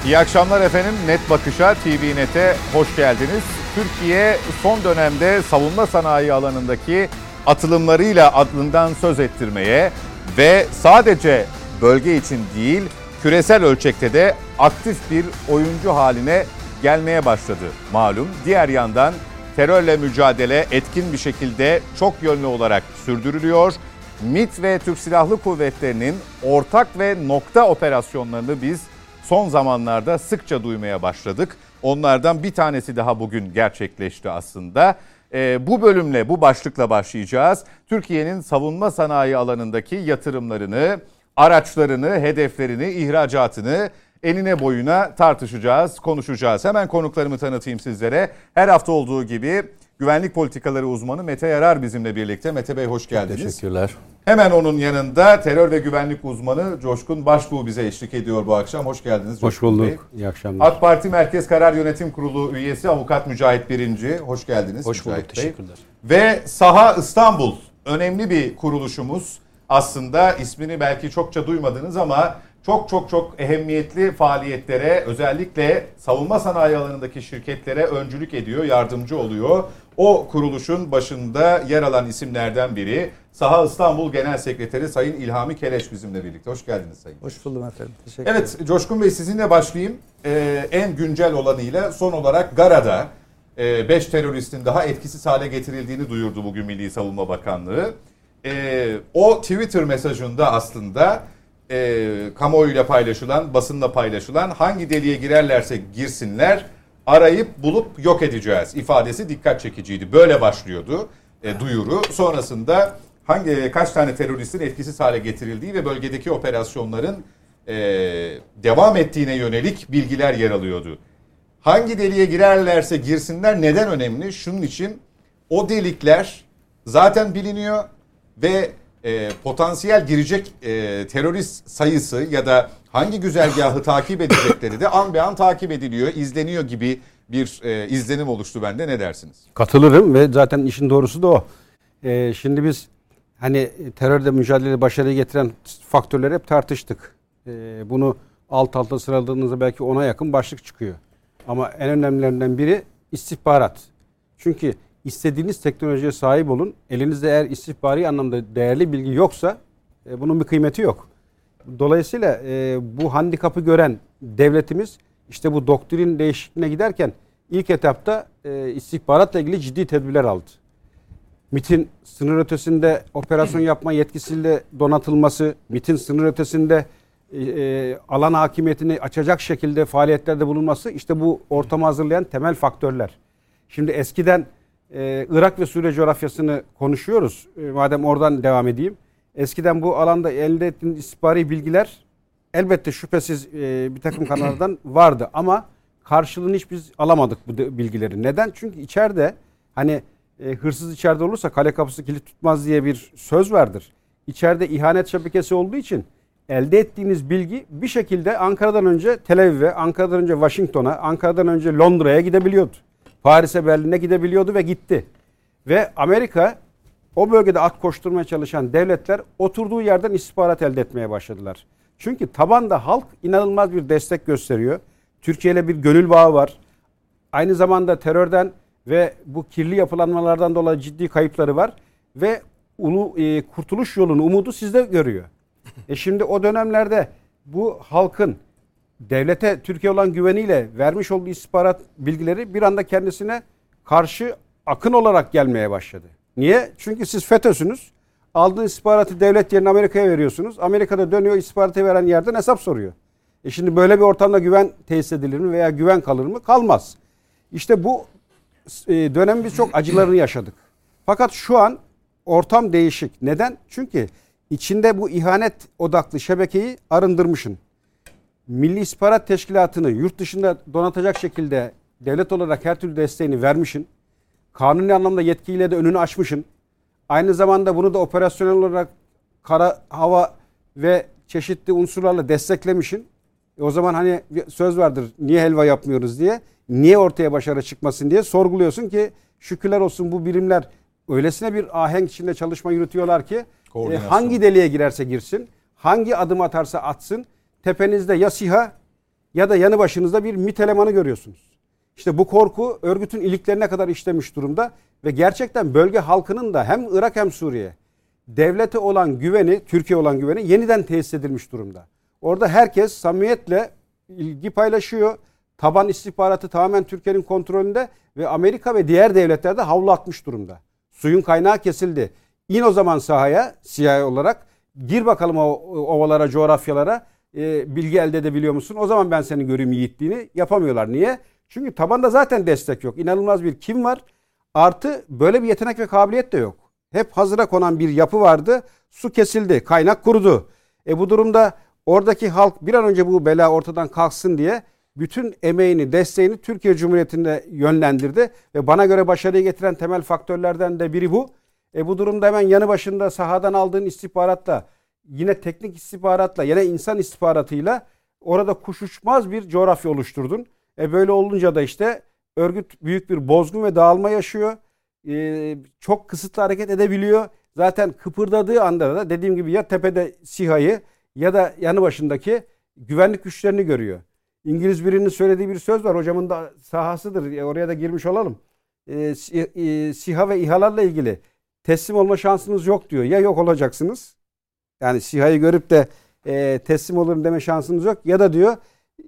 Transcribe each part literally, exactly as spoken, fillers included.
İyi akşamlar efendim. Net Bakış'a, T V Net'e hoş geldiniz. Türkiye son dönemde savunma sanayi alanındaki atılımlarıyla adından söz ettirmeye ve sadece bölge için değil, küresel ölçekte de aktif bir oyuncu haline gelmeye başladı malum. Diğer yandan terörle mücadele etkin bir şekilde çok yönlü olarak sürdürülüyor. MİT ve Türk Silahlı Kuvvetleri'nin ortak ve nokta operasyonlarını biz son zamanlarda sıkça duymaya başladık. Onlardan bir tanesi daha bugün gerçekleşti aslında. Ee, bu bölümle, bu başlıkla başlayacağız. Türkiye'nin savunma sanayi alanındaki yatırımlarını, araçlarını, hedeflerini, ihracatını enine boyuna tartışacağız, konuşacağız. Hemen konuklarımı tanıtayım sizlere. Her hafta olduğu gibi güvenlik politikaları uzmanı Mete Yarar bizimle birlikte. Mete Bey hoş geldiniz. Teşekkürler. Hemen onun yanında terör ve güvenlik uzmanı Coşkun Başbuğ bize eşlik ediyor bu akşam. Hoş geldiniz. Hoş bulduk. Bey. İyi akşamlar. AK Parti Merkez Karar Yönetim Kurulu üyesi Avukat Mücahit Birinci. Hoş geldiniz. Hoş Mücahit bulduk. Bey. Teşekkürler. Ve Saha İstanbul, önemli bir kuruluşumuz. Aslında ismini belki çokça duymadınız ama çok çok çok ehemmiyetli faaliyetlere, özellikle savunma sanayi alanındaki şirketlere öncülük ediyor, yardımcı oluyor. O kuruluşun başında yer alan isimlerden biri Saha İstanbul Genel Sekreteri Sayın İlhami Keleş bizimle birlikte. Hoş geldiniz Sayın. Hoş buldum efendim. Teşekkür evet ederim. Coşkun Bey sizinle başlayayım. Ee, en güncel olanıyla son olarak Gara'da beş e, teröristin daha etkisiz hale getirildiğini duyurdu bugün Milli Savunma Bakanlığı. E, o Twitter mesajında aslında e, kamuoyuyla paylaşılan, basınla paylaşılan hangi deliğe girerlerse girsinler arayıp bulup yok edeceğiz ifadesi dikkat çekiciydi. Böyle başlıyordu e, duyuru. Sonrasında hangi kaç tane teröristin etkisiz hale getirildiği ve bölgedeki operasyonların e, devam ettiğine yönelik bilgiler yer alıyordu. Hangi deliğe girerlerse girsinler neden önemli? Şunun için o delikler zaten biliniyor ve e, potansiyel girecek e, terörist sayısı ya da hangi güzergahı takip edecekleri de an be an takip ediliyor, izleniyor gibi bir e, izlenim oluştu bende. Ne dersiniz? Katılırım ve zaten işin doğrusu da o. E, şimdi biz hani terörle mücadele başarıyı getiren faktörleri hep tartıştık. E, bunu alt alta sıraladığınızda belki ona yakın başlık çıkıyor. Ama en önemlilerinden biri istihbarat. Çünkü istediğiniz teknolojiye sahip olun. Elinizde eğer istihbari anlamda değerli bilgi yoksa e, bunun bir kıymeti yok. Dolayısıyla e, bu handikapı gören devletimiz işte bu doktrin değişikliğine giderken ilk etapta e, istihbaratla ilgili ciddi tedbirler aldı. MİT'in sınır ötesinde operasyon yapma yetkisiyle donatılması, MİT'in sınır ötesinde e, e, alan hakimiyetini açacak şekilde faaliyetlerde bulunması işte bu ortamı hazırlayan temel faktörler. Şimdi eskiden e, Irak ve Suriye coğrafyasını konuşuyoruz. E, madem oradan devam edeyim. Eskiden bu alanda elde ettiğiniz istihbari bilgiler elbette şüphesiz e, bir takım kanallardan vardı ama karşılığını hiç biz alamadık bu bilgileri. Neden? Çünkü içeride hani e, hırsız içeride olursa kale kapısı kilit tutmaz diye bir söz vardır. İçeride ihanet şebekesi olduğu için elde ettiğiniz bilgi bir şekilde Ankara'dan önce Tel Aviv'e, Ankara'dan önce Washington'a, Ankara'dan önce Londra'ya gidebiliyordu. Paris'e, Berlin'e gidebiliyordu ve gitti. Ve Amerika o bölgede at koşturmaya çalışan devletler oturduğu yerden istihbarat elde etmeye başladılar. Çünkü tabanda halk inanılmaz bir destek gösteriyor. Türkiye ile bir gönül bağı var. Aynı zamanda terörden ve bu kirli yapılanmalardan dolayı ciddi kayıpları var. Ve ulu, e, kurtuluş yolunu, umudu sizde görüyor. E şimdi o dönemlerde bu halkın devlete, Türkiye olan güveniyle vermiş olduğu istihbarat bilgileri bir anda kendisine karşı akın olarak gelmeye başladı. Niye? Çünkü siz FETÖ'sünüz. Aldığınız istihbaratı devlet yerine Amerika'ya veriyorsunuz. Amerika'da dönüyor istihbaratı veren yerden hesap soruyor. E şimdi böyle bir ortamda güven tesis edilir mi veya güven kalır mı? Kalmaz. İşte bu dönem biz çok acılarını yaşadık. Fakat şu an ortam değişik. Neden? Çünkü içinde bu ihanet odaklı şebekeyi arındırmışsın. Milli İstihbarat Teşkilatı'nı yurt dışında donatacak şekilde devlet olarak her türlü desteğini vermişsin. Kanuni anlamda yetkiyle de önünü açmışsın. Aynı zamanda bunu da operasyonel olarak kara, hava ve çeşitli unsurlarla desteklemişsin. E o zaman hani söz vardır niye helva yapmıyoruz diye. Niye ortaya başarı çıkmasın diye sorguluyorsun ki şükürler olsun bu birimler öylesine bir ahenk içinde çalışma yürütüyorlar ki e, hangi deliğe girerse girsin, hangi adım atarsa atsın tepenizde ya SİHA ya da yanı başınızda bir MİT elemanı görüyorsunuz. İşte bu korku örgütün iliklerine kadar işlemiş durumda ve gerçekten bölge halkının da hem Irak hem Suriye devlete olan güveni, Türkiye olan güveni yeniden tesis edilmiş durumda. Orada herkes samimiyetle ilgi paylaşıyor. Taban istihbaratı tamamen Türkiye'nin kontrolünde ve Amerika ve diğer devletler de havlu atmış durumda. Suyun kaynağı kesildi. İn o zaman sahaya C I A olarak, gir bakalım o ovalara, coğrafyalara, e, bilgi elde edebiliyor musun? O zaman ben seni göreyim yiğitliğini. Yapamıyorlar. Niye? Çünkü tabanda zaten destek yok. İnanılmaz bir kim var? Artı böyle bir yetenek ve kabiliyet de yok. Hep hazıra konan bir yapı vardı. Su kesildi. Kaynak kurudu. E bu durumda oradaki halk bir an önce bu bela ortadan kalksın diye bütün emeğini, desteğini Türkiye Cumhuriyeti'ne yönlendirdi. Ve bana göre başarıyı getiren temel faktörlerden de biri bu. E bu durumda hemen yanı başında sahadan aldığın istihbaratla, yine teknik istihbaratla, yine insan istihbaratıyla orada kuş uçmaz bir coğrafya oluşturdun. E böyle olunca da işte örgüt büyük bir bozgun ve dağılma yaşıyor. Ee, çok kısıtlı hareket edebiliyor. Zaten kıpırdadığı anda da dediğim gibi ya tepede SİHA'yı ya da yanı başındaki güvenlik güçlerini görüyor. İngiliz birinin söylediği bir söz var. Hocamın da sahasıdır. E, oraya da girmiş olalım. Ee, e, SİHA ve İHA'larla ilgili teslim olma şansınız yok diyor. Ya yok olacaksınız. Yani SİHA'yı görüp de e, teslim olurum deme şansınız yok. Ya da diyor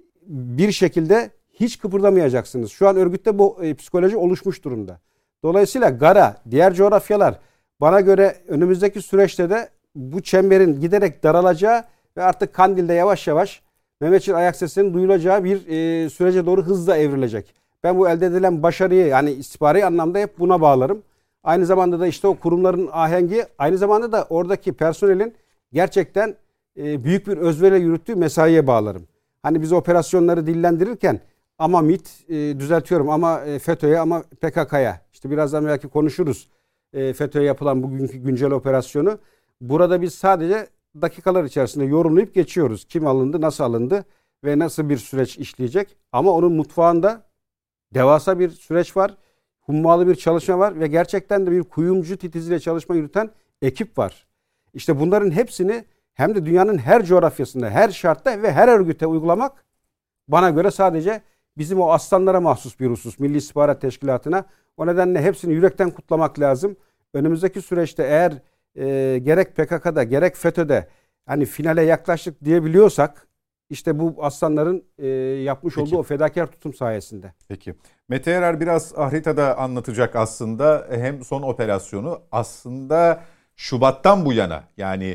bir şekilde hiç kıpırdamayacaksınız. Şu an örgütte bu e, psikoloji oluşmuş durumda. Dolayısıyla Gara, diğer coğrafyalar bana göre önümüzdeki süreçte de bu çemberin giderek daralacağı ve artık Kandil'de yavaş yavaş Mehmetçik ayak sesinin duyulacağı bir e, sürece doğru hızla evrilecek. Ben bu elde edilen başarıyı, yani istihbari anlamda hep buna bağlarım. Aynı zamanda da işte o kurumların ahengi, aynı zamanda da oradaki personelin gerçekten e, büyük bir özveriyle yürüttüğü mesaiye bağlarım. Hani biz operasyonları dillendirirken ama MİT, e, düzeltiyorum ama e, FETÖ'ye ama P K K'ya, işte birazdan belki konuşuruz e, FETÖ'ye yapılan bugünkü güncel operasyonu. Burada biz sadece dakikalar içerisinde yorumlayıp geçiyoruz. Kim alındı, nasıl alındı ve nasıl bir süreç işleyecek. Ama onun mutfağında devasa bir süreç var. Hummalı bir çalışma var ve gerçekten de bir kuyumcu titiziyle çalışma yürüten ekip var. İşte bunların hepsini hem de dünyanın her coğrafyasında, her şartta ve her örgüte uygulamak bana göre sadece bizim o aslanlara mahsus bir husus. Milli İstihbarat Teşkilatı'na. O nedenle hepsini yürekten kutlamak lazım. Önümüzdeki süreçte eğer e, gerek P K K'da gerek FETÖ'de hani finale yaklaştık diyebiliyorsak işte bu aslanların e, yapmış Peki. olduğu o fedakar tutum sayesinde. Peki. Mete Erer biraz haritada anlatacak aslında. Hem son operasyonu aslında Şubat'tan bu yana, yani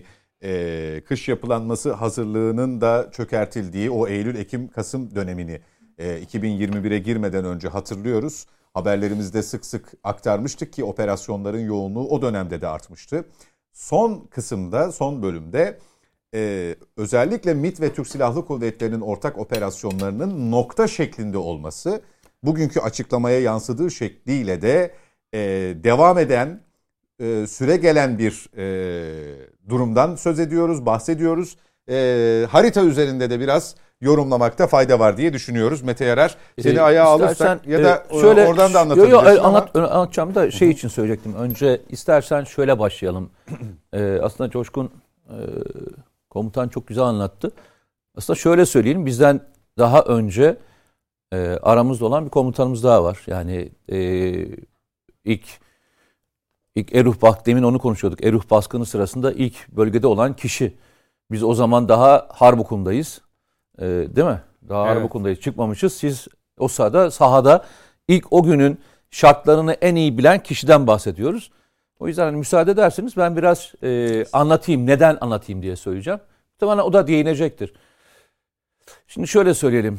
e, kış yapılanması hazırlığının da çökertildiği o Eylül, Ekim, Kasım dönemini e, iki bin yirmi bire girmeden önce hatırlıyoruz. Haberlerimizde sık sık aktarmıştık ki operasyonların yoğunluğu o dönemde de artmıştı. Son kısımda, son bölümde Ee, özellikle MİT ve Türk Silahlı Kuvvetleri'nin ortak operasyonlarının nokta şeklinde olması, bugünkü açıklamaya yansıdığı şekliyle de e, devam eden, e, süre gelen bir e, durumdan söz ediyoruz, bahsediyoruz. E, harita üzerinde de biraz yorumlamakta fayda var diye düşünüyoruz. Mete Erer, seni ee, ayağa alırsak ya da e, şöyle, oradan da anlatabilirsin. Yo, yo, anlat, anlatacağım da şey için söyleyecektim. Önce istersen şöyle başlayalım. Ee, aslında Coşkun e, komutan çok güzel anlattı. Aslında şöyle söyleyelim, bizden daha önce e, aramızda olan bir komutanımız daha var. Yani e, ilk ilk Eruh bak demin onu konuşuyorduk. Eruh baskını sırasında ilk bölgede olan kişi. Biz o zaman daha Harbukun'dayız. E, değil mi? Daha evet. Harbukun'dayız. Çıkmamışız. Siz o sahada, sahada ilk o günün şartlarını en iyi bilen kişiden bahsediyoruz. O yüzden hani müsaade ederseniz ben biraz e, anlatayım, neden anlatayım diye söyleyeceğim. Muhtemelen o da değinecektir. Şimdi şöyle söyleyelim.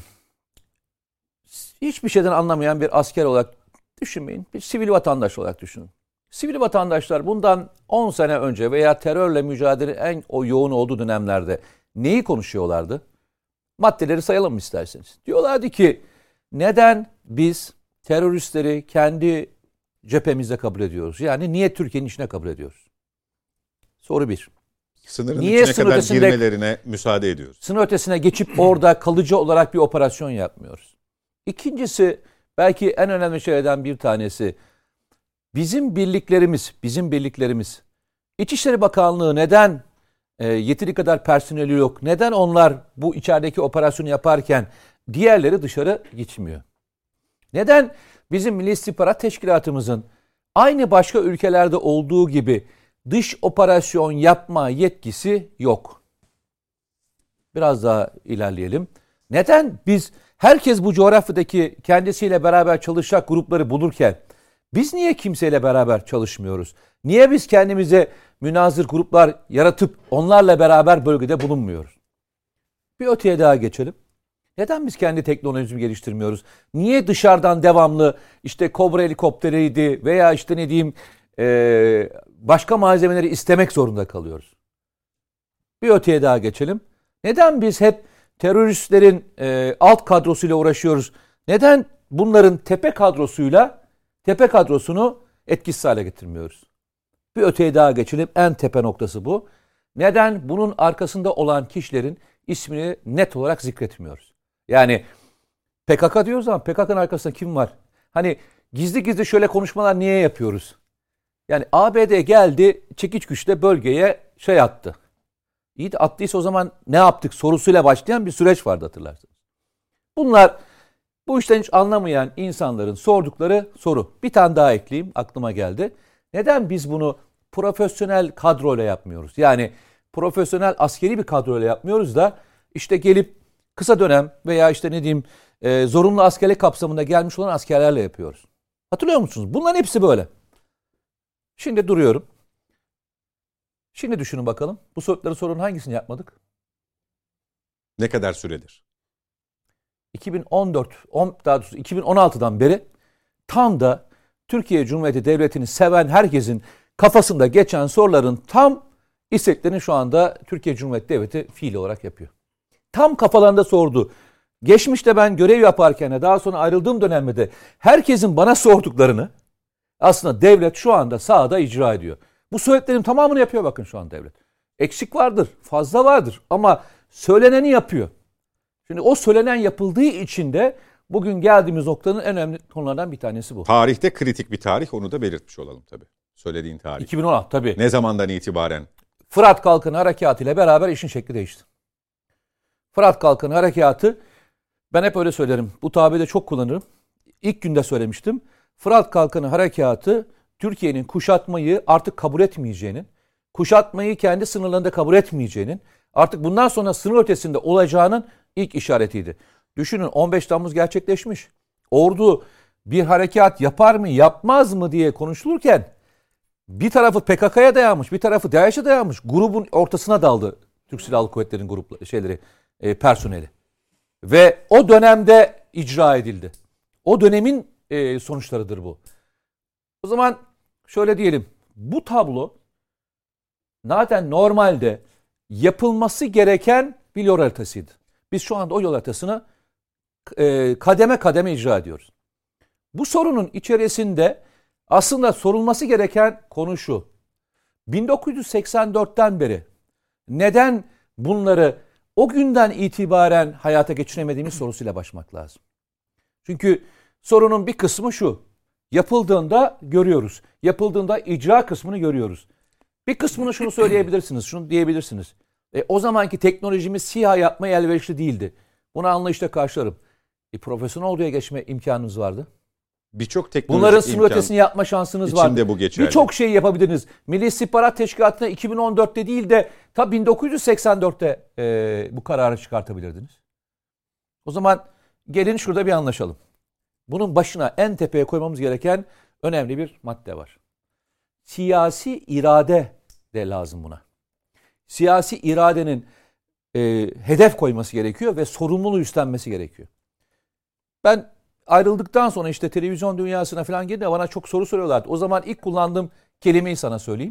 Hiçbir şeyden anlamayan bir asker olarak düşünmeyin. Bir sivil vatandaş olarak düşünün. Sivil vatandaşlar bundan on sene önce veya terörle mücadele en o yoğun olduğu dönemlerde neyi konuşuyorlardı? Maddeleri sayalım mı isterseniz? Diyorlardı ki neden biz teröristleri kendi cephemizde kabul ediyoruz? Yani niye Türkiye'nin içine kabul ediyoruz? Soru bir. Sınırın niye içine sınır kadar ötesinde, girmelerine müsaade ediyoruz. Sınır ötesine geçip orada kalıcı olarak bir operasyon yapmıyoruz. İkincisi, belki en önemli şeylerden bir tanesi, bizim birliklerimiz, bizim birliklerimiz, İçişleri Bakanlığı neden e, yeteri kadar personeli yok? Neden onlar bu içerideki operasyonu yaparken diğerleri dışarı gitmiyor. Neden bizim Milli İstihbarat Teşkilatımızın aynı başka ülkelerde olduğu gibi dış operasyon yapma yetkisi yok? Biraz daha ilerleyelim. Neden biz herkes bu coğrafyadaki kendisiyle beraber çalışacak grupları bulurken biz niye kimseyle beraber çalışmıyoruz? Niye biz kendimize münazır gruplar yaratıp onlarla beraber bölgede bulunmuyoruz? Bir öteye daha geçelim. Neden biz kendi teknolojimizi geliştirmiyoruz? Niye dışarıdan devamlı işte Kobra helikopteriydi veya işte ne diyeyim başka malzemeleri istemek zorunda kalıyoruz? Bir öteye daha geçelim. Neden biz hep teröristlerin e, alt kadrosuyla uğraşıyoruz? Neden bunların tepe kadrosuyla tepe kadrosunu etkisiz hale getirmiyoruz? Bir öteye daha geçelim. En tepe noktası bu. Neden bunun arkasında olan kişilerin ismini net olarak zikretmiyoruz? Yani P K K diyoruz ama P K K'nın arkasında kim var? Hani gizli gizli şöyle konuşmalar niye yapıyoruz? Yani A B D geldi çekiç güçle bölgeye şey attı. İyi de attıysa o zaman ne yaptık sorusuyla başlayan bir süreç vardı hatırlarsınız. Bunlar bu işten hiç anlamayan insanların sordukları soru. Bir tane daha ekleyeyim, aklıma geldi. Neden biz bunu profesyonel kadroyla yapmıyoruz? Yani profesyonel askeri bir kadroyla yapmıyoruz da işte gelip kısa dönem veya işte ne diyeyim e, zorunlu askerlik kapsamında gelmiş olan askerlerle yapıyoruz. Hatırlıyor musunuz? Bunların hepsi böyle. Şimdi duruyorum. Şimdi düşünün bakalım. Bu soruları sorunun hangisini yapmadık? Ne kadar süredir? iki bin on dört, on, daha doğrusu iki bin on altıdan beri tam da Türkiye Cumhuriyeti Devleti'ni seven herkesin kafasında geçen soruların tam isteklerini şu anda Türkiye Cumhuriyeti Devleti fiil olarak yapıyor. Tam kafalarında sordu. Geçmişte ben görev yaparken de daha sonra ayrıldığım dönemde de herkesin bana sorduklarını aslında devlet şu anda sahada icra ediyor. Bu söylediklerin tamamını yapıyor bakın şu an devlet. Eksik vardır, fazla vardır ama söyleneni yapıyor. Şimdi o söylenen yapıldığı için de bugün geldiğimiz noktanın en önemli konulardan bir tanesi bu. Tarihte kritik bir tarih, onu da belirtmiş olalım tabii. Söylediğin tarih. iki bin on altı tabii. Ne zamandan itibaren? Fırat Kalkanı Harekatı ile beraber işin şekli değişti. Fırat Kalkanı Harekatı, ben hep öyle söylerim. Bu tabiri de çok kullanırım. İlk günde söylemiştim. Fırat Kalkanı Harekatı Türkiye'nin kuşatmayı artık kabul etmeyeceğinin, kuşatmayı kendi sınırlarında kabul etmeyeceğinin, artık bundan sonra sınır ötesinde olacağının ilk işaretiydi. Düşünün on beş Temmuz gerçekleşmiş. Ordu bir harekat yapar mı yapmaz mı diye konuşulurken bir tarafı P K K'ya dayanmış, bir tarafı DAEŞ'e dayanmış. Grubun ortasına daldı Türk Silahlı Kuvvetleri'nin grup şeyleri, e, personeli. Ve o dönemde icra edildi. O dönemin e, sonuçlarıdır bu. O zaman şöyle diyelim. Bu tablo zaten normalde yapılması gereken bir yol haritasıydı. Biz şu anda o yol haritasını e, kademe kademe icra ediyoruz. Bu sorunun içerisinde aslında sorulması gereken konu şu. bin dokuz yüz seksen dörtten beri neden bunları o günden itibaren hayata geçiremediğimiz sorusuyla başlamak lazım. Çünkü sorunun bir kısmı şu. Yapıldığında görüyoruz. Yapıldığında icra kısmını görüyoruz. Bir kısmını şunu söyleyebilirsiniz, şunu diyebilirsiniz. E, o zamanki teknolojimiz SİHA yapmaya elverişli değildi. Bunu anlayışla karşılarım. E, profesyonel orduya geçme imkanınız vardı. Birçok teknolojik Bunların sınır imkan ötesini yapma şansınız içinde vardı. bu geçerli. Birçok şey yapabilirdiniz. Milli İstihbarat Teşkilatı'na iki bin on dörtte değil de ta bin dokuz yüz seksen dörtte e, bu kararı çıkartabilirdiniz. O zaman gelin şurada bir anlaşalım. Bunun başına en tepeye koymamız gereken önemli bir madde var. Siyasi irade de lazım buna. Siyasi iradenin e, hedef koyması gerekiyor ve sorumluluğu üstlenmesi gerekiyor. Ben ayrıldıktan sonra işte televizyon dünyasına falan girdiğimde bana çok soru soruyorlardı. O zaman ilk kullandığım kelimeyi sana söyleyeyim.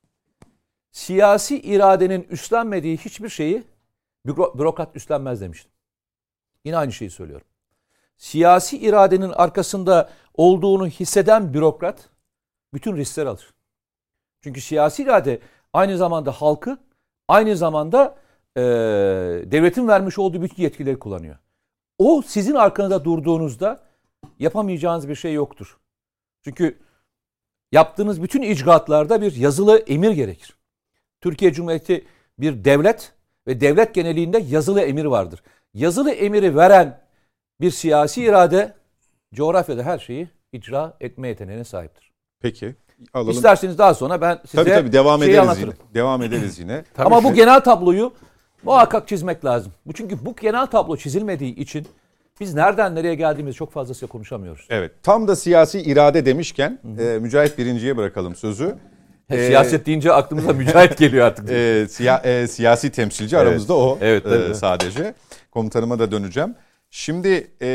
Siyasi iradenin üstlenmediği hiçbir şeyi büro, bürokrat üstlenmez demiştim. Yine aynı şeyi söylüyorum. Siyasi iradenin arkasında olduğunu hisseden bürokrat bütün riskleri alır. Çünkü siyasi irade aynı zamanda halkı, aynı zamanda e, devletin vermiş olduğu bütün yetkileri kullanıyor. O sizin arkanızda durduğunuzda yapamayacağınız bir şey yoktur. Çünkü yaptığınız bütün icraatlarda bir yazılı emir gerekir. Türkiye Cumhuriyeti bir devlet ve devlet geneliğinde yazılı emir vardır. Yazılı emiri veren bir siyasi irade coğrafyada her şeyi icra etme yeteneğine sahiptir. Peki. Alalım. İsterseniz daha sonra ben size tabii, tabii, devam şeyi ederiz anlatırım. yine. Devam ederiz yine. Ama bu genel tabloyu muhakkak çizmek lazım. Bu çünkü bu genel tablo çizilmediği için biz nereden nereye geldiğimizi çok fazlasıyla konuşamıyoruz. Evet. Tam da siyasi irade demişken e, Mücahit Birinci'ye bırakalım sözü. E, Siyaset deyince aklımıza Mücahit geliyor artık. E, siya, e, siyasi temsilci evet. Aramızda o evet, e, sadece. Komutanıma da döneceğim. Şimdi e,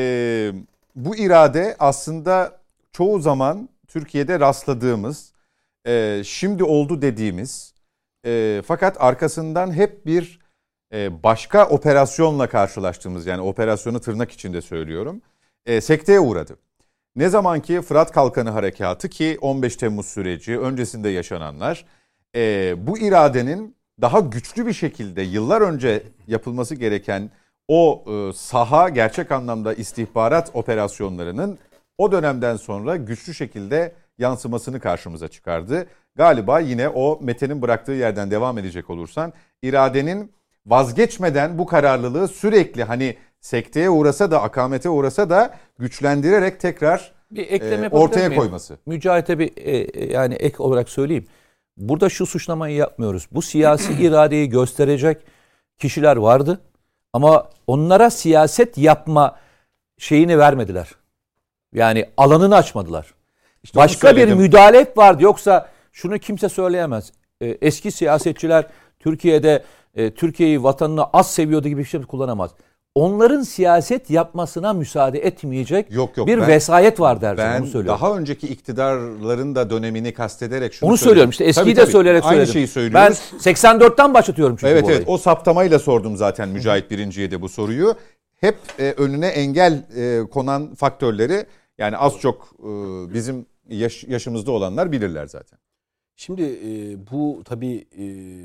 bu irade aslında çoğu zaman Türkiye'de rastladığımız, e, şimdi oldu dediğimiz e, fakat arkasından hep bir e, başka operasyonla karşılaştığımız, yani operasyonu tırnak içinde söylüyorum, e, sekteye uğradı. Ne zaman ki Fırat Kalkanı Harekatı, ki on beş Temmuz süreci öncesinde yaşananlar, e, bu iradenin daha güçlü bir şekilde yıllar önce yapılması gereken o e, saha, gerçek anlamda istihbarat operasyonlarının o dönemden sonra güçlü şekilde yansımasını karşımıza çıkardı. Galiba yine o Mete'nin bıraktığı yerden devam edecek olursan, iradenin vazgeçmeden bu kararlılığı sürekli, hani sekteye uğrasa da akamete uğrasa da güçlendirerek tekrar bir ekleme e, ortaya miyim? koyması. Mücahit'e bir e, yani ek olarak söyleyeyim. Burada şu suçlamayı yapmıyoruz. Bu siyasi iradeyi gösterecek kişiler vardı ama onlara siyaset yapma şeyini vermediler. Yani alanını açmadılar. İşte başka bir müdahale vardı. Yoksa şunu kimse söyleyemez. E, eski siyasetçiler Türkiye'de e, Türkiye'yi, vatanını az seviyordu gibi bir şey kullanamaz. Onların siyaset yapmasına müsaade etmeyecek yok, yok, bir ben, vesayet var dersin. Ben onu söylüyorum. Daha önceki iktidarların da dönemini kastederek şunu onu söylüyorum. İşte eskiyi tabii, de söyleyerek aynı söyledim. Şeyi söylüyoruz. Ben seksen dörtten başlatıyorum çünkü evet, bu olayı. Evet, o saptamayla sordum zaten Mücahit Birinci'ye de bu soruyu. Hep e, önüne engel e, konan faktörleri, yani az çok e, bizim yaş, yaşımızda olanlar bilirler zaten. Şimdi e, bu tabii e,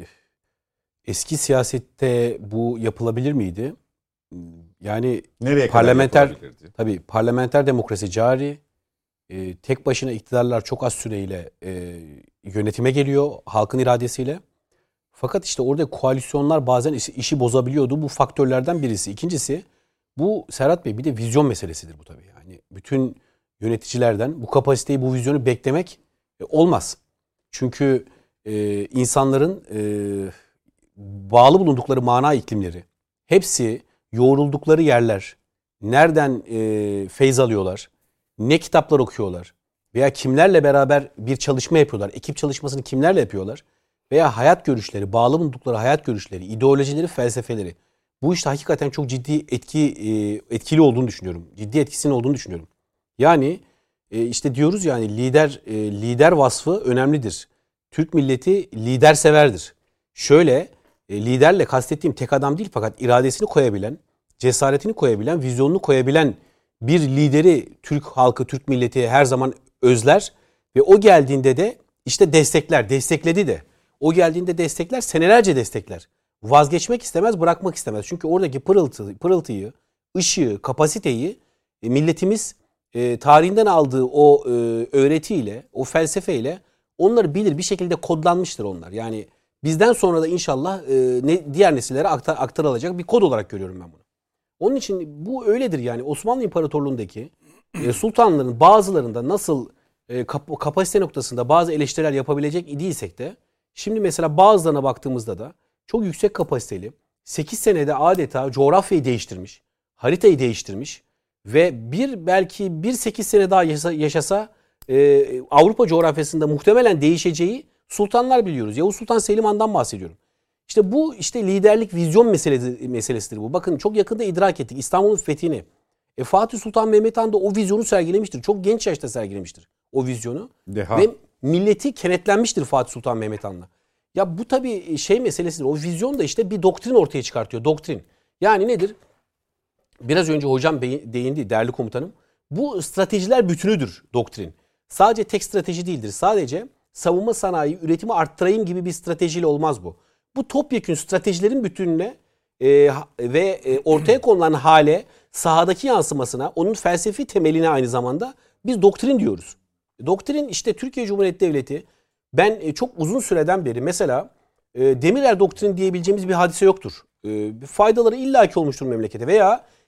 eski siyasette bu yapılabilir miydi? Yani nereye parlamenter tabii parlamenter demokrasi cari, e, tek başına iktidarlar çok az süreyle e, yönetime geliyor halkın iradesiyle. Fakat işte orada koalisyonlar bazen işi, işi bozabiliyordu. Bu faktörlerden birisi. İkincisi, bu Serhat Bey bir de vizyon meselesidir bu tabii. Yani bütün yöneticilerden bu kapasiteyi, bu vizyonu beklemek e, olmaz. Çünkü e, insanların e, bağlı bulundukları mana iklimleri, hepsi yoğruldukları yerler, nereden e, feyz alıyorlar, ne kitaplar okuyorlar veya kimlerle beraber bir çalışma yapıyorlar, ekip çalışmasını kimlerle yapıyorlar veya hayat görüşleri, bağlı bulundukları hayat görüşleri, ideolojileri, felsefeleri. Bu işte hakikaten çok ciddi etki e, etkili olduğunu düşünüyorum. Ciddi etkisinin olduğunu düşünüyorum. Yani e, işte diyoruz yani lider e, lider vasfı önemlidir. Türk milleti lider severdir. Şöyle e, liderle kastettiğim tek adam değil, fakat iradesini koyabilen, cesaretini koyabilen, vizyonunu koyabilen bir lideri Türk halkı, Türk milleti her zaman özler ve o geldiğinde de işte destekler, destekledi de. O geldiğinde destekler, senelerce destekler. Vazgeçmek istemez, bırakmak istemez. Çünkü oradaki pırıltı, pırıltıyı, ışığı, kapasiteyi e, milletimiz e, tarihinden aldığı o e, öğretiyle, o felsefeyle onları bilir, bir şekilde kodlanmıştır onlar. Yani bizden sonra da inşallah e, ne, diğer nesillere aktar, aktarılacak bir kod olarak görüyorum ben bunu. Onun için bu öyledir yani. Osmanlı İmparatorluğu'ndaki e, sultanların bazılarında nasıl e, kap- kapasite noktasında bazı eleştiriler yapabilecek idiysek de şimdi mesela bazılarına baktığımızda da çok yüksek kapasiteli, sekiz senede adeta coğrafyayı değiştirmiş, haritayı değiştirmiş ve bir belki bir sekiz sene daha yaşasa, yaşasa e, Avrupa coğrafyasında muhtemelen değişeceği sultanlar biliyoruz. Yavuz Sultan Selim Han'dan bahsediyorum. İşte bu işte liderlik, vizyon meselesi, meselesidir bu. Bakın çok yakında idrak ettik İstanbul'un fethini. E, Fatih Sultan Mehmet Han da o vizyonu sergilemiştir. Çok genç yaşta sergilemiştir o vizyonu. Deha. Ve milleti kenetlenmiştir Fatih Sultan Mehmet Han'la. Ya bu tabii şey meselesidir. O vizyon da işte bir doktrin ortaya çıkartıyor. Doktrin. Yani nedir? Biraz önce hocam değindi değerli komutanım. Bu stratejiler bütünüdür doktrin. Sadece tek strateji değildir. Sadece savunma sanayi, üretimi arttırayım gibi bir stratejiyle olmaz bu. Bu topyekün stratejilerin bütününe e, ve e, ortaya konulan hale, sahadaki yansımasına, onun felsefi temeline aynı zamanda biz doktrin diyoruz. Doktrin işte Türkiye Cumhuriyeti Devleti, ben e, çok uzun süreden beri mesela e, Demirel doktrini diyebileceğimiz bir hadise yoktur. E, faydaları illaki olmuştur memlekete veya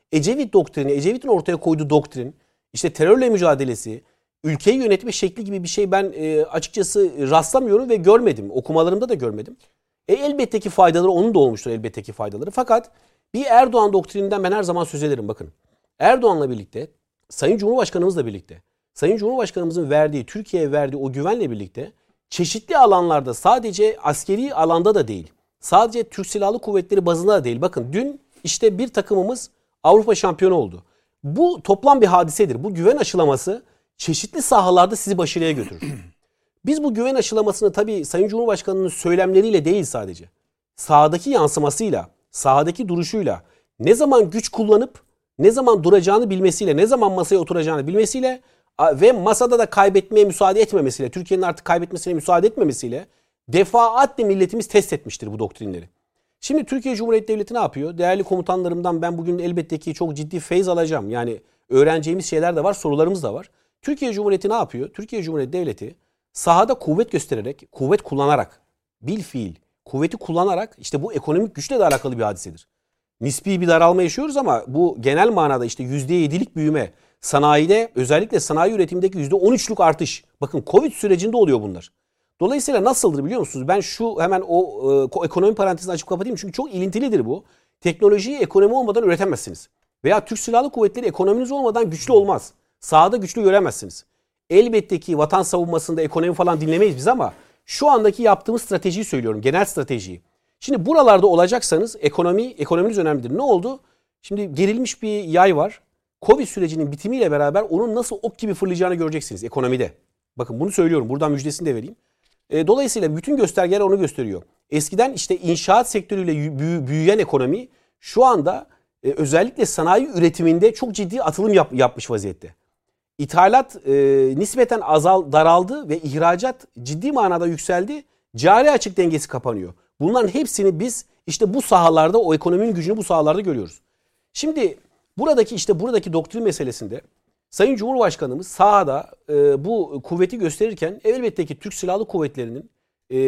Ecevit doktrini, Ecevit'in ortaya koyduğu doktrin, işte terörle mücadelesi, ülkeyi yönetme şekli gibi bir şey ben e, açıkçası rastlamıyorum ve görmedim. Okumalarımda da görmedim. E, elbette ki faydaları, onun da olmuştur elbette ki faydaları. Fakat bir Erdoğan doktrininden ben her zaman söz ederim. Bakın, Erdoğan'la birlikte, Sayın Cumhurbaşkanımızla birlikte, Sayın Cumhurbaşkanımızın verdiği, Türkiye'ye verdiği o güvenle birlikte çeşitli alanlarda, sadece askeri alanda da değil, sadece Türk Silahlı Kuvvetleri bazında da değil. Bakın dün işte bir takımımız Avrupa şampiyonu oldu. Bu toplam bir hadisedir. Bu güven aşılaması çeşitli sahalarda sizi başarıya götürür. Biz bu güven aşılamasını tabii Sayın Cumhurbaşkanı'nın söylemleriyle değil sadece, sahadaki yansımasıyla, sahadaki duruşuyla, ne zaman güç kullanıp ne zaman duracağını bilmesiyle, ne zaman masaya oturacağını bilmesiyle ve masada da kaybetmeye müsaade etmemesiyle, Türkiye'nin artık kaybetmesine müsaade etmemesiyle defaatle milletimiz test etmiştir bu doktrinleri. Şimdi Türkiye Cumhuriyeti Devleti ne yapıyor? Değerli komutanlarımdan ben bugün elbette ki çok ciddi feyz alacağım. Yani öğreneceğimiz şeyler de var, sorularımız da var. Türkiye Cumhuriyeti ne yapıyor? Türkiye Cumhuriyeti Devleti sahada kuvvet göstererek, kuvvet kullanarak, bil fiil, kuvveti kullanarak, işte bu ekonomik güçle de alakalı bir hadisedir. Nispi bir daralma yaşıyoruz ama bu genel manada işte yüzde yedilik büyüme, sanayide, özellikle sanayi üretimindeki yüzde on üçlük artış. Bakın Covid sürecinde oluyor bunlar. Dolayısıyla nasıldır biliyor musunuz? Ben şu hemen o, o ekonomi parantezini açıp kapatayım çünkü çok ilintilidir bu. Teknolojiyi ekonomi olmadan üretemezsiniz. Veya Türk Silahlı Kuvvetleri ekonominiz olmadan güçlü olmaz. Sahada güçlü göremezsiniz. Elbette ki vatan savunmasında ekonomi falan dinlemeyiz biz ama şu andaki yaptığımız stratejiyi söylüyorum. Genel stratejiyi. Şimdi buralarda olacaksanız ekonomi, ekonominiz önemlidir. Ne oldu? Şimdi gerilmiş bir yay var. Covid sürecinin bitimiyle beraber onun nasıl ok gibi fırlayacağını göreceksiniz ekonomide. Bakın bunu söylüyorum. Buradan müjdesini de vereyim. E, dolayısıyla bütün göstergeler onu gösteriyor. Eskiden işte inşaat sektörüyle büyü, büyüyen ekonomi şu anda e, özellikle sanayi üretiminde çok ciddi atılım yap, yapmış vaziyette. İthalat e, nispeten azal, daraldı ve ihracat ciddi manada yükseldi. Cari açık dengesi kapanıyor. Bunların hepsini biz işte bu sahalarda, o ekonominin gücünü bu sahalarda görüyoruz. Şimdi buradaki işte buradaki doktrin meselesinde Sayın Cumhurbaşkanımız sahada e, bu kuvveti gösterirken elbette ki Türk Silahlı Kuvvetleri'nin e,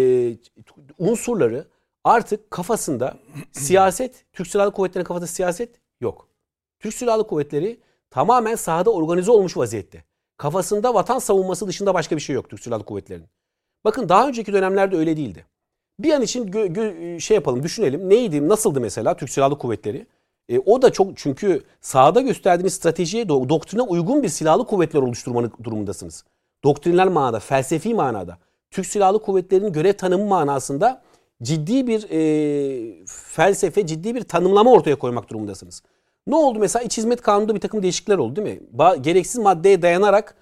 unsurları artık kafasında siyaset, Türk Silahlı Kuvvetleri'nin kafasında siyaset yok. Türk Silahlı Kuvvetleri tamamen sahada organize olmuş vaziyette. Kafasında vatan savunması dışında başka bir şey yok Türk Silahlı Kuvvetleri'nin. Bakın daha önceki dönemlerde öyle değildi. Bir an için gö- gö- şey yapalım, düşünelim. Neydi, nasıldı mesela Türk Silahlı Kuvvetleri? E, o da çok, çünkü sahada gösterdiğiniz stratejiye, do- doktrine uygun bir silahlı kuvvetler oluşturmanın durumundasınız. Doktrinler manada, felsefi manada. Türk Silahlı Kuvvetleri'nin görev tanımı manasında ciddi bir e, felsefe, ciddi bir tanımlama ortaya koymak durumundasınız. Ne oldu mesela? İç Hizmet Kanunu'nda bir takım değişiklikler oldu değil mi? Ba- gereksiz maddeye dayanarak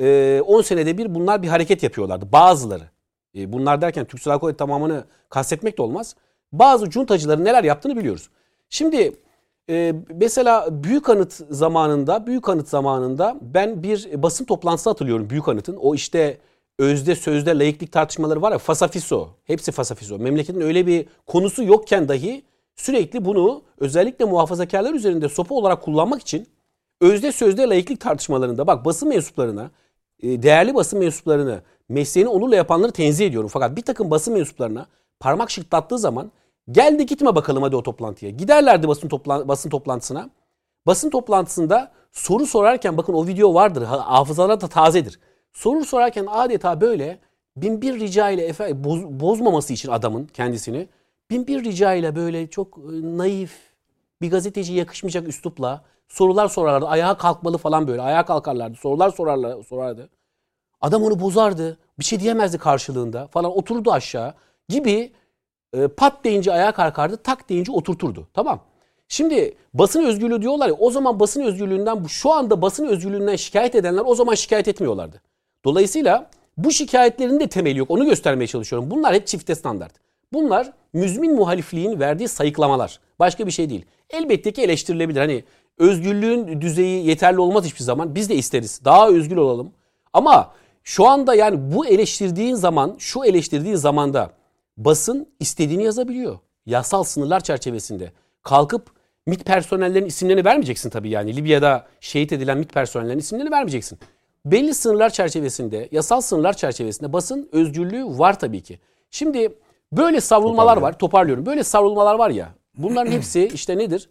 on e, senede bir bunlar bir hareket yapıyorlardı. Bazıları. E, bunlar derken Türk Silahlı Kuvvetleri tamamını kastetmek de olmaz. Bazı cuntacıların neler yaptığını biliyoruz. Şimdi e, mesela Büyükanıt zamanında, Büyükanıt zamanında ben bir basın toplantısı hatırlıyorum Büyükanıt'ın. O işte özde sözde laiklik tartışmaları var ya, fasafiso. Hepsi fasafiso. Memleketin öyle bir konusu yokken dahi sürekli bunu özellikle muhafazakarlar üzerinde sopa olarak kullanmak için özde sözde laiklik tartışmalarında, bak basın mensuplarına, değerli basın mensuplarını, mesleğini onurla yapanları tenzih ediyorum. Fakat bir takım basın mensuplarına parmak şıklattığı zaman gel de gitme bakalım hadi o toplantıya. Giderlerdi basın, toplan- basın toplantısına. Basın toplantısında soru sorarken, bakın o video vardır, hafızalar da tazedir. Soru sorarken adeta böyle bin bir rica ile efendim, boz, bozmaması için adamın kendisini bin bir rica ile böyle çok naif, bir gazeteciye yakışmayacak üslupla sorular sorarlardı. Ayağa kalkmalı falan böyle. Ayağa kalkarlardı. Sorular sorarlar, sorardı. Adam onu bozardı. Bir şey diyemezdi karşılığında falan. Oturdu aşağı gibi e, pat deyince ayağa kalkardı. Tak deyince oturturdu. Tamam. Şimdi basın özgürlüğü diyorlar ya, o zaman basın özgürlüğünden, şu anda basın özgürlüğünden şikayet edenler o zaman şikayet etmiyorlardı. Dolayısıyla bu şikayetlerin de temeli yok. Onu göstermeye çalışıyorum. Bunlar hep çifte standart. Bunlar müzmin muhalifliğin verdiği sayıklamalar. Başka bir şey değil. Elbette ki eleştirilebilir. Hani özgürlüğün düzeyi yeterli olmaz hiçbir zaman. Biz de isteriz. Daha özgür olalım. Ama şu anda yani bu eleştirdiğin zaman, şu eleştirdiğin zamanda basın istediğini yazabiliyor. Yasal sınırlar çerçevesinde. Kalkıp MİT personellerinin isimlerini vermeyeceksin tabii yani. Libya'da şehit edilen MİT personellerinin isimlerini vermeyeceksin. Belli sınırlar çerçevesinde, yasal sınırlar çerçevesinde basın özgürlüğü var tabii ki. Şimdi böyle savrulmalar var, toparlıyorum. Böyle savrulmalar var ya, bunların hepsi işte nedir?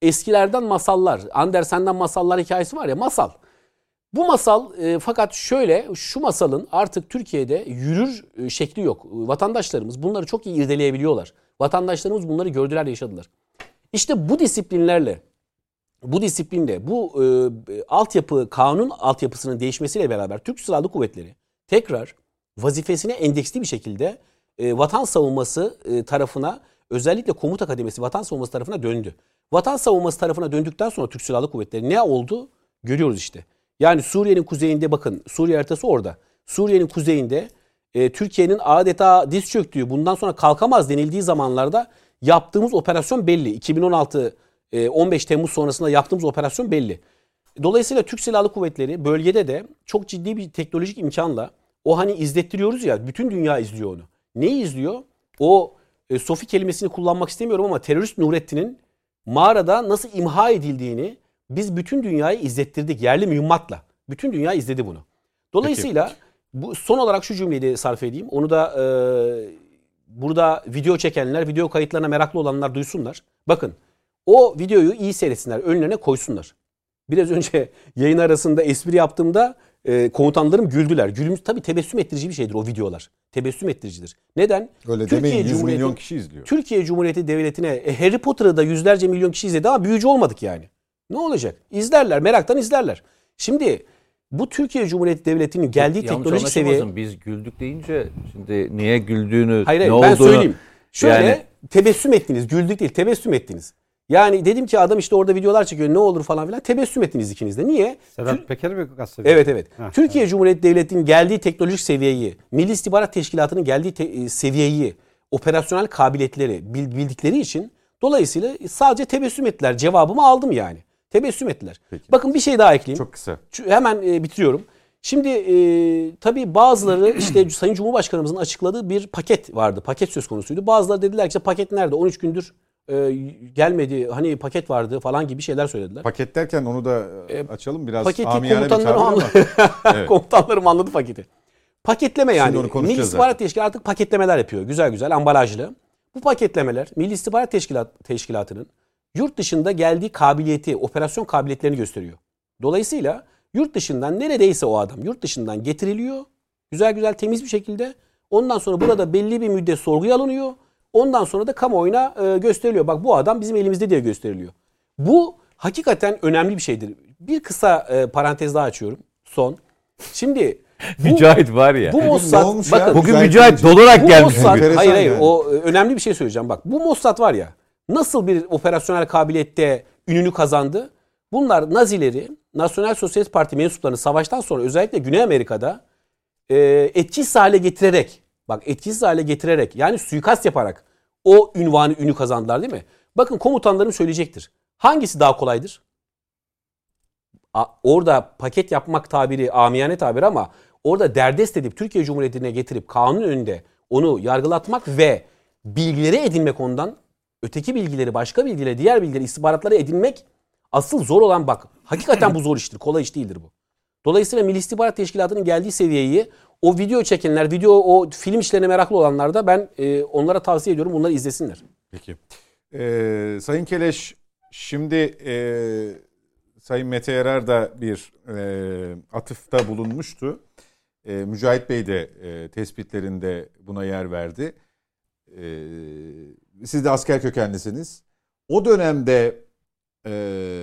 eskilerden masallar. Andersen'den masallar hikayesi var ya, masal. Bu masal e, fakat şöyle, şu masalın artık Türkiye'de yürür e, şekli yok. Vatandaşlarımız bunları çok iyi irdeleyebiliyorlar. Vatandaşlarımız bunları gördüler, yaşadılar. İşte bu disiplinlerle, bu disiplinle, bu e, altyapı, kanun altyapısının değişmesiyle beraber Türk Silahlı Kuvvetleri tekrar vazifesine endeksli bir şekilde e, vatan savunması e, tarafına, özellikle komuta kademesi vatan savunması tarafına döndü. Vatan savunması tarafına döndükten sonra Türk Silahlı Kuvvetleri ne oldu? Görüyoruz işte. Yani Suriye'nin kuzeyinde, bakın Suriye haritası orada. Suriye'nin kuzeyinde e, Türkiye'nin adeta diz çöktüğü, bundan sonra kalkamaz denildiği zamanlarda yaptığımız operasyon belli. iki bin on altı e, on beş Temmuz sonrasında yaptığımız operasyon belli. Dolayısıyla Türk Silahlı Kuvvetleri bölgede de çok ciddi bir teknolojik imkanla, o hani izlettiriyoruz ya, bütün dünya izliyor onu. Neyi izliyor? O e, Sofi kelimesini kullanmak istemiyorum ama terörist Nurettin'in mağarada nasıl imha edildiğini biz bütün dünyayı izlettirdik yerli mühimmatla. Bütün dünya izledi bunu. Dolayısıyla bu, son olarak şu cümleyi de sarf edeyim. Onu da e, burada video çekenler, video kayıtlarına meraklı olanlar duysunlar. Bakın, o videoyu iyi seyretsinler, önlerine koysunlar. Biraz önce yayın arasında espri yaptığımda e, komutanlarım güldüler. Gülüm tabii tebessüm ettirici bir şeydir o videolar. Tebessüm ettiricidir. Neden? Öyle Türkiye demeyin, yüz Cumhuriyeti, milyon kişi izliyor. Türkiye Cumhuriyeti Devleti'ne e, Harry Potter'ı da yüzlerce milyon kişi izledi ama büyücü olmadık yani. Ne olacak? İzlerler, meraktan izlerler. Şimdi bu Türkiye Cumhuriyeti Devleti'nin geldiği Yanlış teknolojik seviye... anlaşılmasın. Biz güldük deyince şimdi niye güldüğünü, Hayır, ne hayır, ben olduğunu... söyleyeyim. Şöyle yani... tebessüm ettiniz. Güldük değil, tebessüm ettiniz. Yani dedim ki adam işte orada videolar çekiyor, ne olur falan filan. Tebessüm ettiniz ikiniz de. Niye? Sedat Tür- Peker mi kastediyor? Evet evet. Ha, Türkiye evet. Cumhuriyeti Devleti'nin geldiği teknolojik seviyeyi, Milli İstihbarat Teşkilatı'nın geldiği te- seviyeyi, operasyonel kabiliyetleri bildikleri için dolayısıyla sadece tebessüm ettiler. Cevabımı aldım yani. Tebessüm ettiler. Peki. Bakın bir şey daha ekleyeyim. Çok kısa. Hemen e, bitiriyorum. Şimdi e, tabii bazıları işte Sayın Cumhurbaşkanımızın açıkladığı bir paket vardı. Paket söz konusuydu. Bazıları dediler ki işte paket nerede? on üç gündür e, gelmedi. Hani paket vardı falan gibi şeyler söylediler. Paket derken onu da e, açalım biraz. Paketi amiyane bir komutanlarım tabir anladı. ama. Evet. Komutanlarım anladı paketi. Paketleme yani. Şimdi onu konuşacağız Milli İstihbarat Teşkilatı artık paketlemeler yapıyor. Güzel güzel ambalajlı. Bu paketlemeler Milli İstihbarat Teşkilat, Teşkilatı'nın yurt dışında geldiği kabiliyeti, operasyon kabiliyetlerini gösteriyor. Dolayısıyla yurt dışından neredeyse o adam yurt dışından getiriliyor. Güzel güzel temiz bir şekilde. Ondan sonra burada belli bir müddet sorguya alınıyor. Ondan sonra da kamuoyuna e, gösteriliyor. Bak bu adam bizim elimizde diye gösteriliyor. Bu hakikaten önemli bir şeydir. Bir kısa e, parantez daha açıyorum. Son. Şimdi bu, Mücahit var ya. Bu Mossad, bakın, bugün Mücahit Mücahit dolarak bu gelmiş. Mossad, Enteresan hayır hayır yani. o önemli bir şey söyleyeceğim. Bak bu Mossad var ya, nasıl bir operasyonel kabiliyette ününü kazandı? Bunlar Nazileri, Nasyonel Sosyalist Parti mensuplarını savaştan sonra özellikle Güney Amerika'da e, etkisiz hale getirerek, bak etkisiz hale getirerek yani suikast yaparak o ünvanı, ünü kazandılar değil mi? Bakın komutanlarım söyleyecektir. Hangisi daha kolaydır? A, orada paket yapmak tabiri, amiyane tabiri ama orada derdest edip Türkiye Cumhuriyeti'ne getirip kanun önünde onu yargılatmak ve bilgileri edinmek ondan, öteki bilgileri, başka bilgileri, diğer bilgileri, istihbaratları edinmek asıl zor olan, bak hakikaten bu zor iştir, kolay iş değildir bu. Dolayısıyla Milli İstihbarat Teşkilatı'nın geldiği seviyeyi o video çekenler, video o film işlerine meraklı olanlar da ben e, onlara tavsiye ediyorum, bunları izlesinler. Peki. Ee, Sayın Keleş, şimdi e, Sayın Mete Yarar da bir e, atıfta bulunmuştu. E, Mücahit Bey de e, tespitlerinde buna yer verdi. E, siz de asker kökenlisiniz. O dönemde e,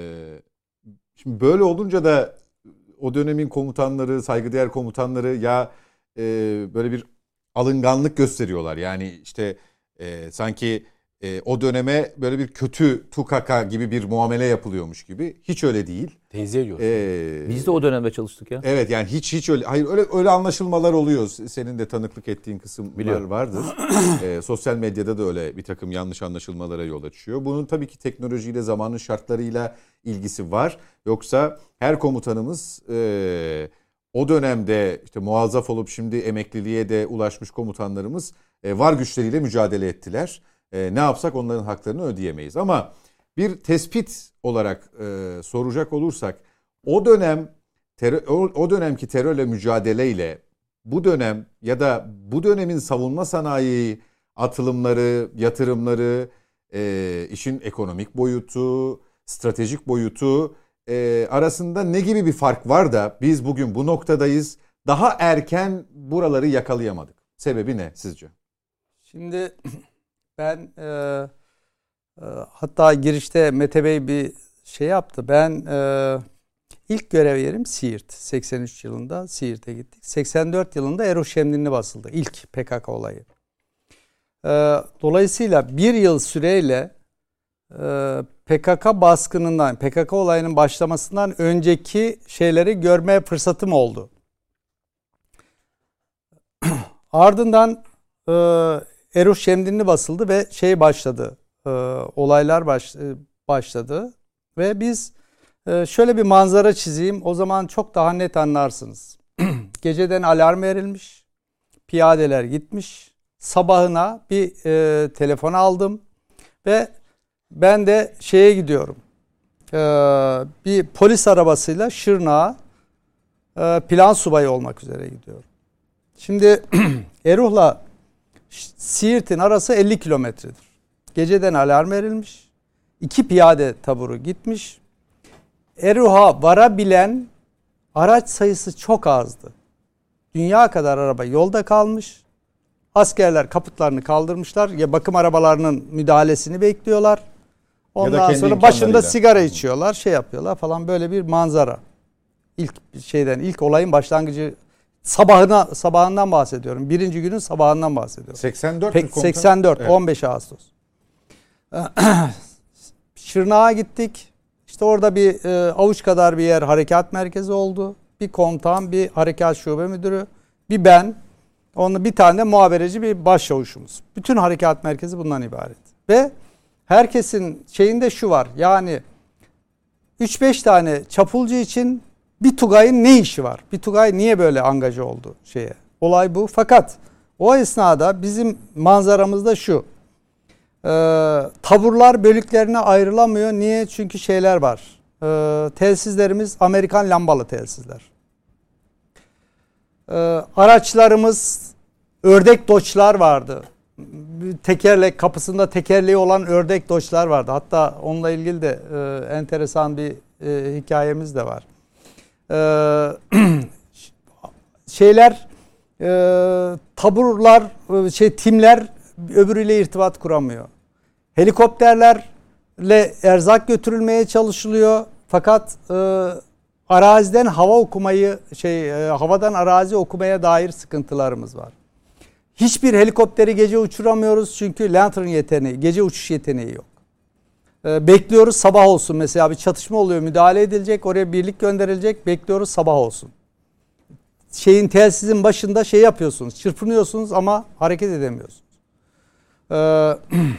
şimdi böyle olunca da o dönemin komutanları, saygıdeğer komutanları ya e, böyle bir alınganlık gösteriyorlar. Yani işte e, sanki e, o döneme böyle bir kötü tukaka gibi bir muamele yapılıyormuş gibi. Hiç öyle değil. Tenzih ediyoruz. E, Biz de o dönemde çalıştık ya. Evet yani hiç hiç öyle hayır öyle öyle anlaşılmalar oluyor. Senin de tanıklık ettiğin kısımlar Biliyorum. vardır. e, sosyal medyada da öyle bir takım yanlış anlaşılmalara yol açıyor. Bunun tabii ki teknolojiyle, zamanın şartlarıyla ilgisi var. Yoksa her komutanımız e, o dönemde işte muazzaf olup şimdi emekliliğe de ulaşmış komutanlarımız e, var güçleriyle mücadele ettiler. E, ne yapsak onların haklarını ödeyemeyiz. Ama bir tespit olarak e, soracak olursak o dönem terör, o, o dönemki terörle mücadeleyle bu dönem ya da bu dönemin savunma sanayi atılımları, yatırımları, e, işin ekonomik boyutu, stratejik boyutu e, arasında ne gibi bir fark var da biz bugün bu noktadayız? Daha erken buraları yakalayamadık. Sebebi ne sizce? Şimdi ben e, e, hatta girişte Mete Bey bir şey yaptı. Ben e, ilk görev yerim Siirt. seksen üç yılında Siirt'e gittik. seksen dört yılında Erol Şemdinli basıldı. İlk P K K olayı. E, dolayısıyla bir yıl süreyle e, P K K baskınından, P K K olayının başlamasından önceki şeyleri görme fırsatım oldu. Ardından e, Erol Şemdinli basıldı ve şey başladı. E, olaylar baş, e, başladı. Ve biz e, şöyle bir manzara çizeyim. O zaman çok daha net anlarsınız. Geceden alarm verilmiş. Piyadeler gitmiş. Sabahına bir e, telefon aldım. Ve ben de şeye gidiyorum. E, bir polis arabasıyla Şırnak'a e, plan subayı olmak üzere gidiyorum. Şimdi Erol'la Siirt'in arası elli kilometredir. Geceden alarm verilmiş. İki piyade taburu gitmiş. Erol'a varabilen araç sayısı çok azdı. Dünya kadar araba yolda kalmış. Askerler kaputlarını kaldırmışlar. Ya bakım arabalarının müdahalesini bekliyorlar. Ondan sonra başında sigara içiyorlar, şey yapıyorlar falan, böyle bir manzara. İlk şeyden, ilk olayın başlangıcı. Sabahına, sabahından bahsediyorum. Birinci günün sabahından bahsediyorum. seksen dört Pek, seksen dört, evet. on beş Ağustos. Şırnak'a gittik. İşte orada bir e, avuç kadar bir yer harekat merkezi oldu. Bir komutan, bir harekat şube müdürü, bir ben. Onunla bir tane de muhabereci, bir başçavuşumuz. Bütün harekat merkezi bundan ibaret. Ve herkesin şeyinde şu var. Yani üç beş tane çapulcu için bir Tugay'ın ne işi var? Bir Tugay niye böyle angaja oldu şeye? Olay bu. Fakat o esnada bizim manzaramızda şu. E, taburlar bölüklerine ayrılamıyor. Niye? Çünkü şeyler var. E, telsizlerimiz Amerikan lambalı telsizler. E, araçlarımız ördek doçlar vardı. Tekerlek, kapısında tekerleği olan ördek doçlar vardı. Hatta onunla ilgili de e, enteresan bir e, hikayemiz de var. Ee, şeyler e, taburlar şey timler öbürüyle irtibat kuramıyor. Helikopterlerle erzak götürülmeye çalışılıyor. Fakat e, araziden hava okumayı şey e, havadan arazi okumaya dair sıkıntılarımız var. Hiçbir helikopteri gece uçuramıyoruz çünkü lantern yeteneği, gece uçuş yeteneği yok. Bekliyoruz sabah olsun, mesela bir çatışma oluyor, müdahale edilecek, oraya birlik gönderilecek, bekliyoruz sabah olsun. Şeyin, telsizin başında şey yapıyorsunuz, çırpınıyorsunuz ama hareket edemiyorsunuz. Ee,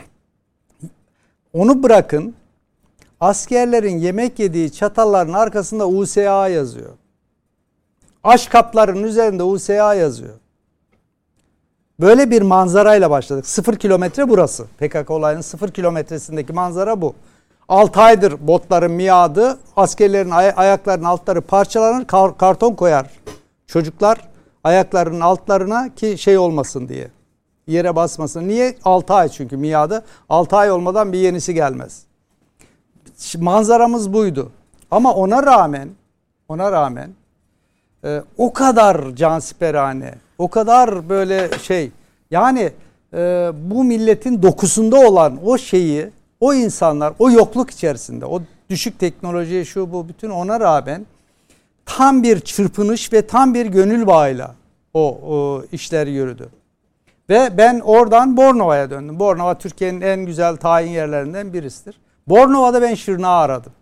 onu bırakın, askerlerin yemek yediği çatalların arkasında U S A yazıyor. Aş kaplarının üzerinde U S A yazıyor. Böyle bir manzarayla başladık. Sıfır kilometre burası. P K K olayının sıfır kilometresindeki manzara bu. altı aydır botların miadı, askerlerin ay- ayaklarının altları parçalanır, kar- karton koyar çocuklar ayaklarının altlarına ki şey olmasın diye. Yere basmasın. Niye? altı ay çünkü miadı. altı ay olmadan bir yenisi gelmez. Manzaramız buydu. Ama ona rağmen ona rağmen e, o kadar cansiperane, o kadar böyle şey, yani e, bu milletin dokusunda olan o şeyi, o insanlar o yokluk içerisinde, o düşük teknoloji, şu bu, bütün ona rağmen tam bir çırpınış ve tam bir gönül bağıyla o, o işler yürüdü. Ve ben oradan Bornova'ya döndüm. Bornova Türkiye'nin en güzel tayin yerlerinden birisidir. Bornova'da ben Şırnak'ı aradım.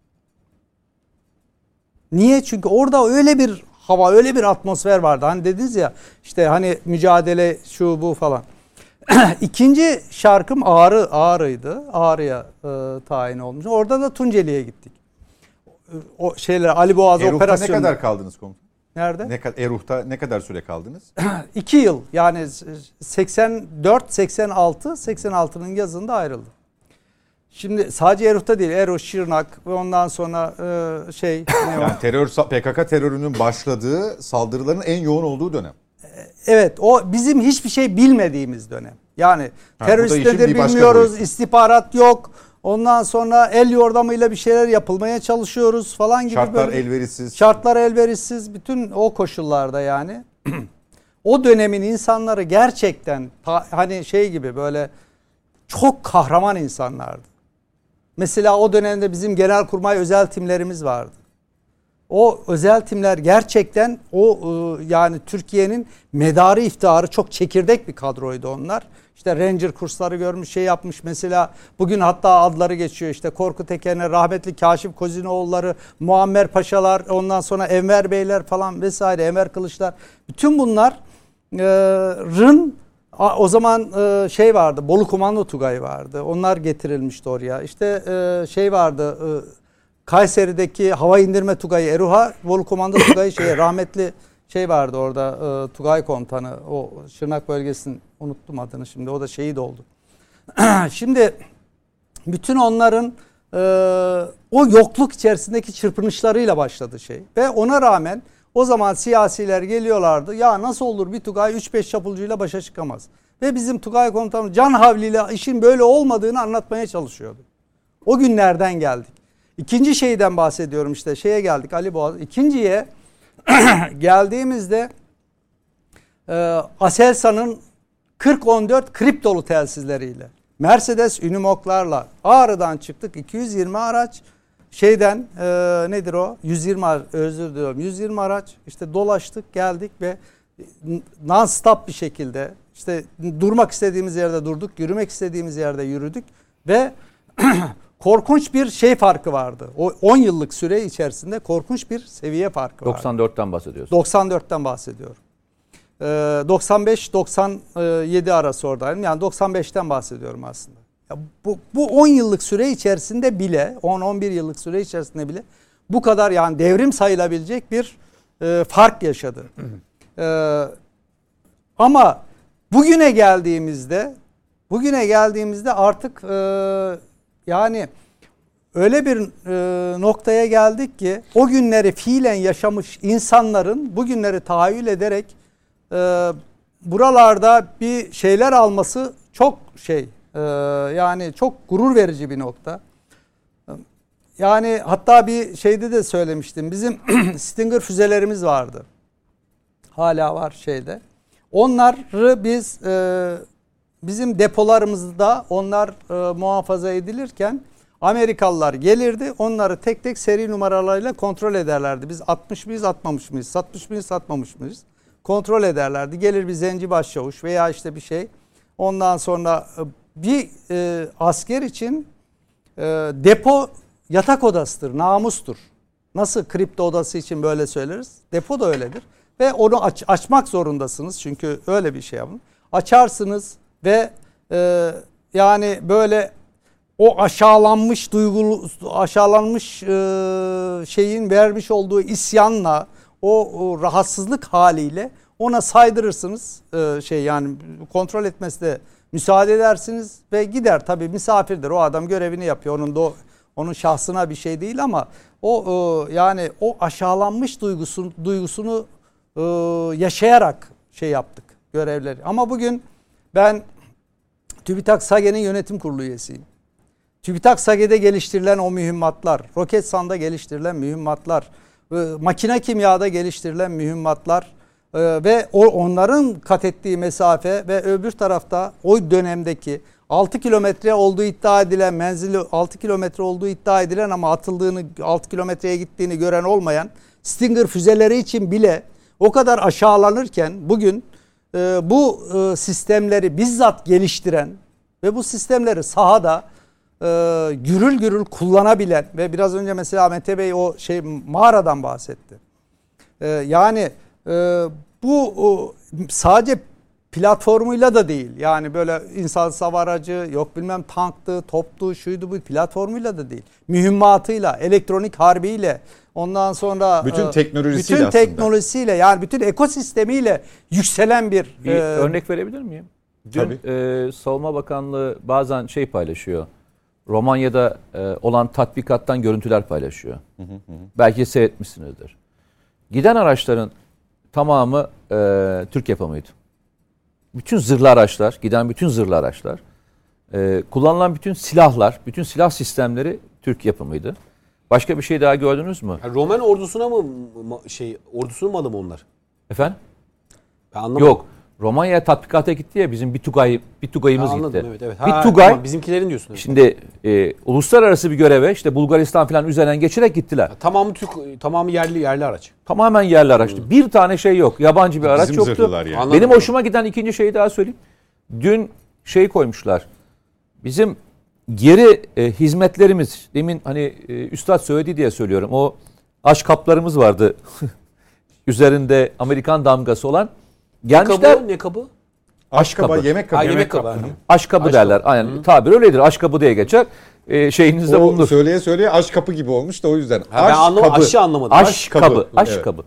Niye? Çünkü orada öyle bir hava, öyle bir atmosfer vardı. Hani dediniz ya işte hani mücadele şu bu falan. İkinci şarkım Ağrı, Ağrı'ydı. Ağrı'ya e, tayin olmuş. Orada da Tunceli'ye gittik. O şeyler, Ali Boğaz Eruh'ta operasyonu. ne kadar kaldınız komutan? Nerede? Ne kadar Eruh'ta ne kadar süre kaldınız? İki yıl, yani seksen dört seksen altı seksen altının yazında ayrıldım. Şimdi sadece Eruh'ta değil, Eruh, Şırnak ve ondan sonra e, şey ne o? Yani terör, P K K terörünün başladığı, saldırıların en yoğun olduğu dönem. Evet, o bizim hiçbir şey bilmediğimiz dönem. Yani Ha, teröristlerdir bilmiyoruz, istihbarat yok. Ondan sonra el yordamıyla bir şeyler yapılmaya çalışıyoruz falan gibi. Şartlar böyle, elverişsiz. Şartlar elverişsiz. Bütün o koşullarda yani. O dönemin insanları gerçekten ta, hani şey gibi böyle çok kahraman insanlardı. Mesela o dönemde bizim Genelkurmay özel timlerimiz vardı. O özel timler gerçekten o yani Türkiye'nin medarı iftiharı çok çekirdek bir kadroydu onlar. İşte Ranger kursları görmüş, şey yapmış mesela, bugün hatta adları geçiyor işte Korkut Eken'e, rahmetli Kaşif Kozinoğulları, Muammer Paşalar, ondan sonra Enver Beyler falan vesaire, Enver Kılıçlar. Bütün bunların o zaman şey vardı, Bolu Komando Tugayı vardı. Onlar getirilmişti oraya. İşte şey vardı, Kayseri'deki hava indirme Tugayı Eruha, Bolu Komando Tugayı şeye rahmetli şey vardı orada, e, Tugay Komutanı, o Şırnak bölgesinin, unuttum adını şimdi, o da şehit oldu. Şimdi bütün onların e, o yokluk içerisindeki çırpınışlarıyla başladı şey. Ve ona rağmen o zaman siyasiler geliyorlardı. Ya nasıl olur bir Tugay üç beş çapulcuyla başa çıkamaz. Ve bizim Tugay Komutanı can havliyle işin böyle olmadığını anlatmaya çalışıyordu. O günlerden geldik. İkinci şeyden bahsediyorum, işte şeye geldik, Ali Boğaz. İkinciye geldiğimizde e, Aselsan'ın kırk on dört kriptolu telsizleriyle, Mercedes Unimog'larla Ağrı'dan çıktık. iki yüz yirmi araç şeyden e, nedir o? yüz yirmi özür diliyorum. yüz yirmi araç işte dolaştık, geldik ve non stop bir şekilde işte durmak istediğimiz yerde durduk, yürümek istediğimiz yerde yürüdük ve korkunç bir şey farkı vardı. O on yıllık süre içerisinde korkunç bir seviye farkı vardı. doksan dörtten bahsediyorsun. doksan dörtten bahsediyorum. Ee, doksan beş doksan yedi arası oradayım. Yani doksan beşten bahsediyorum aslında. Ya bu, bu on yıllık süre içerisinde bile, on on bir yıllık süre içerisinde bile bu kadar yani devrim sayılabilecek bir e, fark yaşadı. Ee, ama bugüne geldiğimizde, bugüne geldiğimizde artık e, yani öyle bir e, noktaya geldik ki o günleri fiilen yaşamış insanların bugünleri tahayyül ederek e, buralarda bir şeyler alması çok şey e, yani çok gurur verici bir nokta. Yani hatta bir şeyde de söylemiştim, bizim Stinger füzelerimiz vardı. Hala var şeyde. Onları biz e, bizim depolarımızda onlar e, muhafaza edilirken Amerikalılar gelirdi. Onları tek tek seri numaralarıyla kontrol ederlerdi. Biz atmış mıyız, atmamış mıyız? Satmış mıyız, satmamış mıyız? Kontrol ederlerdi. Gelir bir zenci başçavuş veya işte bir şey. Ondan sonra bir e, asker için e, depo yatak odasıdır, namustur. Nasıl kripto odası için böyle söyleriz? Depo da öyledir. Ve onu aç, açmak zorundasınız. Çünkü öyle bir şey yapın. Açarsınız ve e, yani böyle o aşağılanmış duygu, aşağılanmış e, şeyin vermiş olduğu isyanla, o, o rahatsızlık haliyle ona saydırırsınız. E, şey yani kontrol etmesi de müsaade edersiniz ve gider. Tabii misafirdir. O adam görevini yapıyor. Onun da onun şahsına bir şey değil ama o e, yani o aşağılanmış duygusunu duygusunu e, yaşayarak şey yaptık görevleri. Ama bugün ben TÜBİTAK SAGE'nin yönetim kurulu üyesiyim. TÜBİTAK SAGE'de geliştirilen o mühimmatlar, Roketsan'da geliştirilen mühimmatlar, e, makine kimyada geliştirilen mühimmatlar e, ve o, onların kat ettiği mesafe ve öbür tarafta o dönemdeki altı kilometre olduğu iddia edilen, menzili altı kilometre olduğu iddia edilen ama atıldığını, altı kilometreye gittiğini gören olmayan Stinger füzeleri için bile o kadar aşağılanırken bugün e, bu e, sistemleri bizzat geliştiren ve bu sistemleri sahada e, gürül gürül kullanabilen ve biraz önce mesela Mete Bey o şey mağaradan bahsetti. E, yani e, bu o, sadece platformuyla da değil. Yani böyle insan savar aracı, yok bilmem tanktı, toptu, şuydu bu, platformuyla da değil. Mühimmatıyla, elektronik harbiyle, ondan sonra bütün teknolojisiyle bütün aslında. teknolojisiyle yani bütün ekosistemiyle yükselen bir, bir e, örnek verebilir miyim? Dün e, Savunma Bakanlığı bazen şey paylaşıyor. Romanya'da e, olan tatbikattan görüntüler paylaşıyor. Hı hı hı. Belki seyretmişsinizdir. Giden araçların tamamı e, Türk yapımıydı. Bütün zırhlı araçlar, giden bütün zırhlı araçlar Ee, kullanılan bütün silahlar, bütün silah sistemleri Türk yapımıydı. Başka bir şey daha gördünüz mü? Yani Roman ordusuna mı ma- şey ordusunun malı mı onlar? Efendim? Ben anlamadım. Yok. Romanya'ya tatbikata gitti ya bizim bir Tugay bir Tugay'ımız Ha, anladım, gitti. evet, evet. Bir Ha, Tugay. tamam, bizimkilerin diyorsun. Evet. Şimdi e, uluslararası bir göreve işte Bulgaristan falan üzerinden geçerek gittiler. Tamamı Türk, tamamı yerli yerli araç. Tamamen yerli araçtı. Bir tane şey yok. Yabancı bir araç Bizim yoktu. zırhlılar yani. Anladım. Benim hoşuma giden ikinci şeyi daha söyleyeyim. Dün şey koymuşlar. Bizim geri e, hizmetlerimiz, demin hani e, üstad söyledi diye söylüyorum. O aş kaplarımız vardı. Üzerinde Amerikan damgası olan. Gelmişler. Ne kabı? Ne kabı? Aşkaba, Aşkaba. yemek kabı. Ha, yemek kabı. Hı. Aşkabı Aşkabı. derler. Aynen. Tabir öyledir. Aşkabı diye geçer. E, şeyinizde O bulunur. söyleye söyleye aş kapı gibi olmuş da o yüzden. Ha, ben anlamadım. Aşı anlamadım. Aşkabı. Aşkabı. Aşkabı.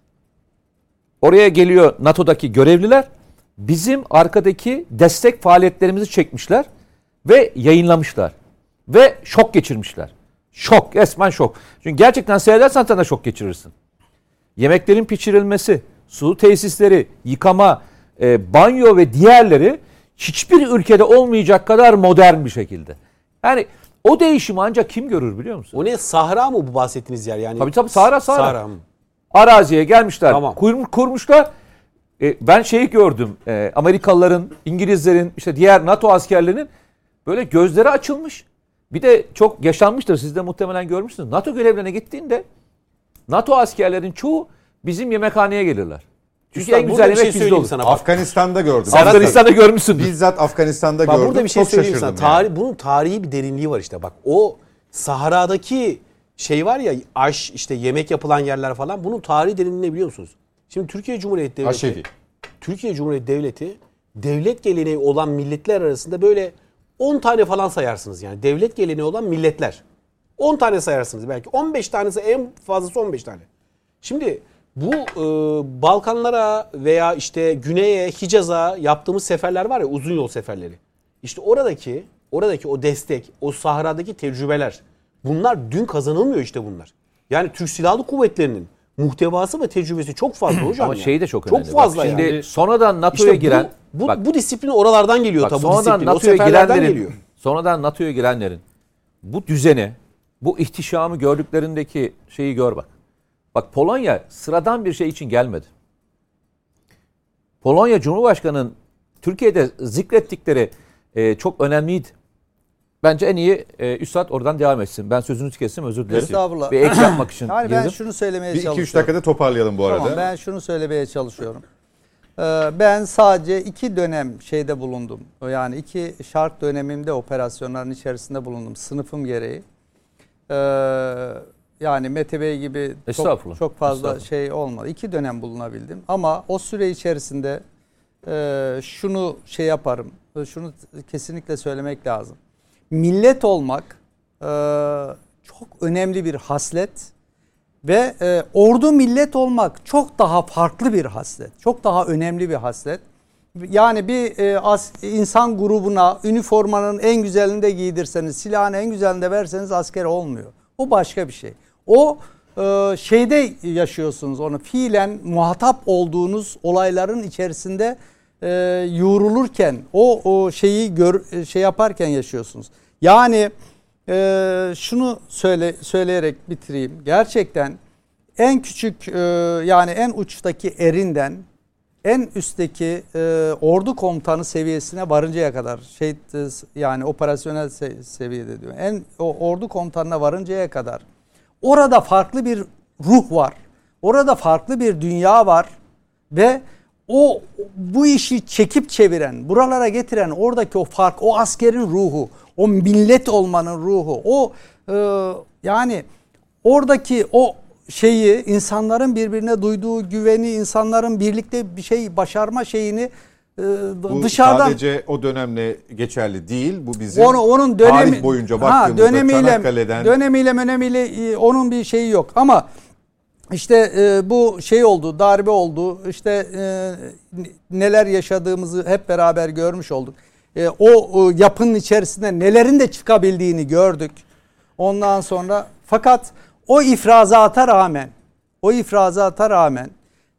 Oraya geliyor NATO'daki görevliler. Bizim arkadaki destek faaliyetlerimizi çekmişler ve yayınlamışlar. Ve şok geçirmişler. Şok, resmen şok. Çünkü gerçekten seyredersen sen de şok geçirirsin. Yemeklerin pişirilmesi, su tesisleri, yıkama, e, banyo ve diğerleri hiçbir ülkede olmayacak kadar modern bir şekilde. Yani o değişimi ancak kim görür biliyor musun? O ne? Sahra mı bu bahsettiğiniz yer? Yani Tabii tabii, Sahra, Sahra. Sahra mı? Araziye gelmişler, Tamam. kur, kurmuşlar. E, ben şeyi gördüm, e, Amerikalıların, İngilizlerin, işte diğer NATO askerlerinin böyle gözleri açılmış. Bir de çok yaşanmıştır, siz de muhtemelen görmüşsünüz. NATO görevlerine gittiğinde NATO askerlerin çoğu bizim yemekhaneye gelirler. Çünkü Üstad, en güzel burada bir yemek şey bizde söyleyeyim olur. sana. Bak. Afganistan'da gördüm. Afganistan'da görmüşsündür. Bizzat Afganistan'da Bak gördüm. burada bir şey Çok söyleyeyim sana. şaşırdım yani. Tarih, bunun tarihi bir derinliği var işte. Bak o Sahra'daki şey var ya, aş işte yemek yapılan yerler falan, bunun tarihi derinliğini biliyor musunuz? Şimdi Türkiye Cumhuriyeti Devleti Aşevi. Türkiye Cumhuriyeti Devleti devlet geleneği olan milletler arasında böyle on tane falan sayarsınız yani. Devlet geleneği olan milletler. on tane sayarsınız belki. on beş tanesi, en fazlası on beş tane. Şimdi bu e, Balkanlara veya işte Güney'e, Hicaz'a yaptığımız seferler var ya, uzun yol seferleri. İşte oradaki oradaki o destek, o sahradaki tecrübeler, bunlar dün kazanılmıyor işte bunlar. Yani Türk Silahlı Kuvvetleri'nin muhtevası ve tecrübesi çok fazla hocam. Ama ya. şey de çok önemli. Çok fazla Bak, şimdi yani. sonradan NATO'ya İşte bu, giren bu, bak, bu disiplin oralardan geliyor bak, tabii, bu sonradan disiplin. O NATO'ya seferlerden girenlerin geliyor. sonradan NATO'ya girenlerin bu düzeni, bu ihtişamı gördüklerindeki şeyi gör bak. Bak, Polonya sıradan bir şey için gelmedi. Polonya Cumhurbaşkanı'nın Türkiye'de zikrettikleri e, çok önemliydi. Bence en iyi e, Üstad oradan devam etsin. Ben sözünüzü kestim, özür dilerim. Estağfurullah. Bir ek yapmak için Yani ben girdim. şunu söylemeye Bir iki çalışıyorum. üç dakikada toparlayalım bu arada. Tamam, ben şunu söylemeye çalışıyorum. Ee, ben sadece iki dönem şeyde bulundum. Yani iki şark dönemimde operasyonların içerisinde bulundum. Sınıfım gereği. Ee, yani Mete Bey gibi çok, Estağfurullah. çok fazla Estağfurullah. şey olmadı. İki dönem bulunabildim. Ama o süre içerisinde e, şunu şey yaparım. Şunu kesinlikle söylemek lazım. Millet olmak e, çok önemli bir haslet. Ve e, ordu millet olmak çok daha farklı bir haslet. Çok daha önemli bir haslet. Yani bir e, as, insan grubuna üniformanın en güzelini de giydirseniz, silahın en güzelini de verseniz asker olmuyor. O başka bir şey. O e, şeyde yaşıyorsunuz onu, fiilen muhatap olduğunuz olayların içerisinde e, yoğrulurken, o, o şeyi gör, şey yaparken yaşıyorsunuz. Yani Ee, şunu söyle söyleyerek bitireyim. Gerçekten en küçük e, yani en uçtaki erinden en üstteki e, ordu komutanı seviyesine varıncaya kadar şey e, yani operasyonel se- seviyede diyor. En o ordu komutanına varıncaya kadar orada farklı bir ruh var. Orada farklı bir dünya var ve o bu işi çekip çeviren, buralara getiren oradaki o fark, o askerin ruhu, o millet olmanın ruhu, o e, yani oradaki o şeyi, insanların birbirine duyduğu güveni, insanların birlikte bir şey başarma şeyini e, Bu dışarıdan sadece o dönemle geçerli değil. Bu bizim onu, onun dönemi, tarih boyunca ha, baktığımızda dönemiyle, Çanakkale'den dönemiyle önemiyle e, onun bir şeyi yok ama İşte e, bu şey oldu, darbe oldu, işte e, neler yaşadığımızı hep beraber görmüş olduk. E, o, o yapının içerisinde nelerin de çıkabildiğini gördük. Ondan sonra fakat o ifrazata rağmen, o ifrazata rağmen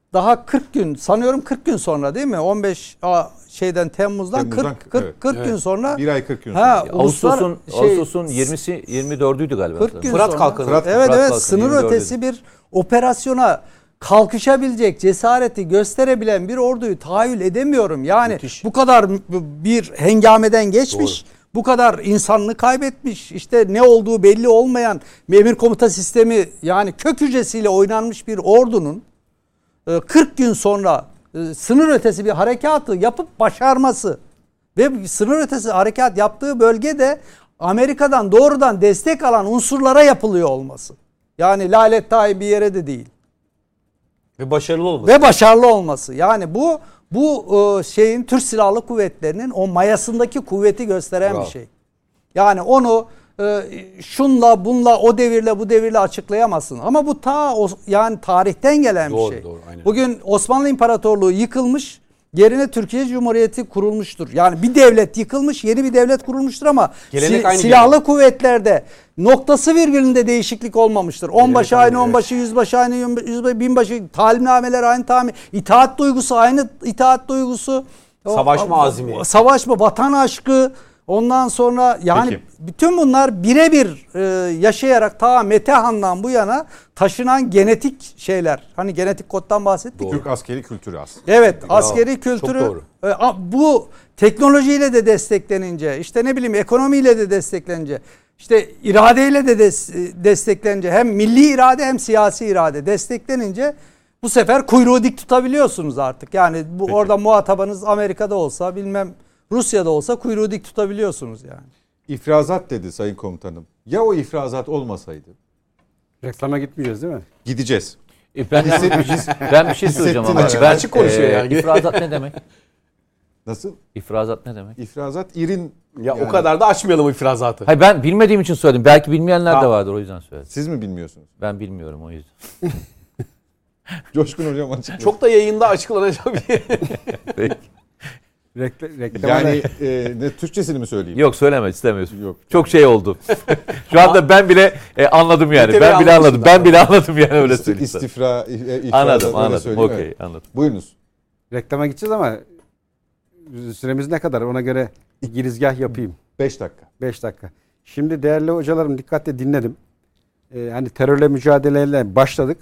daha kırk gün sanıyorum kırk gün sonra değil mi? on beş a, şeyden Temmuz'dan, Temmuz'dan, kırk kırk, evet. kırk Evet. gün sonra Bir ay kırk gün ha, sonra. uluslar- Ağustos'un şey- Ağustos'un yirmisi yirmi dördüydü galiba. kırk gün Fırat sonra. Kalkanı. Fırat- evet Fırat evet Kalkanı sınır yirmi dördüydü. ötesi bir operasyona kalkışabilecek cesareti gösterebilen bir orduyu tahayyül edemiyorum. Yani Müthiş. bu kadar m- bir hengameden geçmiş, bu kadar insanlığı kaybetmiş, işte ne olduğu belli olmayan emir komuta sistemi, yani kök hücresiyle oynanmış bir ordunun e, kırk gün sonra e, sınır ötesi bir harekatı yapıp başarması ve sınır ötesi harekat yaptığı bölgede Amerika'dan doğrudan destek alan unsurlara yapılıyor olması. Yani lalet dahi bir yere de değil. Ve başarılı olması. Ve başarılı olması. Yani bu bu e, şeyin, Türk Silahlı Kuvvetleri'nin o mayasındaki kuvveti gösteren Bravo. bir şey. Yani onu e, şunla bunla o devirle bu devirle açıklayamazsın. Ama bu ta o, yani tarihten gelen Doğru, bir şey. doğru, aynen. Bugün Osmanlı İmparatorluğu yıkılmış, yerine Türkiye Cumhuriyeti kurulmuştur. Yani bir devlet yıkılmış, yeni bir devlet kurulmuştur ama Gelenek si- aynı silahlı gelenek. kuvvetlerde noktası virgülünde değişiklik olmamıştır. Onbaşı aynı, aynı, evet. onbaşı, yüzbaşı aynı, yüzbaşı, binbaşı, talimnameler aynı talim, itaat duygusu aynı itaat duygusu. O- Savaşma o- azmi. Savaşma, vatan aşkı. Ondan sonra yani Peki. bütün bunlar birebir e, yaşayarak ta Metehan'dan bu yana taşınan genetik şeyler. Hani genetik koddan bahsettik. Türk askeri kültürü aslında. Evet, Bravo. askeri Çok kültürü doğru. e, a- bu teknolojiyle de desteklenince, işte ne bileyim ekonomiyle de desteklenince, işte iradeyle de des- desteklenince, hem milli irade hem siyasi irade desteklenince bu sefer kuyruğu dik tutabiliyorsunuz artık. Yani bu Peki. orada muhatabınız Amerika'da olsa, bilmem Rusya'da olsa kuyruğu dik tutabiliyorsunuz yani. İfrazat dedi Sayın Komutanım. Ya o ifrazat olmasaydı? Reklama gitmeyeceğiz değil mi? Gideceğiz. E, ben, ben bir şey söyleyeceğim ama. Hissettin Ben, açık konuşuyor e, yani. İfrazat ne demek? Nasıl? İfrazat ne demek? İfrazat irin. Ya yani. o kadar da açmayalım ifrazatı. Hayır, ben bilmediğim için söyledim. Belki bilmeyenler de Tamam. vardır, o yüzden söyledim. Siz mi bilmiyorsunuz? Ben bilmiyorum, o yüzden. Coşkun Hocam açık. Çok da yayında açıklanacak bir Rekl- reklama Yani da- e, ne Türkçesini mi söyleyeyim? Yok, söyleme, istemiyorsun. Yok. Çok şey oldu. Şu anda ben bile e, anladım yani. Tabii Ben bile anlamışsın anladım. Ben zaten. bile anladım yani, öyle İsti- söyleyeyim. sana. İstifra, e, ifrazat, Anladım, öyle anladım. söyleyeyim, Okey, evet. anladım. Buyurunuz. reklama gideceğiz ama süremiz ne kadar, ona göre girizgah yapayım. beş dakika. beş dakika. Şimdi değerli hocalarım, dikkatle dinledim. Ee, hani terörle mücadeleyle başladık.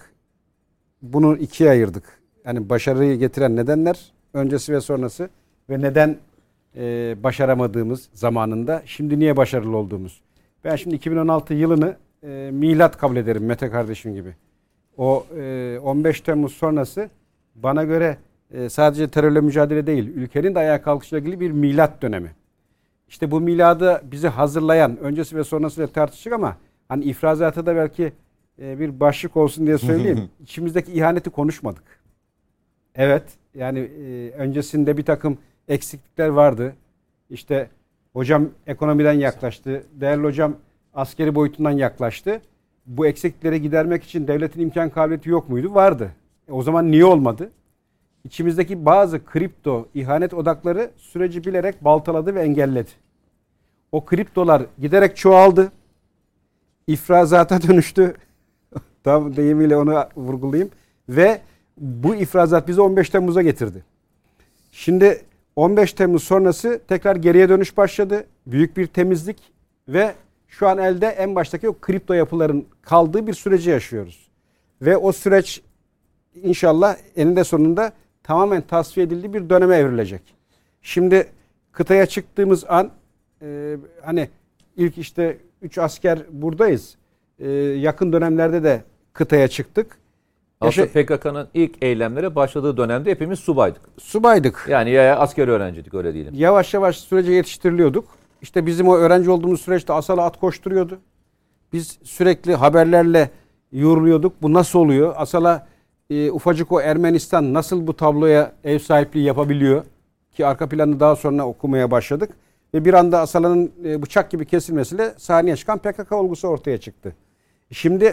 Bunu ikiye ayırdık. Yani başarıyı getiren nedenler, öncesi ve sonrası ve neden e, başaramadığımız zamanında, şimdi niye başarılı olduğumuz. Ben şimdi iki bin on altı yılını e, milat kabul ederim Mete kardeşim gibi. O e, on beş Temmuz sonrası bana göre e, sadece terörle mücadele değil, ülkenin de ayağa kalkışıyla ilgili bir milat dönemi. İşte bu miladı bizi hazırlayan, öncesi ve sonrasıyla tartıştık ama hani ifrazatı da belki e, bir başlık olsun diye söyleyeyim. İçimizdeki ihaneti konuşmadık. Evet, yani e, öncesinde bir takım eksiklikler vardı. İşte hocam ekonomiden yaklaştı, değerli hocam askeri boyutundan yaklaştı. Bu eksiklikleri gidermek için devletin imkan kabiliyeti yok muydu? Vardı. E, o zaman niye olmadı? İçimizdeki bazı kripto, ihanet odakları süreci bilerek baltaladı ve engelledi. O kriptolar giderek çoğaldı. İfrazata dönüştü. Tam deyimiyle onu vurgulayayım. Ve bu ifrazat bizi on beş Temmuz'a getirdi. Şimdi on beş Temmuz sonrası tekrar geriye dönüş başladı. Büyük bir temizlik ve şu an elde en baştaki o kripto yapıların kaldığı bir süreci yaşıyoruz. Ve o süreç İnşallah eninde sonunda tamamen tasfiye edildiği bir döneme evrilecek. Şimdi kıtaya çıktığımız an e, hani ilk işte üç asker buradayız. E, yakın dönemlerde de kıtaya çıktık. Aslında Yaşa- P K K'nın ilk eylemlere başladığı dönemde hepimiz subaydık. Subaydık. Yani ya asker öğrenciydik, öyle diyelim. Yavaş yavaş sürece yetiştiriliyorduk. İşte bizim o öğrenci olduğumuz süreçte Asal'a at koşturuyordu. Biz sürekli haberlerle yoruluyorduk. Bu nasıl oluyor? Asal'a e, ufacık o Ermenistan nasıl bu tabloya ev sahipliği yapabiliyor? Ki arka planını daha sonra okumaya başladık. Ve bir anda Asal'ın e, bıçak gibi kesilmesiyle sahneye çıkan P K K olgusu ortaya çıktı. Şimdi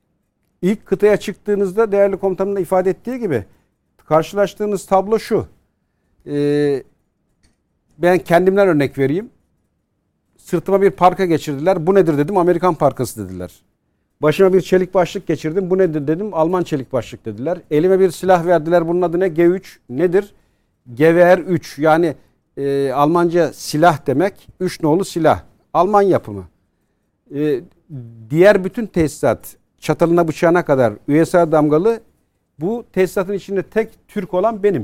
ilk kıtaya çıktığınızda değerli komutanın da ifade ettiği gibi karşılaştığınız tablo şu. Ee, ben kendimden örnek vereyim. Sırtıma bir parka geçirdiler. Bu nedir dedim. Amerikan parkası dediler. Başıma bir çelik başlık geçirdim. Bu nedir dedim. Alman çelik başlık dediler. Elime bir silah verdiler. Bunun adı ne? G üç. Nedir? G V R üç. Yani e, Almanca silah demek. Üç nolu silah. Alman yapımı. E, diğer bütün tesisat, çatalına bıçağına kadar U S A damgalı. Bu tesisatın içinde tek Türk olan benim.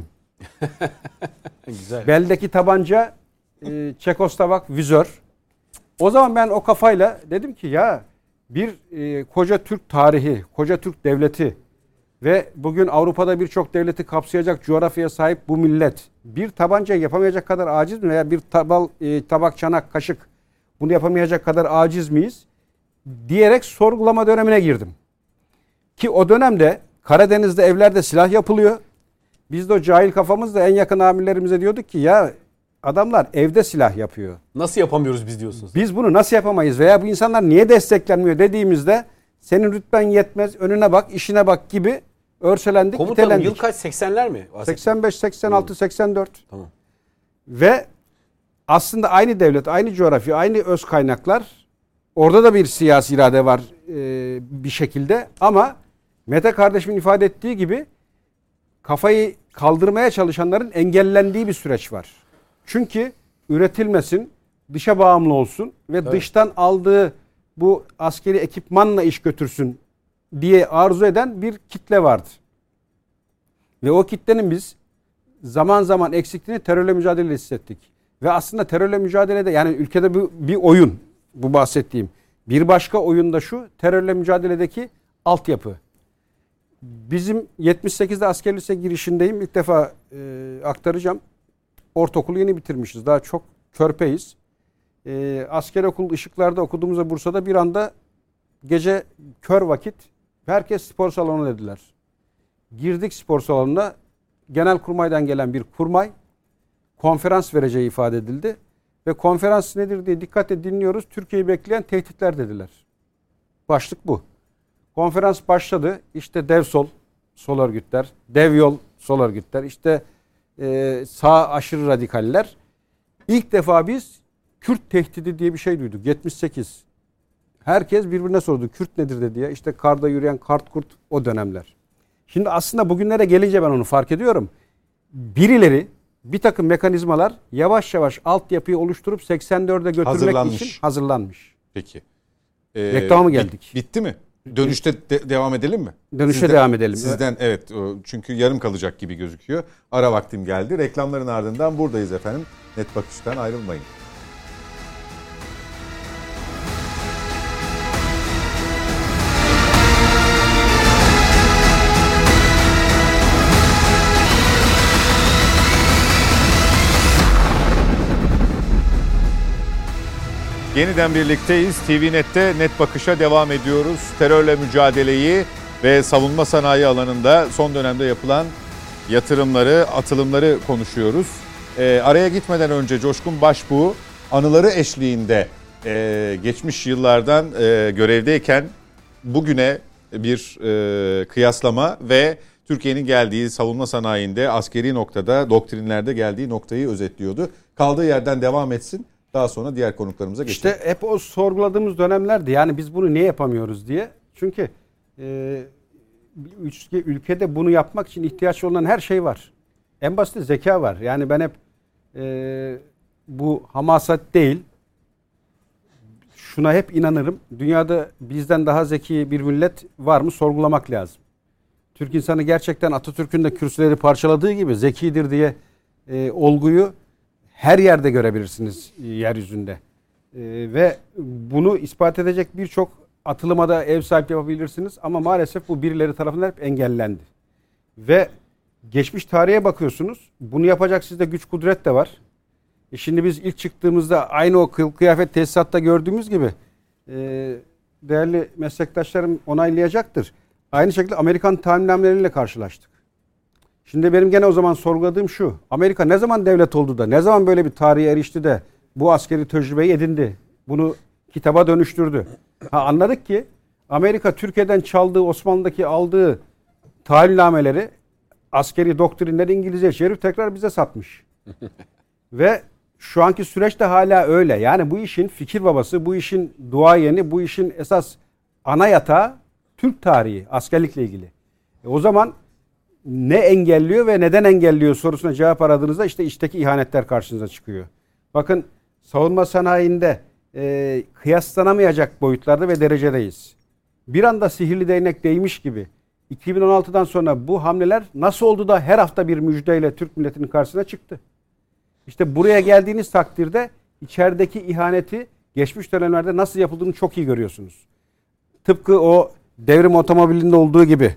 Güzel. Beldeki tabanca e, Çekoslovak vizör. O zaman ben o kafayla dedim ki ya bir e, koca Türk tarihi, koca Türk devleti ve bugün Avrupa'da birçok devleti kapsayacak coğrafyaya sahip bu millet bir tabanca yapamayacak kadar aciz mi veya bir tabal, e, tabak, çanak, kaşık bunu yapamayacak kadar aciz miyiz diyerek sorgulama dönemine girdim. Ki o dönemde Karadeniz'de evlerde silah yapılıyor. Biz de o cahil kafamızla en yakın amirlerimize diyorduk ki ya adamlar evde silah yapıyor. Nasıl yapamıyoruz biz diyorsunuz? Biz bunu nasıl yapamayız veya bu insanlar niye desteklenmiyor dediğimizde senin rütben yetmez önüne bak işine bak gibi örselendik, Komutanım itelendik. yıl kaç? seksenler mi? seksen beş, seksen altı, seksen dört. Tamam. Ve aslında aynı devlet, aynı coğrafya, aynı öz kaynaklar. Orada da bir siyasi irade var e, bir şekilde ama Mete kardeşimin ifade ettiği gibi kafayı kaldırmaya çalışanların engellendiği bir süreç var. Çünkü üretilmesin, dışa bağımlı olsun ve evet. dıştan aldığı bu askeri ekipmanla iş götürsün diye arzu eden bir kitle vardı. Ve o kitlenin biz zaman zaman eksikliğini terörle mücadele hissettik. Ve aslında terörle mücadelede yani ülkede bir, bir oyun bu bahsettiğim. Bir başka oyunda şu terörle mücadeledeki altyapı. Bizim yetmiş sekizde asker lise girişindeyim. İlk defa e, aktaracağım. Ortaokulu yeni bitirmişiz. Daha çok körpeyiz. E, asker okul ışıklarda okuduğumuzda Bursa'da bir anda gece kör vakit herkes spor salonu dediler. Girdik spor salonuna. Genelkurmay'dan gelen bir kurmay konferans vereceği ifade edildi. Ve konferans nedir diye dikkatle dinliyoruz. Türkiye'yi bekleyen tehditler dediler. Başlık bu. Konferans başladı. İşte dev sol, sol örgütler, dev yol, sol örgütler, işte e, sağ aşırı radikaller. İlk defa biz Kürt tehdidi diye bir şey duyduk. yetmiş sekiz. Herkes birbirine sordu. Kürt nedir dedi ya. İşte karda yürüyen kart kurt o dönemler. Şimdi aslında bugünlere gelince ben onu fark ediyorum. Birileri bir takım mekanizmalar yavaş yavaş altyapıyı oluşturup seksen dörde götürmek hazırlanmış. için hazırlanmış. Peki. Ee, Reklama mı geldik? Bitti mi? Dönüşte de- devam edelim mi? Dönüşe Sizden, devam edelim. Sizden evet çünkü yarım kalacak gibi gözüküyor. Ara vaktim geldi. Reklamların ardından buradayız efendim. Net Bakış'tan ayrılmayın. Yeniden birlikteyiz. T V Net'te Net Bakış'a devam ediyoruz. Terörle mücadeleyi ve savunma sanayi alanında son dönemde yapılan yatırımları, atılımları konuşuyoruz. E, araya gitmeden önce Coşkun Başbuğ anıları eşliğinde e, geçmiş yıllardan e, görevdeyken bugüne bir e, kıyaslama ve Türkiye'nin geldiği savunma sanayinde askeri noktada, doktrinlerde geldiği noktayı özetliyordu. Kaldığı yerden devam etsin. Daha sonra diğer konuklarımıza geçelim. İşte hep o sorguladığımız dönemlerdi. Yani biz bunu niye yapamıyoruz diye. Çünkü e, ülkede bunu yapmak için ihtiyaç olan her şey var. En basit zeka var. Yani ben hep e, bu hamasat değil, şuna hep inanırım. Dünyada bizden daha zeki bir millet var mı sorgulamak lazım. Türk insanı gerçekten Atatürk'ün de kürsüleri parçaladığı gibi zekidir diye e, olguyu her yerde görebilirsiniz yeryüzünde. Ee, ve bunu ispat edecek birçok atılıma da ev sahipliği yapabilirsiniz. Ama maalesef bu birileri tarafından hep engellendi. Ve geçmiş tarihe bakıyorsunuz. Bunu yapacak sizde güç kudret de var. E şimdi biz ilk çıktığımızda aynı o kıl kıyafet tesisatta gördüğümüz gibi e, değerli meslektaşlarım onaylayacaktır. Aynı şekilde Amerikan taminnameleriyle karşılaştık. Şimdi benim gene o zaman sorguladığım şu. Amerika ne zaman devlet oldu da, ne zaman böyle bir tarihe erişti de bu askeri tecrübeyi edindi. Bunu kitaba dönüştürdü. Ha, anladık ki Amerika Türkiye'den çaldığı, Osmanlı'daki aldığı tahammülnameleri, askeri doktrinleri İngilizce çevirip tekrar bize satmış. Ve şu anki süreç de hala öyle. Yani bu işin fikir babası, bu işin duayeni, bu işin esas ana yatağı Türk tarihi, askerlikle ilgili. E o zaman ne engelliyor ve neden engelliyor sorusuna cevap aradığınızda işte içteki ihanetler karşınıza çıkıyor. Bakın savunma sanayinde e, kıyaslanamayacak boyutlarda ve derecedeyiz. Bir anda sihirli değnek değmiş gibi iki bin on altıdan sonra bu hamleler nasıl oldu da her hafta bir müjdeyle Türk milletinin karşısına çıktı? İşte buraya geldiğiniz takdirde içerideki ihaneti geçmiş dönemlerde nasıl yapıldığını çok iyi görüyorsunuz. Tıpkı o devrim otomobilinde olduğu gibi,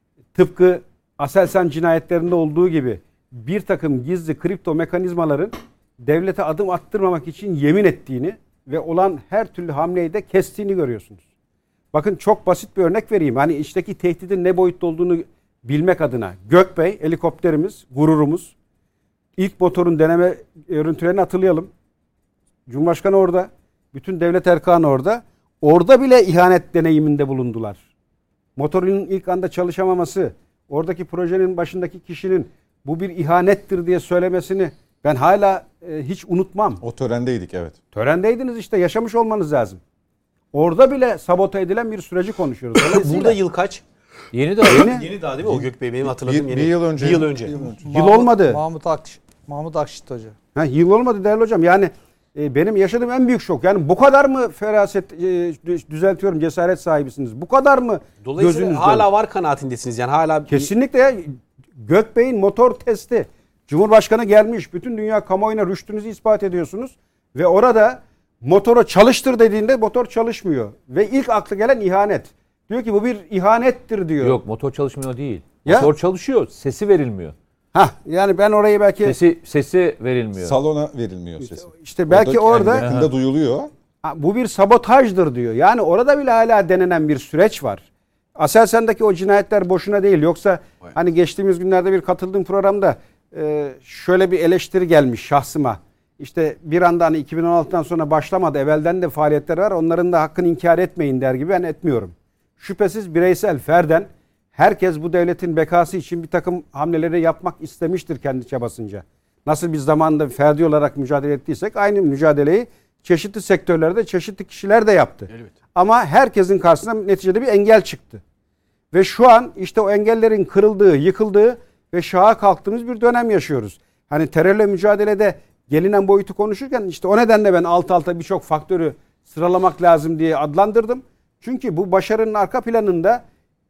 tıpkı Aselsan cinayetlerinde olduğu gibi bir takım gizli kripto mekanizmaların devlete adım attırmamak için yemin ettiğini ve olan her türlü hamleyi de kestiğini görüyorsunuz. Bakın çok basit bir örnek vereyim. Hani içteki tehdidin ne boyutta olduğunu bilmek adına. Gökbey helikopterimiz, gururumuz. İlk motorun deneme görüntülerini hatırlayalım. Cumhurbaşkanı orada. Bütün devlet erkanı orada. Orada bile ihanet deneyiminde bulundular. Motorun ilk anda çalışamaması, oradaki projenin başındaki kişinin bu bir ihanettir diye söylemesini ben hala e, hiç unutmam. O törendeydik, evet. Törendeydiniz işte, yaşamış olmanız lazım. Orada bile sabote edilen bir süreci konuşuyoruz. Burada yıl kaç? Yeni de Yeni, Yeni daha değil mi o Gökbey? Benim hatırladığım Bir, yeni. bir yıl önce. Bir yıl önce. yıl Mahmut- olmadı. Mahmut Akş Mahmut Akşit Hoca. Ha, yıl olmadı değerli hocam. Yani e, benim yaşadığım en büyük şok. Yani bu kadar mı feraset, e, düzeltiyorum, cesaret sahibisiniz? Bu kadar mı Dolayısıyla gözünüzde? hala var kanaatindesiniz. Yani hala Kesinlikle ya. Gökbey'in motor testi. Cumhurbaşkanı gelmiş. Bütün dünya kamuoyuna rüştünüzü ispat ediyorsunuz. Ve orada motoru çalıştır dediğinde motor çalışmıyor. Ve ilk aklı gelen ihanet. Diyor ki bu bir ihanettir diyor. Yok, motor çalışmıyor değil. Ya? Motor çalışıyor, sesi verilmiyor. Hah, yani ben orayı belki Sesi sesi verilmiyor. Salona verilmiyor sesi. işte belki orada yani yakında duyuluyor. ha, bu bir sabotajdır diyor. Yani orada bile hala denenen bir süreç var. Aselsan'daki o cinayetler boşuna değil. Yoksa hani geçtiğimiz günlerde bir katıldığım programda e, şöyle bir eleştiri gelmiş şahsıma. İşte bir anda hani iki bin on altıdan sonra başlamadı. Evvelden de faaliyetler var. Onların da hakkını inkar etmeyin der gibi, ben etmiyorum. Şüphesiz bireysel, ferden herkes bu devletin bekası için bir takım hamleleri yapmak istemiştir kendi çabasınca. Nasıl biz zamanında ferdi olarak mücadele ettiysek aynı mücadeleyi çeşitli sektörlerde çeşitli kişiler de yaptı. Evet. Ama herkesin karşısına neticede bir engel çıktı. Ve şu an işte o engellerin kırıldığı, yıkıldığı ve şaha kalktığımız bir dönem yaşıyoruz. Hani terörle mücadelede gelinen boyutu konuşurken işte o nedenle ben alt alta birçok faktörü sıralamak lazım diye adlandırdım. Çünkü bu başarının arka planında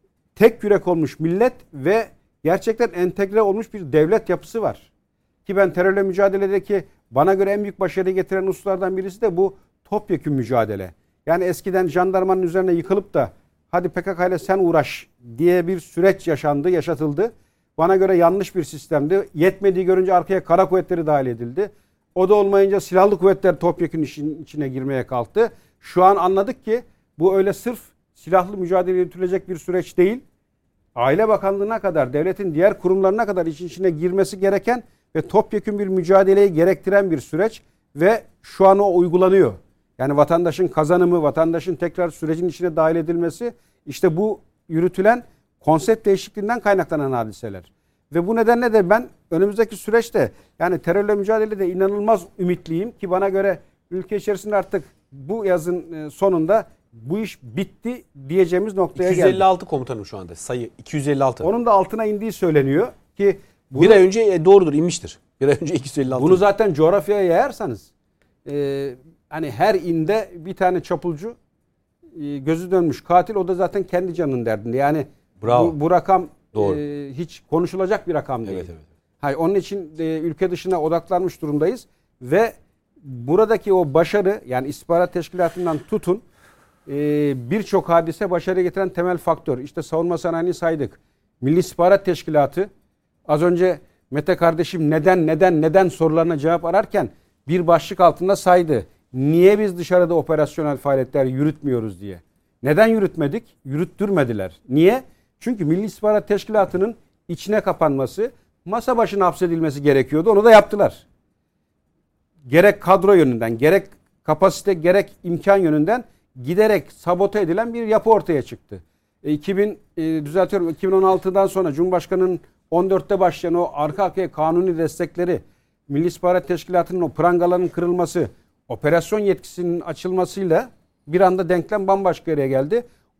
tek yürek olmuş millet ve gerçekten entegre olmuş bir devlet yapısı var. Ki ben terörle mücadeledeki bana göre en büyük başarıyı getiren hususlardan birisi de bu topyekün mücadele. Yani eskiden jandarmanın üzerine yıkılıp da hadi P K K ile sen uğraş diye bir süreç yaşandı, yaşatıldı. Bana göre yanlış bir sistemdi. Yetmediği görünce arkaya kara kuvvetleri dahil edildi. O da olmayınca silahlı kuvvetler topyekün işin içine girmeye kalktı. Şu an anladık ki bu öyle sırf silahlı mücadele yürütülecek bir süreç değil. Aile Bakanlığı'na kadar, devletin diğer kurumlarına kadar işin içine girmesi gereken ve topyekün bir mücadeleyi gerektiren bir süreç ve şu an o uygulanıyor. Yani vatandaşın kazanımı, vatandaşın tekrar sürecin içine dahil edilmesi, işte bu yürütülen konsept değişikliğinden kaynaklanan hadiseler. Ve bu nedenle de ben önümüzdeki süreçte yani terörle mücadelede inanılmaz ümitliyim ki bana göre ülke içerisinde artık bu yazın sonunda bu iş bitti diyeceğimiz noktaya iki yüz elli altı geldik. komutanım şu anda. Sayı iki yüz elli altı. Onun da altına indiği söyleniyor ki bunu, bir ay önce e, doğrudur inmiştir. Bir ay önce iki yüz elli altı. bunu zaten coğrafyaya yayarsanız e, hani her inde bir tane çapulcu e, gözü dönmüş katil, o da zaten kendi canının derdinde. Yani Bravo. bu, bu rakam Doğru. e, hiç konuşulacak bir rakam değil. Evet, evet. Hayır, onun için e, ülke dışına odaklanmış durumdayız ve buradaki o başarı, yani istihbarat teşkilatından tutun e, birçok hadise başarı getiren temel faktör. İşte savunma sanayini saydık. Milli İstihbarat Teşkilatı, az önce Mete kardeşim neden neden neden sorularına cevap ararken bir başlık altında saydı. Niye biz dışarıda operasyonel faaliyetler yürütmüyoruz diye. Neden yürütmedik? Yürüttürmediler. Niye? Çünkü Milli İstihbarat Teşkilatı'nın içine kapanması, masa başına hapsedilmesi gerekiyordu. Onu da yaptılar. Gerek kadro yönünden, gerek kapasite, gerek imkan yönünden giderek sabote edilen bir yapı ortaya çıktı. E, iki bin e, düzeltiyorum iki bin on altıdan sonra Cumhurbaşkanı'nın on dörtte başlayan o arka arkaya kanuni destekleri, Milli İstihbarat Teşkilatı'nın o prangaların kırılması, operasyon yetkisinin açılmasıyla bir anda denklem bambaşka yere geldi.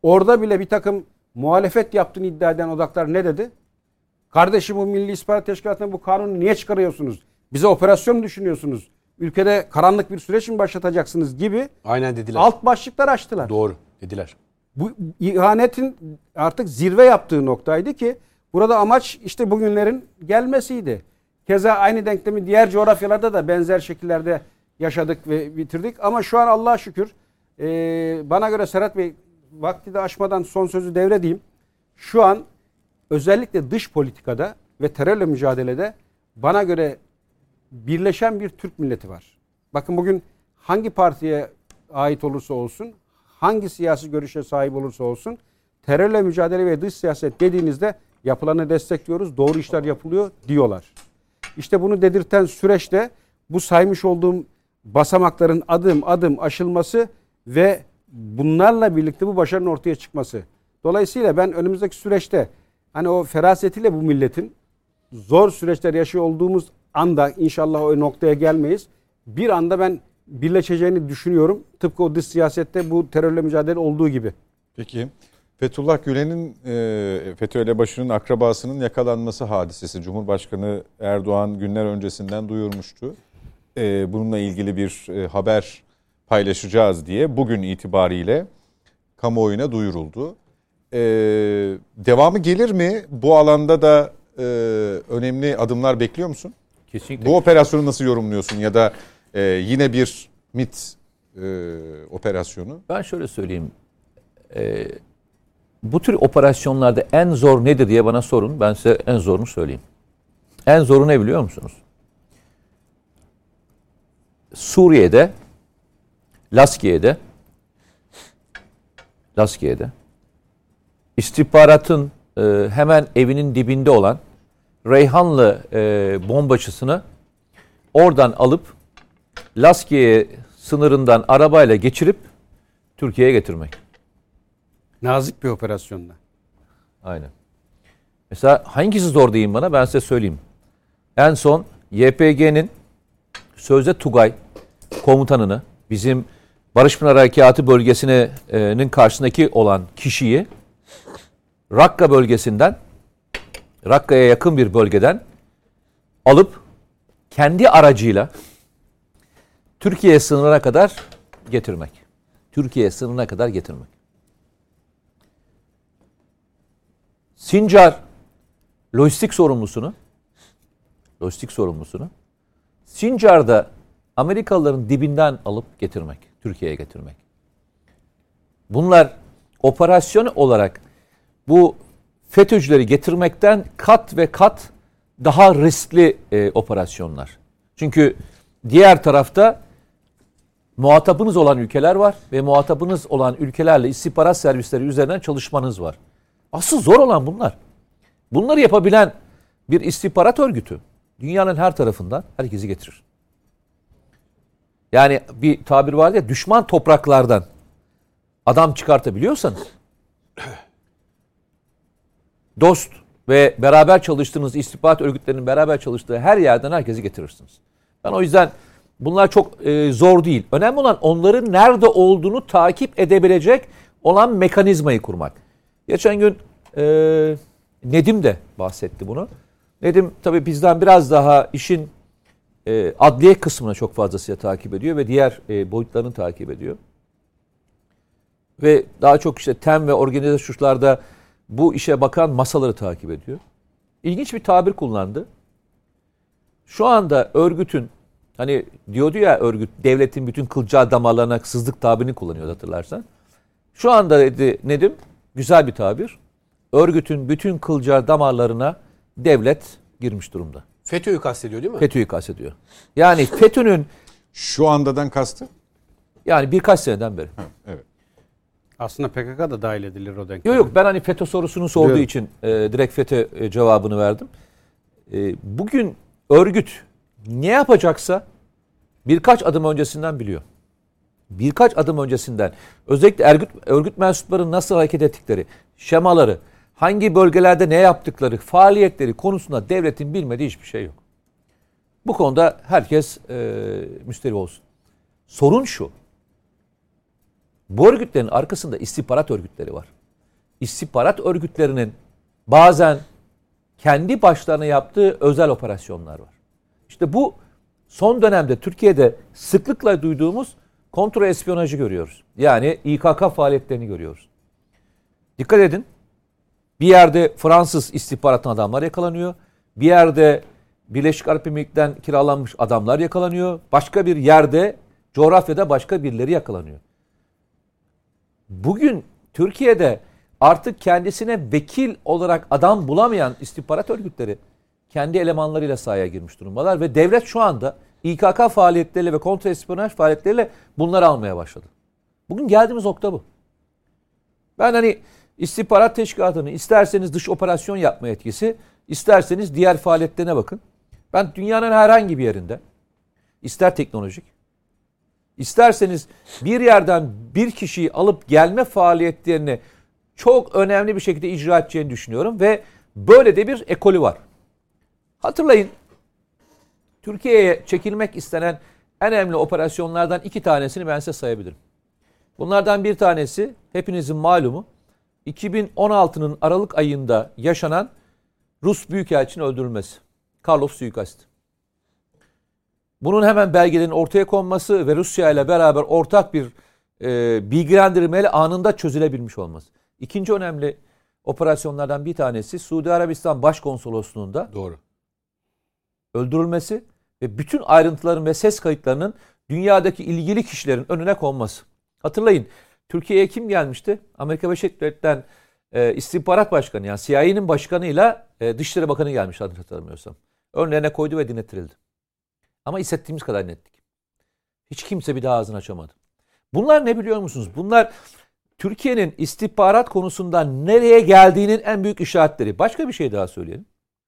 Orada bile bir takım muhalefet yaptığını iddia eden odaklar ne dedi? Kardeşim bu Milli İstihbarat Teşkilatı'na bu kanunu niye çıkarıyorsunuz? Bize operasyon mu düşünüyorsunuz? Ülkede karanlık bir süreç mi başlatacaksınız gibi Aynen dediler. alt başlıklar açtılar. Doğru dediler. Bu ihanetin artık zirve yaptığı noktaydı ki burada amaç işte bugünlerin gelmesiydi. Keza aynı denklemi diğer coğrafyalarda da benzer şekillerde yaşadık ve bitirdik. Ama şu an Allah'a şükür e, bana göre Serhat Bey vakti de aşmadan son sözü devredeyim. Şu an özellikle dış politikada ve terörle mücadelede bana göre birleşen bir Türk milleti var. Bakın bugün hangi partiye ait olursa olsun, hangi siyasi görüşe sahip olursa olsun terörle mücadele ve dış siyaset dediğinizde yapılanı destekliyoruz, doğru işler yapılıyor diyorlar. İşte bunu dedirten süreçte bu saymış olduğum basamakların adım adım aşılması ve bunlarla birlikte bu başarının ortaya çıkması. Dolayısıyla ben önümüzdeki süreçte hani o ferasetiyle bu milletin zor süreçler yaşıyor olduğumuz anda inşallah o noktaya gelmeyiz. Bir anda ben birleşeceğini düşünüyorum. Tıpkı o dış siyasette bu terörle mücadele olduğu gibi. Peki Fethullah Gülen'in e, FETÖ elebaşının akrabasının yakalanması hadisesi Cumhurbaşkanı Erdoğan günler öncesinden duyurmuştu. E, bununla ilgili bir e, haber paylaşacağız diye bugün itibariyle kamuoyuna duyuruldu. E, devamı gelir mi? Bu alanda da e, önemli adımlar bekliyor musun? Kesinlikle. Bu operasyonu nasıl yorumluyorsun ya da e, yine bir MİT e, operasyonu? Ben şöyle söyleyeyim. Ee, bu tür operasyonlarda en zor nedir diye bana sorun. Ben size en zorunu söyleyeyim. En zoru ne biliyor musunuz? Suriye'de, Laskiye'de, Laskiye'de istihbaratın e, hemen evinin dibinde olan Reyhanlı e, bombacısını oradan alıp Laskiye sınırından arabayla geçirip Türkiye'ye getirmek. Nazik bir operasyonla. Aynen. Mesela hangisi zor diyeyim bana, ben size söyleyeyim. En son Y P G'nin sözde Tugay komutanını, bizim Barış Pınar Harekatı bölgesinin karşısındaki olan kişiyi Rakka bölgesinden, Rakka'ya yakın bir bölgeden alıp kendi aracıyla Türkiye sınırına kadar getirmek. Türkiye sınırına kadar getirmek. Sincar lojistik sorumlusunu lojistik sorumlusunu Sincar'da Amerikalıların dibinden alıp getirmek. Türkiye'ye getirmek. Bunlar operasyon olarak bu FETÖ'cüleri getirmekten kat ve kat daha riskli e, operasyonlar. Çünkü diğer tarafta muhatabınız olan ülkeler var ve muhatabınız olan ülkelerle istihbarat servisleri üzerinden çalışmanız var. Asıl zor olan bunlar. Bunları yapabilen bir istihbarat örgütü dünyanın her tarafından herkesi getirir. Yani bir tabir var ya, düşman topraklardan adam çıkartabiliyorsanız dost ve beraber çalıştığınız istihbarat örgütlerinin beraber çalıştığı her yerden herkesi getirirsiniz. Ben o yüzden bunlar çok e, zor değil. Önemli olan onların nerede olduğunu takip edebilecek olan mekanizmayı kurmak. Geçen gün e, Nedim de bahsetti bunu. Nedim tabii bizden biraz daha işin e, adliye kısmını çok fazlasıyla takip ediyor ve diğer e, boyutlarını takip ediyor. Ve daha çok işte tem ve organize suçlarda bu işe bakan masaları takip ediyor. İlginç bir tabir kullandı. Şu anda örgütün, hani diyordu ya örgüt, devletin bütün kılcal damarlarına sızdık tabirini kullanıyor hatırlarsan. Şu anda dedi Nedim, güzel bir tabir. Örgütün bütün kılcal damarlarına devlet girmiş durumda. FETÖ'yü kastediyor değil mi? FETÖ'yü kastediyor. Yani FETÖ'nün Şu andadan kastı? yani birkaç seneden beri. Ha, evet. Aslında P K K da dahil edilir o denkleme. Yok yok, ben hani FETÖ sorusunu sorduğu Biliyorum. için e, direkt FETÖ e, cevabını verdim. E, bugün örgüt ne yapacaksa birkaç adım öncesinden biliyor. Birkaç adım öncesinden. Özellikle örgüt, örgüt mensuplarının nasıl hareket ettikleri, şemaları, hangi bölgelerde ne yaptıkları, faaliyetleri konusunda devletin bilmediği hiçbir şey yok. Bu konuda herkes e, müsterih olsun. Sorun şu. Bu örgütlerin arkasında istihbarat örgütleri var. İstihbarat örgütlerinin bazen kendi başlarına yaptığı özel operasyonlar var. İşte bu son dönemde Türkiye'de sıklıkla duyduğumuz kontraespiyonajı görüyoruz. Yani İ K K faaliyetlerini görüyoruz. Dikkat edin. Bir yerde Fransız istihbaratın adamlar yakalanıyor. Bir yerde Birleşik Arap Emirlikleri'nden kiralanmış adamlar yakalanıyor. Başka bir yerde, coğrafyada başka birileri yakalanıyor. Bugün Türkiye'de artık kendisine vekil olarak adam bulamayan istihbarat örgütleri kendi elemanlarıyla sahaya girmiş durumdalar ve devlet şu anda İ K K faaliyetleriyle ve kontraespiyonaj faaliyetleriyle bunları almaya başladı. Bugün geldiğimiz nokta bu. Ben hani istihbarat teşkilatını isterseniz dış operasyon yapma yetkisi, isterseniz diğer faaliyetlerine bakın. Ben dünyanın herhangi bir yerinde, ister teknolojik, isterseniz bir yerden bir kişiyi alıp gelme faaliyetlerini çok önemli bir şekilde icra edeceğini düşünüyorum ve böyle de bir ekolü var. Hatırlayın, Türkiye'ye çekilmek istenen en önemli operasyonlardan iki tanesini ben size sayabilirim. Bunlardan bir tanesi hepinizin malumu iki bin on altının Aralık ayında yaşanan Rus Büyükelçinin öldürülmesi. Karlov suikastı. Bunun hemen belgelerin ortaya konması ve Rusya ile beraber ortak bir e, bilgilendirmeyle anında çözülebilmiş olması. İkinci önemli operasyonlardan bir tanesi Suudi Arabistan Başkonsolosluğu'nda Doğru. öldürülmesi ve bütün ayrıntıların ve ses kayıtlarının dünyadaki ilgili kişilerin önüne konması. Hatırlayın, Türkiye'ye kim gelmişti? Amerika Birleşik Devletleri'nden e, istihbarat başkanı, yani C I A'nin başkanıyla e, Dışişleri Bakanı gelmiş, adını hatırlamıyorsam. Önlerine koydu ve dinlettirildi. Ama hissettiğimiz kadar dinlettik. Hiç kimse bir daha ağzını açamadı. Bunlar ne biliyor musunuz? Bunlar Türkiye'nin istihbarat konusunda nereye geldiğinin en büyük işaretleri. Başka bir şey daha söyleyelim.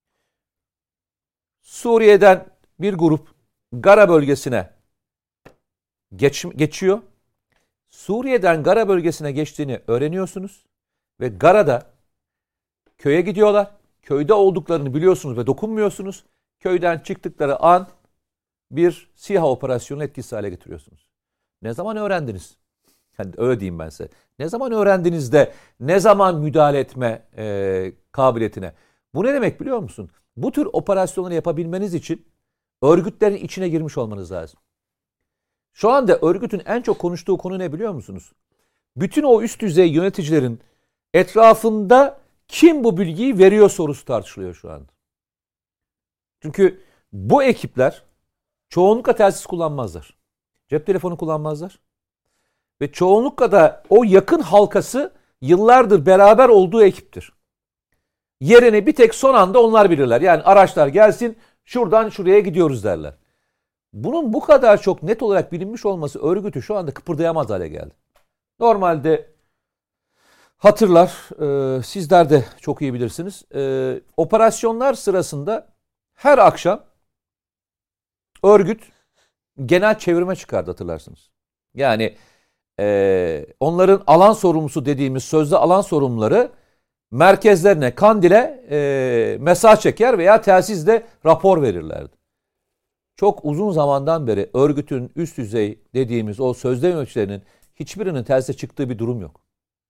Suriye'den bir grup Gara bölgesine geç, geçiyor. Suriye'den Gara bölgesine geçtiğini öğreniyorsunuz. Ve Gara'da köye gidiyorlar. Köyde olduklarını biliyorsunuz ve dokunmuyorsunuz. Köyden çıktıkları an bir SİHA operasyonu etkisiz hale getiriyorsunuz. Ne zaman öğrendiniz? Yani öyle diyeyim ben size. Ne zaman öğrendiniz de ne zaman müdahale etme e, kabiliyetine? Bu ne demek biliyor musun? Bu tür operasyonları yapabilmeniz için örgütlerin içine girmiş olmanız lazım. Şu anda örgütün en çok konuştuğu konu ne biliyor musunuz? Bütün o üst düzey yöneticilerin etrafında kim bu bilgiyi veriyor sorusu tartışılıyor şu anda. Çünkü bu ekipler çoğunlukla telsiz kullanmazlar. Cep telefonu kullanmazlar. Ve çoğunlukla da o yakın halkası yıllardır beraber olduğu ekiptir. Yerini bir tek son anda onlar bilirler. Yani araçlar gelsin, şuradan şuraya gidiyoruz derler. Bunun bu kadar çok net olarak bilinmiş olması örgütü şu anda kıpırdayamaz hale geldi. Normalde hatırlar, e, sizler de çok iyi bilirsiniz. E, operasyonlar sırasında her akşam örgüt genel çevirme çıkardı, hatırlarsınız. Yani e, onların alan sorumlusu dediğimiz sözde alan sorumluları merkezlerine, Kandil'e e, mesaj çeker veya telsizle rapor verirlerdi. Çok uzun zamandan beri örgütün üst düzey dediğimiz o sözde yöneticilerinin hiçbirinin telsize çıktığı bir durum yok.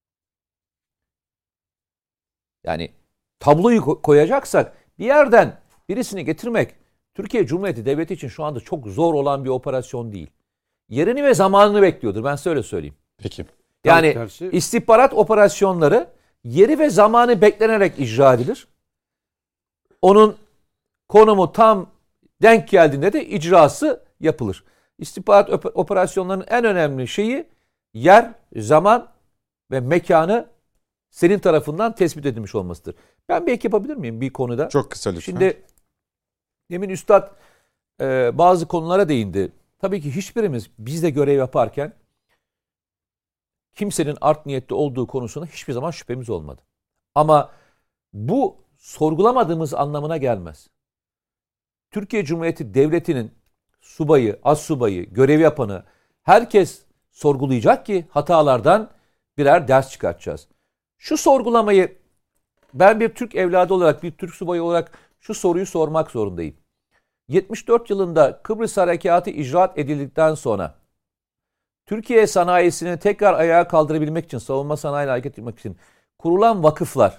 Yani tabloyu koyacaksak bir yerden birisini getirmek Türkiye Cumhuriyeti Devleti için şu anda çok zor olan bir operasyon değil. Yerini ve zamanını bekliyordur. Ben size öyle söyleyeyim. Peki. Yani tersi... istihbarat operasyonları yeri ve zamanı beklenerek icra edilir. Onun konumu tam denk geldiğinde de icrası yapılır. İstihbarat operasyonlarının en önemli şeyi yer, zaman ve mekanı senin tarafından tespit edilmiş olmasıdır. Ben bir ek yapabilir miyim bir konuda? Çok kısa lütfen. Şimdi demin Üstad e, bazı konulara değindi. Tabii ki hiçbirimiz biz de görev yaparken kimsenin art niyetli olduğu konusunda hiçbir zaman şüphemiz olmadı. Ama bu sorgulamadığımız anlamına gelmez. Türkiye Cumhuriyeti Devleti'nin subayı, astsubayı, görev yapanı herkes sorgulayacak ki hatalardan birer ders çıkartacağız. Şu sorgulamayı ben bir Türk evladı olarak, bir Türk subayı olarak şu soruyu sormak zorundayım. yetmiş dört yılında Kıbrıs Harekatı icraat edildikten sonra Türkiye sanayisini tekrar ayağa kaldırabilmek için, savunma sanayiyle hareket etmek için kurulan vakıflar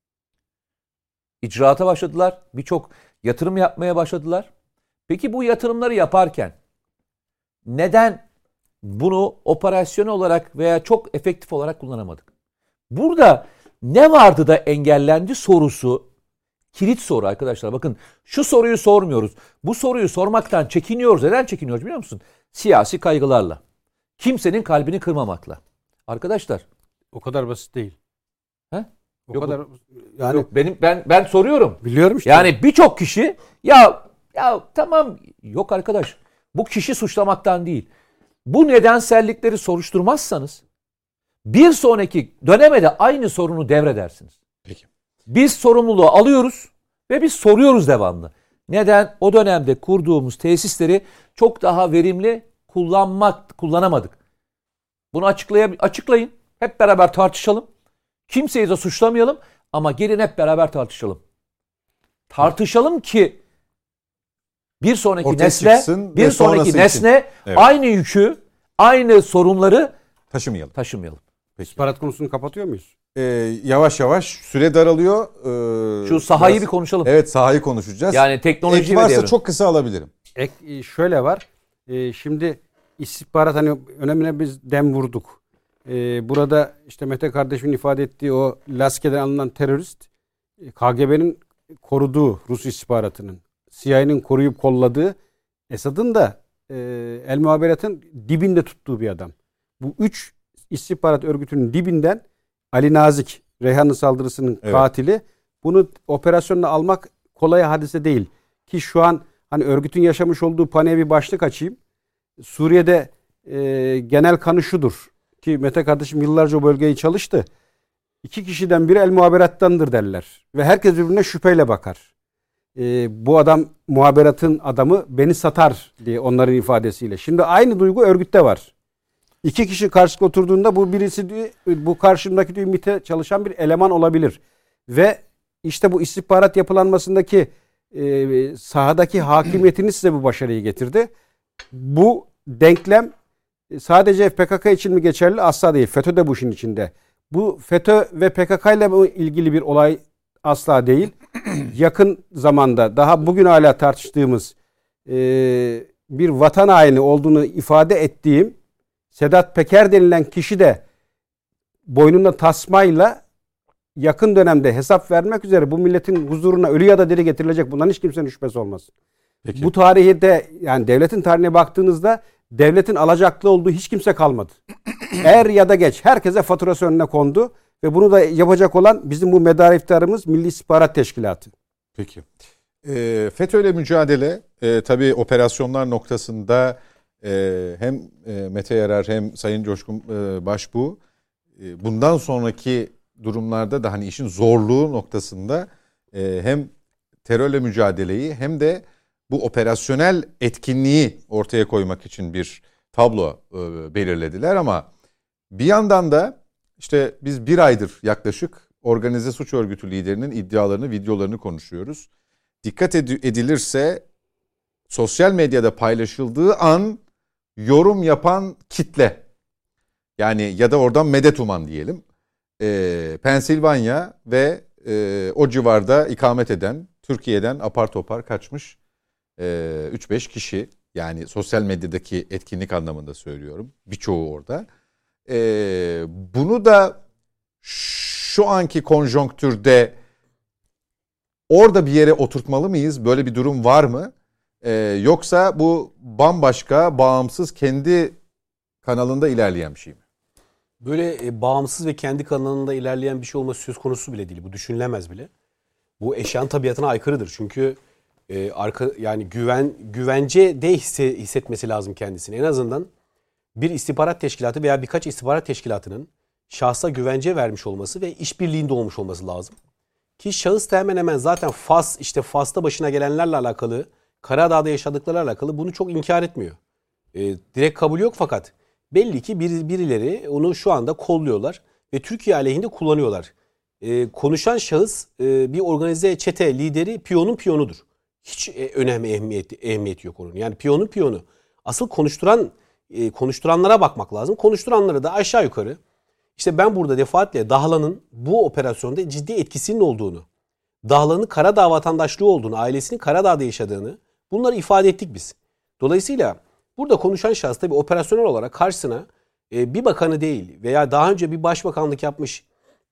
icraata başladılar. Birçok yatırım yapmaya başladılar. Peki bu yatırımları yaparken neden bunu operasyonel olarak veya çok efektif olarak kullanamadık? Burada ne vardı da engellendi sorusu kilit soru arkadaşlar. Bakın şu soruyu sormuyoruz. Bu soruyu sormaktan çekiniyoruz. Neden çekiniyoruz biliyor musun? Siyasi kaygılarla. Kimsenin kalbini kırmamakla. Arkadaşlar. O kadar basit değil. He? O Yok, kadar yani Yok, benim ben ben soruyorum. biliyorum işte. Yani birçok kişi ya ya tamam yok arkadaş. Bu kişi suçlamaktan değil. Bu nedensellikleri soruşturmazsanız bir sonraki döneme de aynı sorunu devredersiniz. Peki. Biz sorumluluğu alıyoruz ve biz soruyoruz devamlı. Neden o dönemde kurduğumuz tesisleri çok daha verimli kullanmak kullanamadık? Bunu açıklay açıklayın. Hep beraber tartışalım. Kimseyi de suçlamayalım ama gelin hep beraber tartışalım. Tartışalım ki bir sonraki Ortaya nesle, çıksın bir ve sonraki sonrası nesle için. Evet. aynı yükü, aynı sorunları Taşımayalım. taşımayalım. İstihbarat konusunu kapatıyor muyuz? Ee, yavaş yavaş süre daralıyor. Ee, Şu sahayı biraz- bir konuşalım. Evet, sahayı konuşacağız. Yani teknoloji Ek ve varsa devrim. çok kısa alabilirim. Ek, e, şöyle var. E, şimdi istihbarat hani önemine biz dem vurduk. E, burada işte Mete kardeşimin ifade ettiği o Laske'den alınan terörist e, K G B'nin koruduğu Rus istihbaratının, C I A'nin koruyup kolladığı, Esad'ın da e, El Muhaberat'ın dibinde tuttuğu bir adam. Bu üç istihbarat örgütünün dibinden Ali Nazik, Reyhanlı saldırısının Evet. katili, bunu operasyonla almak kolay hadise değil. Ki şu an hani örgütün yaşamış olduğu paniğe bir başlık açayım. Suriye'de e, genel kanı şudur ki Mete kardeşim yıllarca o bölgeyi çalıştı. İki kişiden biri El Muhaberat'tandır derler. Ve herkes birbirine şüpheyle bakar. E, bu adam muhaberatın adamı, beni satar diye onların ifadesiyle. Şimdi aynı duygu örgütte var. İki kişi karşılıklı oturduğunda bu birisi diyor, bu karşımdaki diyor MİT'e çalışan bir eleman olabilir. Ve işte bu istihbarat yapılanmasındaki e, sahadaki hakimiyetini size bu başarıyı getirdi. Bu denklem sadece P K K için mi geçerli? Asla değil. FETÖ de bu işin içinde. Bu FETÖ ve P K K ile ilgili bir olay asla değil. Yakın zamanda daha bugün hala tartıştığımız e, bir vatan haini olduğunu ifade ettiğim Sedat Peker denilen kişi de boynunda tasmayla yakın dönemde hesap vermek üzere bu milletin huzuruna ölü ya da diri getirilecek. Bundan hiç kimsenin şüphesi olmasın. Peki. Bu tarihi de yani devletin tarihine baktığınızda devletin alacaklı olduğu hiç kimse kalmadı. Er ya da geç herkese faturası önüne kondu ve bunu da yapacak olan bizim bu medar iftiharımız Milli İstihbarat Teşkilatı. Peki. E, FETÖ'yle mücadele e, tabii operasyonlar noktasında e, hem e, Mete Yarar hem Sayın Coşkun e, Başbuğ e, bundan sonraki durumlarda da hani işin zorluğu noktasında e, hem terörle mücadeleyi hem de bu operasyonel etkinliği ortaya koymak için bir tablo e, belirlediler ama bir yandan da işte biz bir aydır yaklaşık organize suç örgütü liderinin iddialarını, videolarını konuşuyoruz. Dikkat edilirse sosyal medyada paylaşıldığı an yorum yapan kitle, yani ya da oradan medet uman diyelim, e, Pensilvanya ve e, o civarda ikamet eden, Türkiye'den apar topar kaçmış e, üç beş kişi, yani sosyal medyadaki etkinlik anlamında söylüyorum, birçoğu orada. E, bunu da şu anki konjonktürde orada bir yere oturtmalı mıyız? Böyle bir durum var mı? Ee, yoksa bu bambaşka, bağımsız, kendi kanalında ilerleyen bir şey mi? Böyle e, bağımsız ve kendi kanalında ilerleyen bir şey olması söz konusu bile değil. Bu düşünülemez bile. Bu eşyanın tabiatına aykırıdır. Çünkü e, arka yani güven güvence de hisse, hissetmesi lazım kendisini. En azından bir istihbarat teşkilatı veya birkaç istihbarat teşkilatının şahsa güvence vermiş olması ve işbirliğinde olmuş olması lazım. Ki şahıs da hemen hemen zaten Fas, işte Fas'ta başına gelenlerle alakalı, Karadağ'da yaşadıklarıyla alakalı bunu çok inkar etmiyor. E, direkt kabul yok fakat belli ki bir, birileri onu şu anda kolluyorlar ve Türkiye aleyhinde kullanıyorlar. E, konuşan şahıs e, bir organize çete lideri, piyonun piyonudur. Hiç e, önemli ehemmiyeti, ehemmiyeti yok onun. Yani piyonun piyonu. Asıl konuşturan e, konuşturanlara bakmak lazım. Konuşturanları da aşağı yukarı işte ben burada defaatle Dahlan'ın bu operasyonda ciddi etkisinin olduğunu, Dahlan'ın Karadağ vatandaşlığı olduğunu, ailesinin Karadağ'da yaşadığını bunları ifade ettik biz. Dolayısıyla burada konuşan şahıs tabii operasyonel olarak karşısına e, bir bakanı değil veya daha önce bir başbakanlık yapmış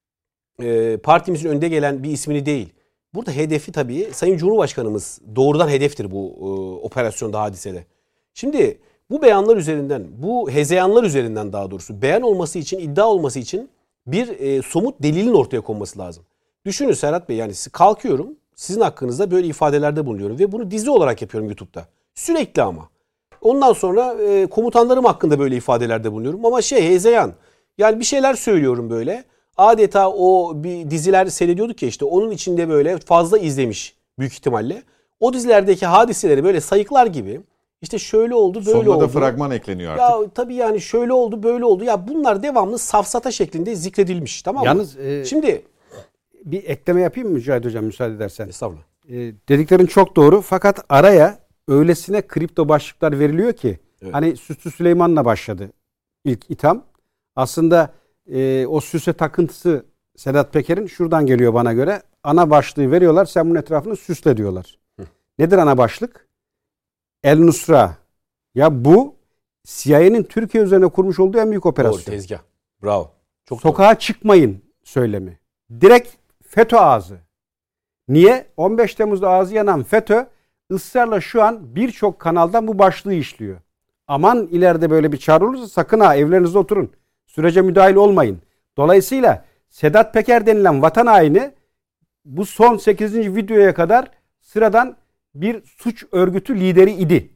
e, partimizin önde gelen bir ismini değil. Burada hedefi tabii Sayın Cumhurbaşkanımız doğrudan hedeftir bu e, operasyonda, hadisede. Şimdi bu beyanlar üzerinden, bu hezeyanlar üzerinden daha doğrusu beyan olması için, iddia olması için bir e, somut delilin ortaya konması lazım. Düşünün Serhat Bey, yani kalkıyorum sizin hakkınızda böyle ifadelerde bulunuyorum ve bunu dizi olarak yapıyorum YouTube'da. Sürekli ama. Ondan sonra e, komutanlarım hakkında böyle ifadelerde bulunuyorum ama şey hezeyan. Yani bir şeyler söylüyorum böyle. Adeta o bir diziler seyrediyorduk ya işte, onun içinde böyle fazla izlemiş büyük ihtimalle. O dizilerdeki hadiseleri böyle sayıklar gibi işte şöyle oldu böyle Sonunda oldu. da fragman ekleniyor artık. Ya tabii yani şöyle oldu böyle oldu. Ya bunlar devamlı safsata şeklinde zikredilmiş, tamam mı? Yalnız e, Şimdi bir ekleme yapayım mı Mücahit Hocam, müsaade edersen? estağfurullah. E, dediklerin çok doğru fakat araya öylesine kripto başlıklar veriliyor ki Evet. hani Süslü Süleyman'la başladı ilk itham. Aslında e, o süse takıntısı Sedat Peker'in şuradan geliyor bana göre. Ana başlığı veriyorlar, sen bunun etrafını süsle diyorlar. Hı. Nedir ana başlık? El Nusra. Ya bu C I A'nin Türkiye üzerine kurmuş olduğu en büyük operasyon. Doğru, tezgah. Bravo. Çok Sokağa doğru. çıkmayın söylemi. Direkt FETÖ ağzı. Niye? on beş Temmuz'da ağzı yanan FETÖ ısrarla şu an birçok kanaldan bu başlığı işliyor. Aman ileride böyle bir çağrı olursa sakın ha evlerinizde oturun. Sürece müdahil olmayın. Dolayısıyla Sedat Peker denilen vatan haini bu son sekizinci videoya kadar sıradan bir suç örgütü lideri idi.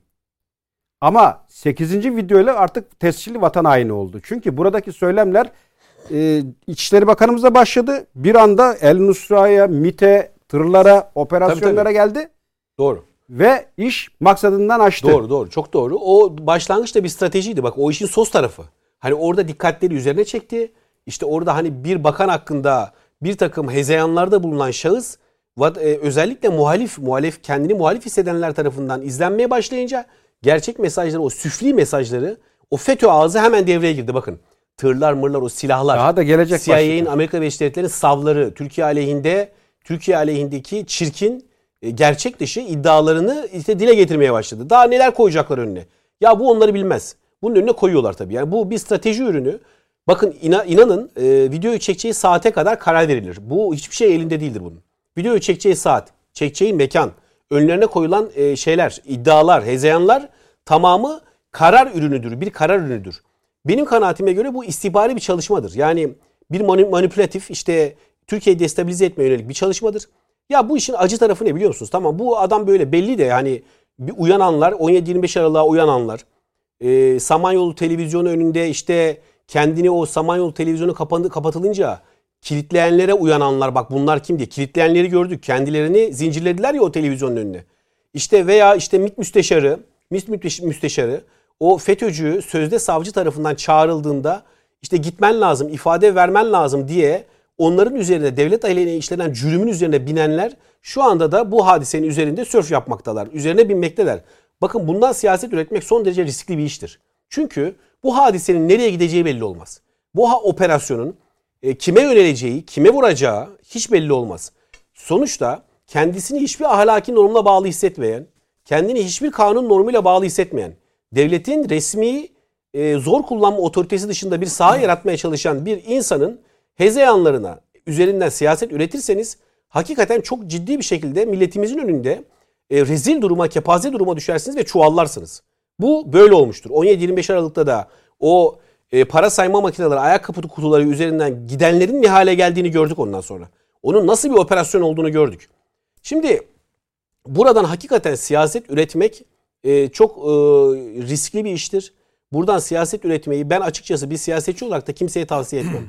Ama sekizinci videoyla artık tescilli vatan haini oldu. Çünkü buradaki söylemler e, İçişleri Bakanımızla başladı. Bir anda El Nusra'ya, MİT'e, tırlara, operasyonlara Tabii, tabii. geldi. Doğru. Ve iş maksadından aştı. Doğru doğru çok doğru. O başlangıçta bir stratejiydi. Bak o işin sos tarafı. Hani orada dikkatleri üzerine çekti. İşte orada hani bir bakan hakkında bir takım hezeyanlarda bulunan şahıs özellikle muhalif, muhalif kendini muhalif hissedenler tarafından izlenmeye başlayınca gerçek mesajları, o süfli mesajları, o FETÖ ağzı hemen devreye girdi. Bakın tırlar mırlar, o silahlar. Daha da gelecek C I A'nin, Amerika Birleşik Devletleri'nin savları, Türkiye aleyhinde, Türkiye aleyhindeki çirkin, gerçek dışı iddialarını işte dile getirmeye başladı. Daha neler koyacaklar önüne? Ya bu onları bilmez. Bunun önüne koyuyorlar tabii. Yani bu bir strateji ürünü. Bakın ina, inanın e, videoyu çekeceği saate kadar karar verilir. Bu hiçbir şey elinde değildir bunun. Videoyu çekeceği saat, çekeceği mekan, önlerine koyulan e, şeyler, iddialar, hezeyanlar tamamı karar ürünüdür. Bir karar ürünüdür. Benim kanaatime göre bu istihbari bir çalışmadır. Yani bir manipülatif, işte Türkiye'yi destabilize etmeye yönelik bir çalışmadır. Ya bu işin acı tarafı ne biliyor musunuz? Tamam, bu adam böyle belli de yani bir uyananlar, on yedi yirmi beş Aralık'a uyananlar, e, Samanyolu televizyonu önünde işte kendini o Samanyolu televizyonu kapandı, kapatılınca kilitleyenlere uyananlar, bak bunlar kim diye kilitleyenleri gördük. Kendilerini zincirlediler ya o televizyonun önüne. İşte veya işte MİT müsteşarı, MİT müsteşarı o FETÖ'cü sözde savcı tarafından çağrıldığında işte gitmen lazım, ifade vermen lazım diye onların üzerine, devlet aleyhine işlenen cürümün üzerine binenler şu anda da bu hadisenin üzerinde sörf yapmaktalar. Üzerine binmekteler. Bakın bundan siyaset üretmek son derece riskli bir iştir. Çünkü bu hadisenin nereye gideceği belli olmaz. Bu operasyonun e, kime yöneleceği, kime vuracağı hiç belli olmaz. Sonuçta kendisini hiçbir ahlaki normla bağlı hissetmeyen, kendini hiçbir kanun normuyla bağlı hissetmeyen, devletin resmi e, zor kullanma otoritesi dışında bir saha yaratmaya çalışan bir insanın hezeyanlarına üzerinden siyaset üretirseniz hakikaten çok ciddi bir şekilde milletimizin önünde e, rezil duruma, kepaze duruma düşersiniz ve çuvallarsınız. Bu böyle olmuştur. on yedi yirmi beş Aralık'ta da o e, para sayma makineleri, ayakkabı kutuları üzerinden gidenlerin ne hale geldiğini gördük ondan sonra. Onun nasıl bir operasyon olduğunu gördük. Şimdi buradan hakikaten siyaset üretmek e, çok e, riskli bir iştir. Buradan siyaset üretmeyi ben açıkçası bir siyasetçi olarak da kimseye tavsiye etmem.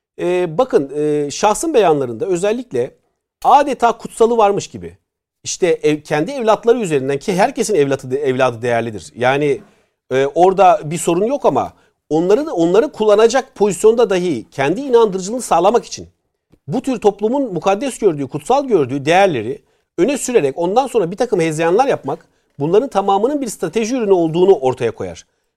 e, bakın e, şahsın beyanlarında özellikle adeta kutsalı varmış gibi. İşte ev, kendi evlatları üzerinden, ki herkesin evladı evladı değerlidir. Yani e, orada bir sorun yok ama onları onları kullanacak pozisyonda dahi kendi inandırıcılığını sağlamak için bu tür toplumun mukaddes gördüğü, kutsal gördüğü değerleri öne sürerek ondan sonra bir takım hezeyanlar yapmak bunların tamamının bir strateji ürünü olduğunu ortaya koyar.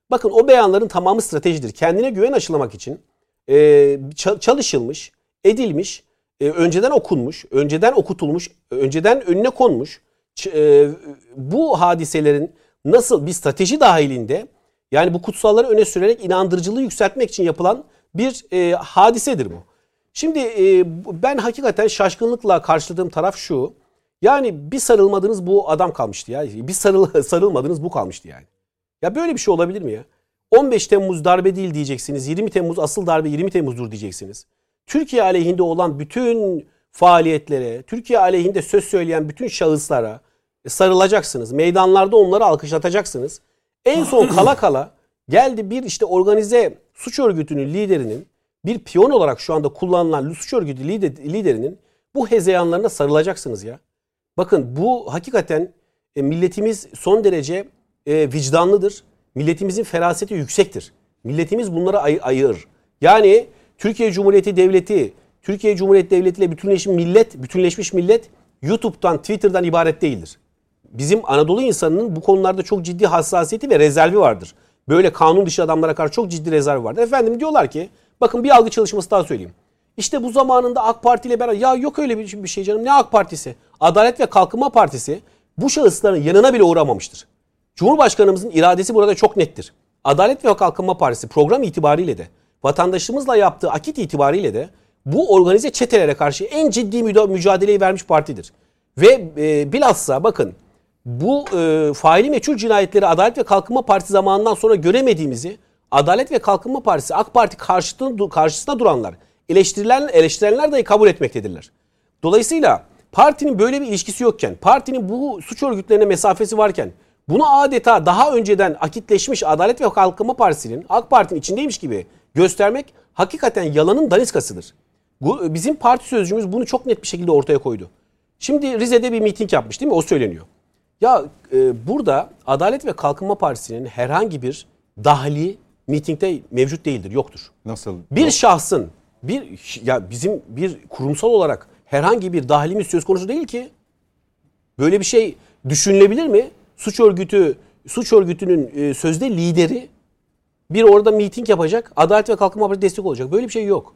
Bakın o beyanların tamamı stratejidir. Kendine güven aşılamak için e, çalışılmış, edilmiş, e, önceden okunmuş, önceden okutulmuş, önceden önüne konmuş e, bu hadiselerin nasıl bir strateji dahilinde, yani bu kutsalları öne sürerek inandırıcılığı yükseltmek için yapılan bir e, hadisedir bu. Şimdi e, ben hakikaten şaşkınlıkla karşıladığım taraf şu. Yani bir sarılmadınız bu adam kalmıştı ya. Bir sarıl, sarılmadınız bu kalmıştı yani. Ya böyle bir şey olabilir mi ya? on beş Temmuz darbe değil diyeceksiniz. yirmi Temmuz asıl darbe yirmi Temmuz'dur diyeceksiniz. Türkiye aleyhinde olan bütün faaliyetlere, Türkiye aleyhinde söz söyleyen bütün şahıslara sarılacaksınız. Meydanlarda onları alkışlatacaksınız. En son kala kala geldi bir işte organize suç örgütünün liderinin, bir piyon olarak şu anda kullanılan suç örgütü lider, liderinin bu hezeyanlarına sarılacaksınız ya. Bakın bu hakikaten e, milletimiz son derece e, vicdanlıdır. Milletimizin feraseti yüksektir. Milletimiz bunları ay- ayırır. Yani Türkiye Cumhuriyeti Devleti, Türkiye Cumhuriyeti Devleti ile bütünleşmiş millet, bütünleşmiş millet YouTube'dan, Twitter'dan ibaret değildir. Bizim Anadolu insanının bu konularda çok ciddi hassasiyeti ve rezervi vardır. Böyle kanun dışı adamlara karşı çok ciddi rezervi vardır. Efendim diyorlar ki, bakın bir algı çalışması daha söyleyeyim. İşte bu zamanında AK Parti ile beraber, ya yok öyle bir şey canım, ne AK Partisi? Adalet ve Kalkınma Partisi bu şahısların yanına bile uğramamıştır. Cumhurbaşkanımızın iradesi burada çok nettir. Adalet ve Kalkınma Partisi program itibariyle de, vatandaşımızla yaptığı akit itibariyle de bu organize çetelere karşı en ciddi mücadeleyi vermiş partidir. Ve e, bilhassa bakın bu e, faili meçhul cinayetleri Adalet ve Kalkınma Partisi zamanından sonra göremediğimizi, Adalet ve Kalkınma Partisi, AK Parti karşısında, karşısında duranlar, eleştirilen, eleştirenler dahi kabul etmektedirler. Dolayısıyla partinin böyle bir ilişkisi yokken, partinin bu suç örgütlerine mesafesi varken, bunu adeta daha önceden akitleşmiş Adalet ve Kalkınma Partisi'nin AK Parti'nin içindeymiş gibi göstermek hakikaten yalanın daniskasıdır. Bu, bizim parti sözcümüz bunu çok net bir şekilde ortaya koydu. Şimdi Rize'de bir miting yapmış değil mi? O söyleniyor. Ya e, burada Adalet ve Kalkınma Partisi'nin herhangi bir dahli mitingde mevcut değildir, yoktur. Nasıl? Bir Yok. şahsın, bir ya bizim bir kurumsal olarak herhangi bir dahlimiz söz konusu değil ki. Böyle bir şey düşünülebilir mi? Suç örgütü, suç örgütünün e, sözde lideri bir orada miting yapacak, Adalet ve Kalkınma Partisi destek olacak. Böyle bir şey yok.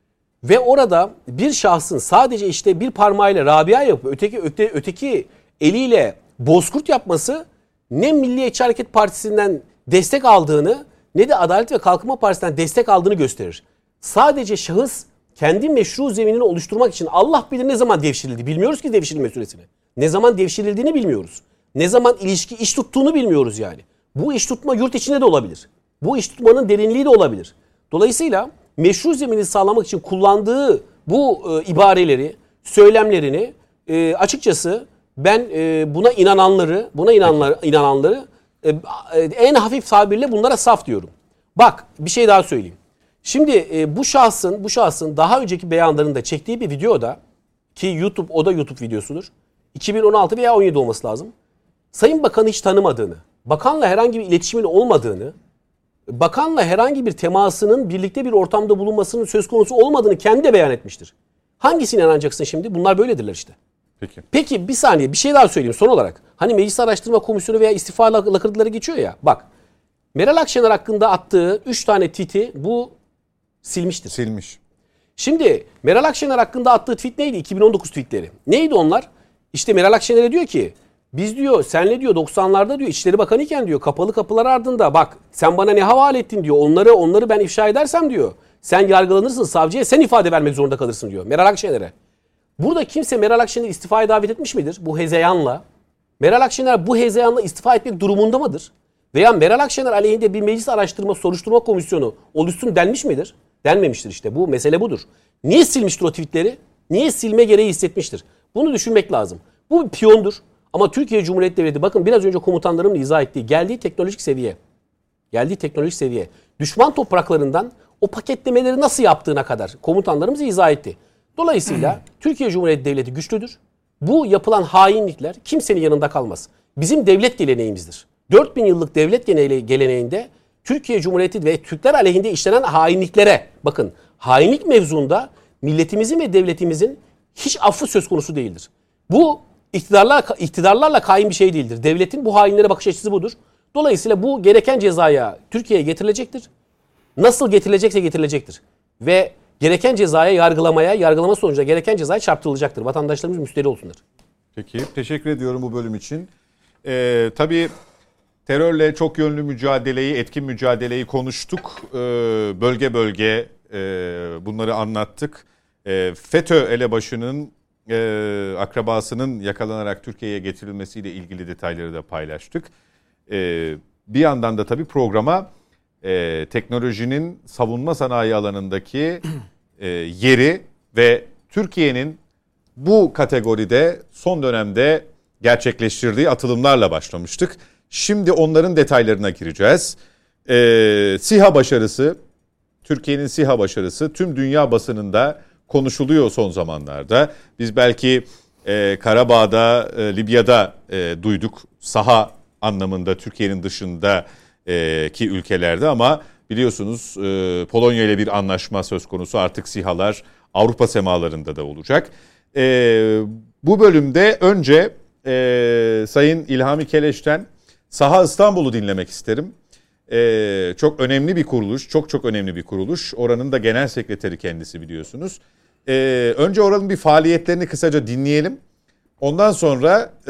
Ve orada bir şahsın sadece işte bir parmağıyla Rabia yapıp öteki öte, öteki eliyle bozkurt yapması ne Milliyetçi Hareket Partisi'nden destek aldığını ne de Adalet ve Kalkınma Partisi'nden destek aldığını gösterir. Sadece şahıs kendi meşru zeminini oluşturmak için Allah bilir ne zaman devşirildi. Bilmiyoruz ki devşirilme süresini. Ne zaman devşirildiğini bilmiyoruz. Ne zaman ilişki iş tuttuğunu bilmiyoruz yani. Bu iş tutma yurt içinde de olabilir. Bu iş tutmanın derinliği de olabilir. Dolayısıyla meşru zemini sağlamak için kullandığı bu e, ibareleri, söylemlerini e, açıkçası ben e, buna inananları, buna inananları, inananları e, e, en hafif tabirle bunlara saf diyorum. Bak bir şey daha söyleyeyim. Şimdi e, bu şahsın, bu şahsın daha önceki beyanlarında çektiği bir videoda, ki YouTube, o da YouTube videosudur. iki bin on altı veya on yedi olması lazım. Sayın Bakan'ı hiç tanımadığını, bakanla herhangi bir iletişimin olmadığını, bakanla herhangi bir temasının, birlikte bir ortamda bulunmasının söz konusu olmadığını kendi de beyan etmiştir. Hangisine inanacaksın şimdi? Bunlar böyledirler işte. Peki. Peki bir saniye bir şey daha söyleyeyim son olarak. Hani Meclis Araştırma Komisyonu veya istifa lakırdıları geçiyor ya. Bak Meral Akşener hakkında attığı üç tane tweet'i bu silmiştir. Silmiş. Şimdi Meral Akşener hakkında attığı tweet neydi? iki bin on dokuz tweetleri. Neydi onlar? İşte Meral Akşener'e diyor ki biz diyor senle diyor doksanlarda diyor İçişleri Bakanı iken diyor kapalı kapılar ardında bak sen bana ne havale ettin diyor. Onları onları ben ifşa edersem diyor. Sen yargılanırsın, savcıya sen ifade vermek zorunda kalırsın diyor Meral Akşener'e. Burada kimse Meral Akşener'i istifaya davet etmiş midir bu hezeyanla? Meral Akşener bu hezeyanla istifa etmek durumunda mıdır? Veya Meral Akşener aleyhinde bir meclis araştırma soruşturma komisyonu oluşsun denmiş midir? Denmemiştir işte. Bu mesele budur. Niye silmiştir o tweetleri? Niye silme gereği hissetmiştir? Bunu düşünmek lazım. Bu bir piyondur. Ama Türkiye Cumhuriyeti Devleti bakın biraz önce komutanlarımın izah ettiği geldiği teknolojik seviye. Geldiği teknolojik seviye. Düşman topraklarından o paketlemeleri nasıl yaptığına kadar komutanlarımız izah etti. Dolayısıyla Türkiye Cumhuriyeti Devleti güçlüdür. Bu yapılan hainlikler kimsenin yanında kalmaz. Bizim devlet geleneğimizdir. dört bin yıllık devlet geleneğinde Türkiye Cumhuriyeti ve Türkler aleyhinde işlenen hainliklere bakın hainlik mevzuunda milletimizin ve devletimizin hiç affı söz konusu değildir. Bu iktidarlar, iktidarlarla kaim bir şey değildir. Devletin bu hainlere bakış açısı budur. Dolayısıyla bu gereken cezaya Türkiye'ye getirilecektir. Nasıl getirilecekse getirilecektir. Ve gereken cezaya yargılamaya, yargılama sonucunda gereken cezaya çarptırılacaktır. Vatandaşlarımız müsterih olsunlar. Peki, teşekkür ediyorum bu bölüm için. Ee, tabii terörle çok yönlü mücadeleyi, etkin mücadeleyi konuştuk. Ee, bölge bölge e, bunları anlattık. E, FETÖ elebaşının e, akrabasının yakalanarak Türkiye'ye getirilmesiyle ilgili detayları da paylaştık. E, bir yandan da tabii programa e, teknolojinin savunma sanayi alanındaki e, yeri ve Türkiye'nin bu kategoride son dönemde gerçekleştirdiği atılımlarla başlamıştık. Şimdi onların detaylarına gireceğiz. Ee, SİHA başarısı, Türkiye'nin SİHA başarısı tüm dünya basınında konuşuluyor son zamanlarda. Biz belki e, Karabağ'da, e, Libya'da e, duyduk saha anlamında Türkiye'nin dışındaki ülkelerde ama biliyorsunuz e, Polonya ile bir anlaşma söz konusu, artık SİHA'lar Avrupa semalarında da olacak. E, bu bölümde önce e, Sayın İlhami Keleş'ten Saha İstanbul'u dinlemek isterim. Ee, çok önemli bir kuruluş, çok çok önemli bir kuruluş. Oranın da genel sekreteri kendisi, biliyorsunuz. Ee, önce oranın bir faaliyetlerini kısaca dinleyelim. Ondan sonra e,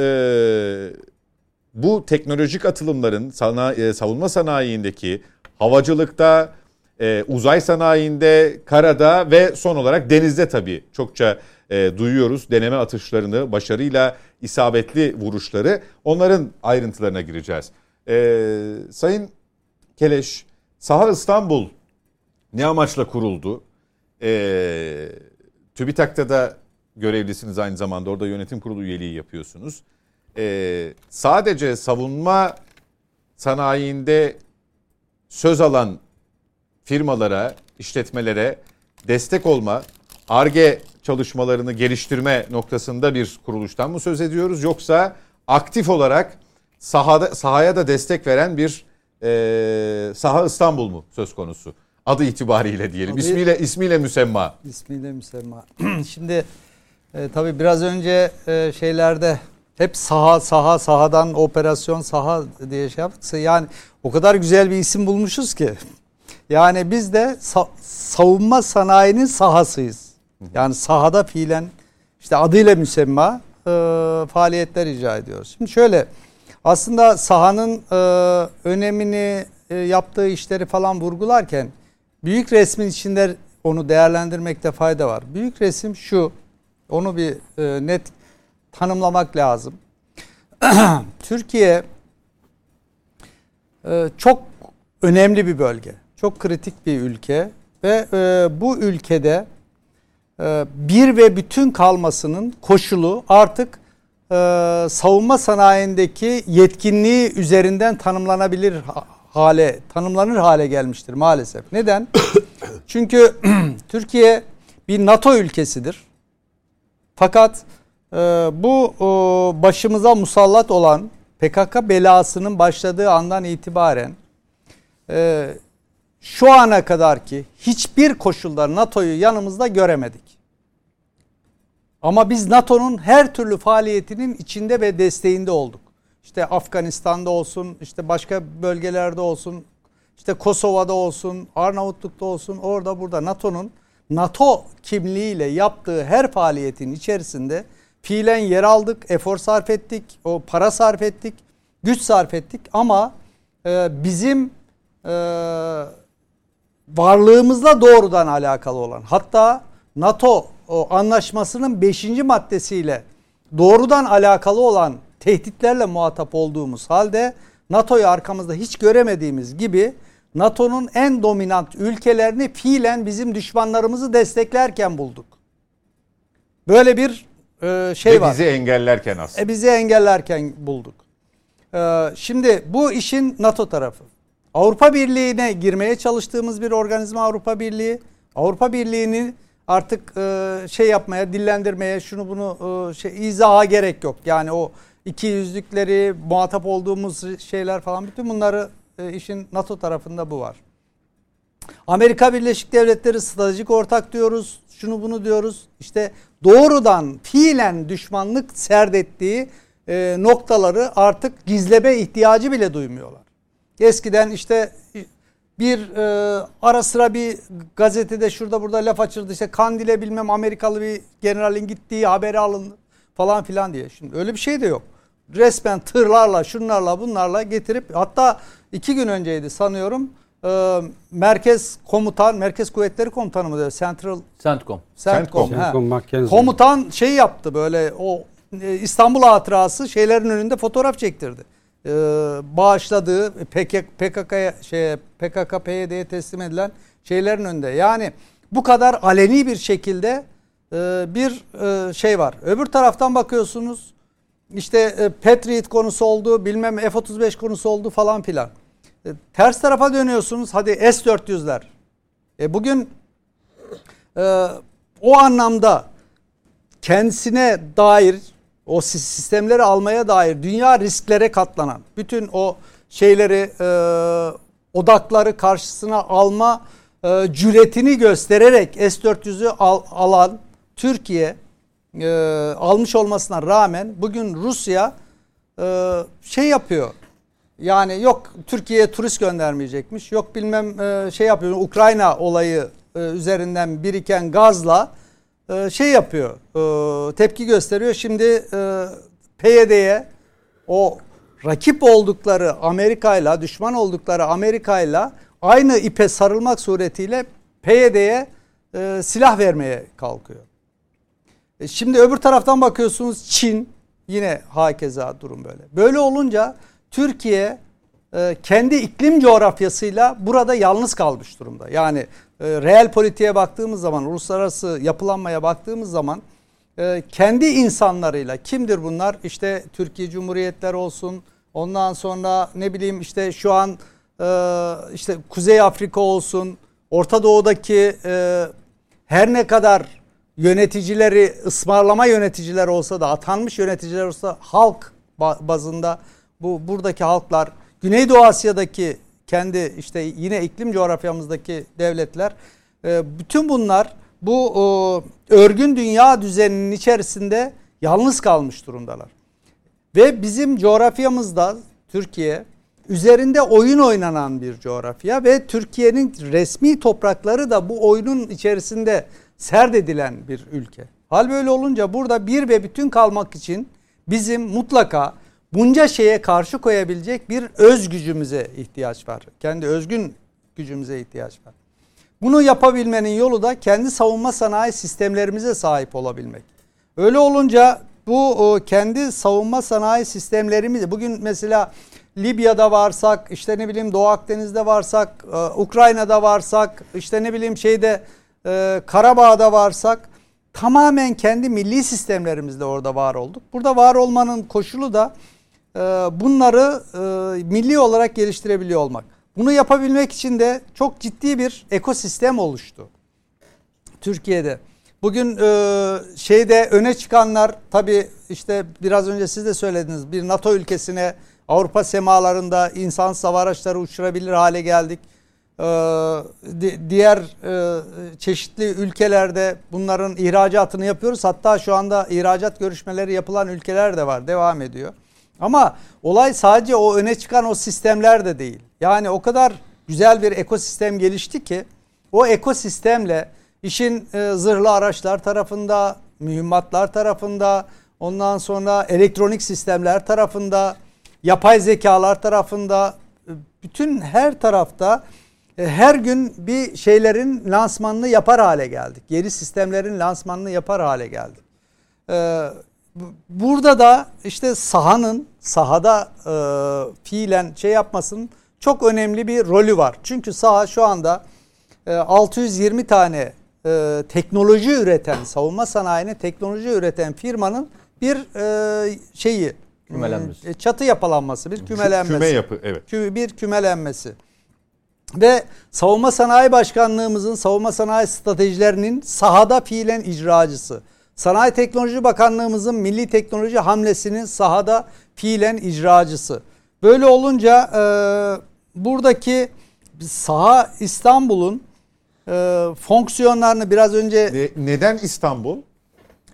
bu teknolojik atılımların sanayi, savunma sanayindeki, havacılıkta, e, uzay sanayinde, karada ve son olarak denizde tabii çokça e, duyuyoruz deneme atışlarını, başarıyla isabetli vuruşları. Onların ayrıntılarına gireceğiz. E, Sayın Keleş, Saha İstanbul ne amaçla kuruldu? E, TÜBİTAK'ta da görevlisiniz aynı zamanda, orada yönetim kurulu üyeliği yapıyorsunuz. E, sadece savunma sanayinde söz alan firmalara, işletmelere destek olma, Ar-Ge çalışmalarını geliştirme noktasında bir kuruluştan mı söz ediyoruz? Yoksa aktif olarak sahada, sahaya da destek veren bir e, Saha İstanbul mu söz konusu? Adı itibariyle diyelim. Adı, ismiyle ismiyle müsemma. İsmiyle müsemma. Şimdi e, tabii biraz önce e, şeylerde hep saha saha sahadan operasyon saha diye şey yaptık. Yani o kadar güzel bir isim bulmuşuz ki. Yani biz de sa- savunma sanayinin sahasıyız. Yani sahada fiilen işte adıyla müsemma e, faaliyetler icra ediyoruz. Şimdi şöyle, aslında sahanın e, önemini, e, yaptığı işleri falan vurgularken büyük resmin içinde onu değerlendirmekte fayda var. Büyük resim şu, onu bir e, net tanımlamak lazım. Türkiye e, çok önemli bir bölge, çok kritik bir ülke ve e, bu ülkede e, bir ve bütün kalmasının koşulu artık e, savunma sanayindeki yetkinliği üzerinden tanımlanabilir hale, tanımlanır hale gelmiştir maalesef. Neden? Çünkü Türkiye bir NATO ülkesidir. Fakat e, bu e, başımıza musallat olan P K K belasının başladığı andan itibaren e, şu ana kadar ki hiçbir koşulda NATO'yu yanımızda göremedik. Ama biz NATO'nun her türlü faaliyetinin içinde ve desteğinde olduk. İşte Afganistan'da olsun, işte başka bölgelerde olsun, işte Kosova'da olsun, Arnavutluk'ta olsun, orada burada NATO'nun NATO kimliğiyle yaptığı her faaliyetin içerisinde fiilen yer aldık, efor sarf ettik, o para sarf ettik, güç sarf ettik ama e, bizim e, varlığımızla doğrudan alakalı olan, hatta NATO o anlaşmasının beşinci maddesiyle doğrudan alakalı olan tehditlerle muhatap olduğumuz halde NATO'yu arkamızda hiç göremediğimiz gibi NATO'nun en dominant ülkelerini fiilen bizim düşmanlarımızı desteklerken bulduk. Böyle bir e, şey Ve var. bizi engellerken aslında. E, bizi engellerken bulduk. E, şimdi bu işin NATO tarafı. Avrupa Birliği'ne girmeye çalıştığımız bir organizma Avrupa Birliği. Avrupa Birliği'ni artık e, şey yapmaya, dillendirmeye, şunu bunu e, şey, izaha gerek yok. Yani o iki yüzlükleri, muhatap olduğumuz şeyler falan, bütün bunları e, işin NATO tarafında bu var. Amerika Birleşik Devletleri stratejik ortak diyoruz. Şunu bunu diyoruz. İşte doğrudan fiilen düşmanlık serdettiği e, noktaları artık gizleme ihtiyacı bile duymuyorlar. Eskiden işte bir e, ara sıra bir gazetede şurada burada laf açıldı. İşte Kandil'e bilmem Amerikalı bir generalin gittiği haberi alındı falan filan diye. Şimdi öyle bir şey de yok. Resmen tırlarla, şunlarla, bunlarla getirip, hatta iki gün önceydi sanıyorum, e, Merkez Komutan, Merkez Kuvvetleri Komutanı mı diyor? Central Centcom. Centcom. Centcom, Mackenzie. Komutan şey yaptı, böyle o e, İstanbul hatırası şeylerin önünde fotoğraf çektirdi. E, bağışladığı P K K'ya şey P K K P Y D'ye teslim edilen şeylerin önünde. Yani bu kadar aleni bir şekilde e, bir e, şey var. Öbür taraftan bakıyorsunuz, işte e, Patriot konusu oldu, bilmem F otuz beş konusu oldu falan filan. E, ters tarafa dönüyorsunuz, hadi S dört yüzler. E, bugün e, o anlamda kendisine dair, o sistemleri almaya dair dünya risklere katlanan, bütün o şeyleri, e, odakları karşısına alma e, cüretini göstererek S dört yüzü al, alan Türkiye e, almış olmasına rağmen bugün Rusya e, şey yapıyor. Yani yok Türkiye'ye turist göndermeyecekmiş, yok bilmem e, şey yapıyor, Ukrayna olayı e, üzerinden biriken gazla e, şey yapıyor, e, tepki gösteriyor. Şimdi e, P Y D'ye, o rakip oldukları Amerika'yla, düşman oldukları Amerika'yla aynı ipe sarılmak suretiyle P Y D'ye e, silah vermeye kalkıyor. E şimdi öbür taraftan bakıyorsunuz, Çin yine hakeza durum böyle. Böyle olunca Türkiye e, kendi iklim coğrafyasıyla burada yalnız kalmış durumda. Yani e, reel politiğe baktığımız zaman, uluslararası yapılanmaya baktığımız zaman e, kendi insanlarıyla, kimdir bunlar? İşte Türkiye Cumhuriyetleri olsun, ondan sonra ne bileyim işte şu an e, işte Kuzey Afrika olsun, Orta Doğu'daki e, her ne kadar yöneticileri, ısmarlama yöneticiler olsa da, atanmış yöneticiler olsa, halk bazında bu buradaki halklar, Güneydoğu Asya'daki kendi işte yine iklim coğrafyamızdaki devletler, bütün bunlar bu örgün dünya düzeninin içerisinde yalnız kalmış durumdalar. Ve bizim coğrafyamızda Türkiye üzerinde oyun oynanan bir coğrafya ve Türkiye'nin resmi toprakları da bu oyunun içerisinde serdedilen bir ülke. Hal böyle olunca burada bir ve bütün kalmak için bizim mutlaka bunca şeye karşı koyabilecek bir öz gücümüze ihtiyaç var. Kendi özgün gücümüze ihtiyaç var. Bunu yapabilmenin yolu da kendi savunma sanayi sistemlerimize sahip olabilmek. Öyle olunca bu kendi savunma sanayi sistemlerimiz, bugün mesela Libya'da varsak, işte ne bileyim Doğu Akdeniz'de varsak, Ukrayna'da varsak, işte ne bileyim şeyde Karabağ'da varsak, tamamen kendi milli sistemlerimizle orada var olduk. Burada var olmanın koşulu da bunları milli olarak geliştirebiliyor olmak. Bunu yapabilmek için de çok ciddi bir ekosistem oluştu Türkiye'de. Bugün şeyde öne çıkanlar, tabii işte biraz önce siz de söylediniz, bir NATO ülkesine Avrupa semalarında insansız hava araçları uçurabilir hale geldik. Diğer çeşitli ülkelerde bunların ihracatını yapıyoruz. Hatta şu anda ihracat görüşmeleri yapılan ülkeler de var, devam ediyor. Ama olay sadece o öne çıkan o sistemler de değil. Yani o kadar güzel bir ekosistem gelişti ki o ekosistemle işin zırhlı araçlar tarafında, mühimmatlar tarafında, ondan sonra elektronik sistemler tarafında, yapay zekalar tarafında, bütün her tarafta her gün bir şeylerin lansmanını yapar hale geldik. Yeni sistemlerin lansmanını yapar hale geldik. Ee, burada da işte sahanın, sahada e, fiilen şey yapmasının çok önemli bir rolü var. Çünkü saha şu anda e, altı yüz yirmi tane e, teknoloji üreten, savunma sanayine teknoloji üreten firmanın bir e, şeyi, kümelenmesi. E, çatı yapılanması, bir kümelenmesi. Küme yapı, evet. Bir kümelenmesi. Ve Savunma Sanayi Başkanlığımızın savunma sanayi stratejilerinin sahada fiilen icracısı. Sanayi Teknoloji Bakanlığımızın milli teknoloji hamlesinin sahada fiilen icracısı. Böyle olunca e, buradaki saha İstanbul'un e, fonksiyonlarını biraz önce... Ne, neden İstanbul?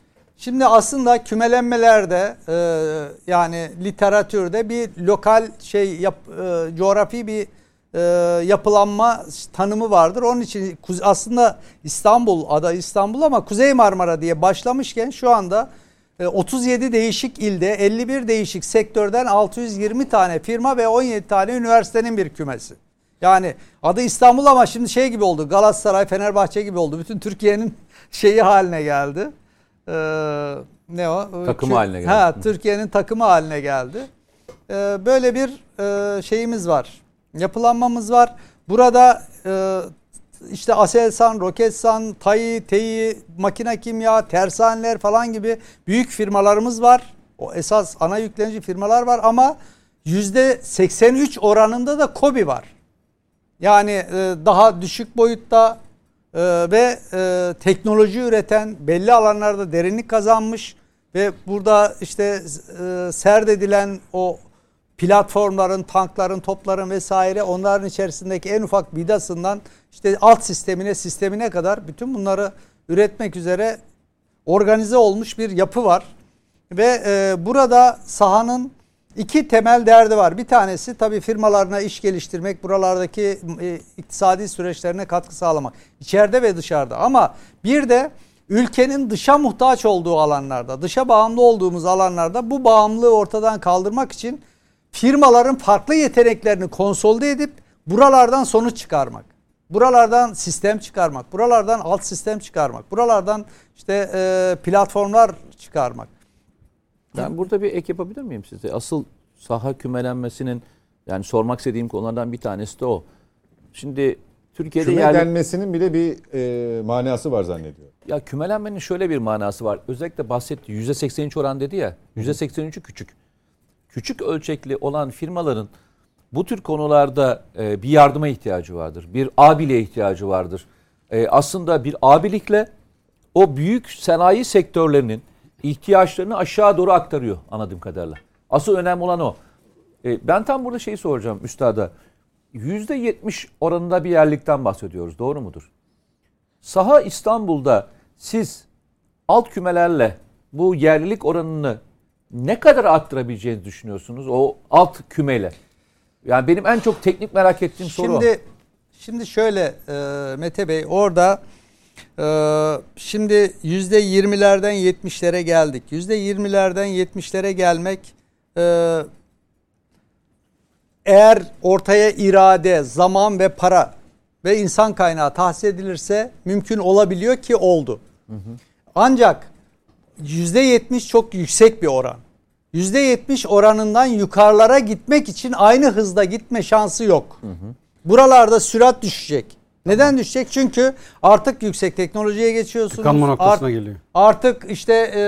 Şimdi aslında kümelenmelerde e, yani literatürde bir lokal şey yap, e, coğrafi bir e, yapılanma tanımı vardır. Onun için aslında İstanbul, ada İstanbul ama Kuzey Marmara diye başlamışken şu anda e, otuz yedi değişik ilde elli bir değişik sektörden altı yüz yirmi tane firma ve on yedi tane üniversitenin bir kümesi. Yani adı İstanbul ama şimdi şey gibi oldu. Galatasaray, Fenerbahçe gibi oldu. Bütün Türkiye'nin şeyi haline geldi. Ee, ne o? Takımı haline geldi. Ha, Türkiye'nin takımı haline geldi. Ee, böyle bir e, şeyimiz var. Yapılanmamız var. Burada e, işte Aselsan, Roketsan, TAİ, TEİ, Makine Kimya, Tersaneler falan gibi büyük firmalarımız var. O esas ana yüklenici firmalar var ama yüzde seksen üç oranında da KOBİ var. Yani e, daha düşük boyutta e, ve e, teknoloji üreten, belli alanlarda derinlik kazanmış ve burada işte e, serdedilen o platformların, tankların, topların vesaire onların içerisindeki en ufak vidasından işte alt sistemine, sistemine kadar bütün bunları üretmek üzere organize olmuş bir yapı var. Ve e, burada sahanın İki temel derdi var. Bir tanesi tabii firmalarına iş geliştirmek, buralardaki e, iktisadi süreçlerine katkı sağlamak. İçeride ve dışarıda. Ama bir de ülkenin dışa muhtaç olduğu alanlarda, dışa bağımlı olduğumuz alanlarda bu bağımlılığı ortadan kaldırmak için firmaların farklı yeteneklerini konsolide edip buralardan sonuç çıkarmak. Buralardan sistem çıkarmak, buralardan alt sistem çıkarmak, buralardan işte e, platformlar çıkarmak. Ben burada bir ek yapabilir miyim size? Asıl saha kümelenmesinin yani sormak istediğim konulardan bir tanesi de o. Şimdi Türkiye'de Küme yerli... denmesinin bile bir e, manası var zannediyorum. Ya kümelenmenin şöyle bir manası var. Özellikle bahsetti yüzde seksen üç oran dedi ya. yüzde seksen üçü küçük. Küçük ölçekli olan firmaların bu tür konularda e, bir yardıma ihtiyacı vardır. Bir abiliğe ihtiyacı vardır. E, aslında bir abilikle o büyük sanayi sektörlerinin ihtiyaçlarını aşağı doğru aktarıyor anladığım kadarıyla. Asıl önemli olan o. E, ben tam burada şeyi soracağım üstada. yüzde yetmiş oranında bir yerlikten bahsediyoruz. Doğru mudur? Saha İstanbul'da siz alt kümelerle bu yerlilik oranını ne kadar arttırabileceğinizi düşünüyorsunuz? O alt kümeyle. Yani benim en çok teknik merak ettiğim soru şimdi, o. Şimdi şöyle e, Mete Bey orada Ee, şimdi yüzde yirmilerden yetmişlere geldik. Yüzde yirmilerden yetmişlere gelmek e, eğer ortaya irade, zaman ve para ve insan kaynağı tahsis edilirse mümkün olabiliyor ki oldu. Hı hı. Ancak yüzde yetmiş çok yüksek bir oran. yüzde yetmiş oranından yukarılara gitmek için aynı hızda gitme şansı yok. Hı hı. Buralarda sürat düşecek. Neden düşecek? Çünkü artık yüksek teknolojiye geçiyorsunuz. Tıkanma noktasına Art, geliyor. Artık işte e,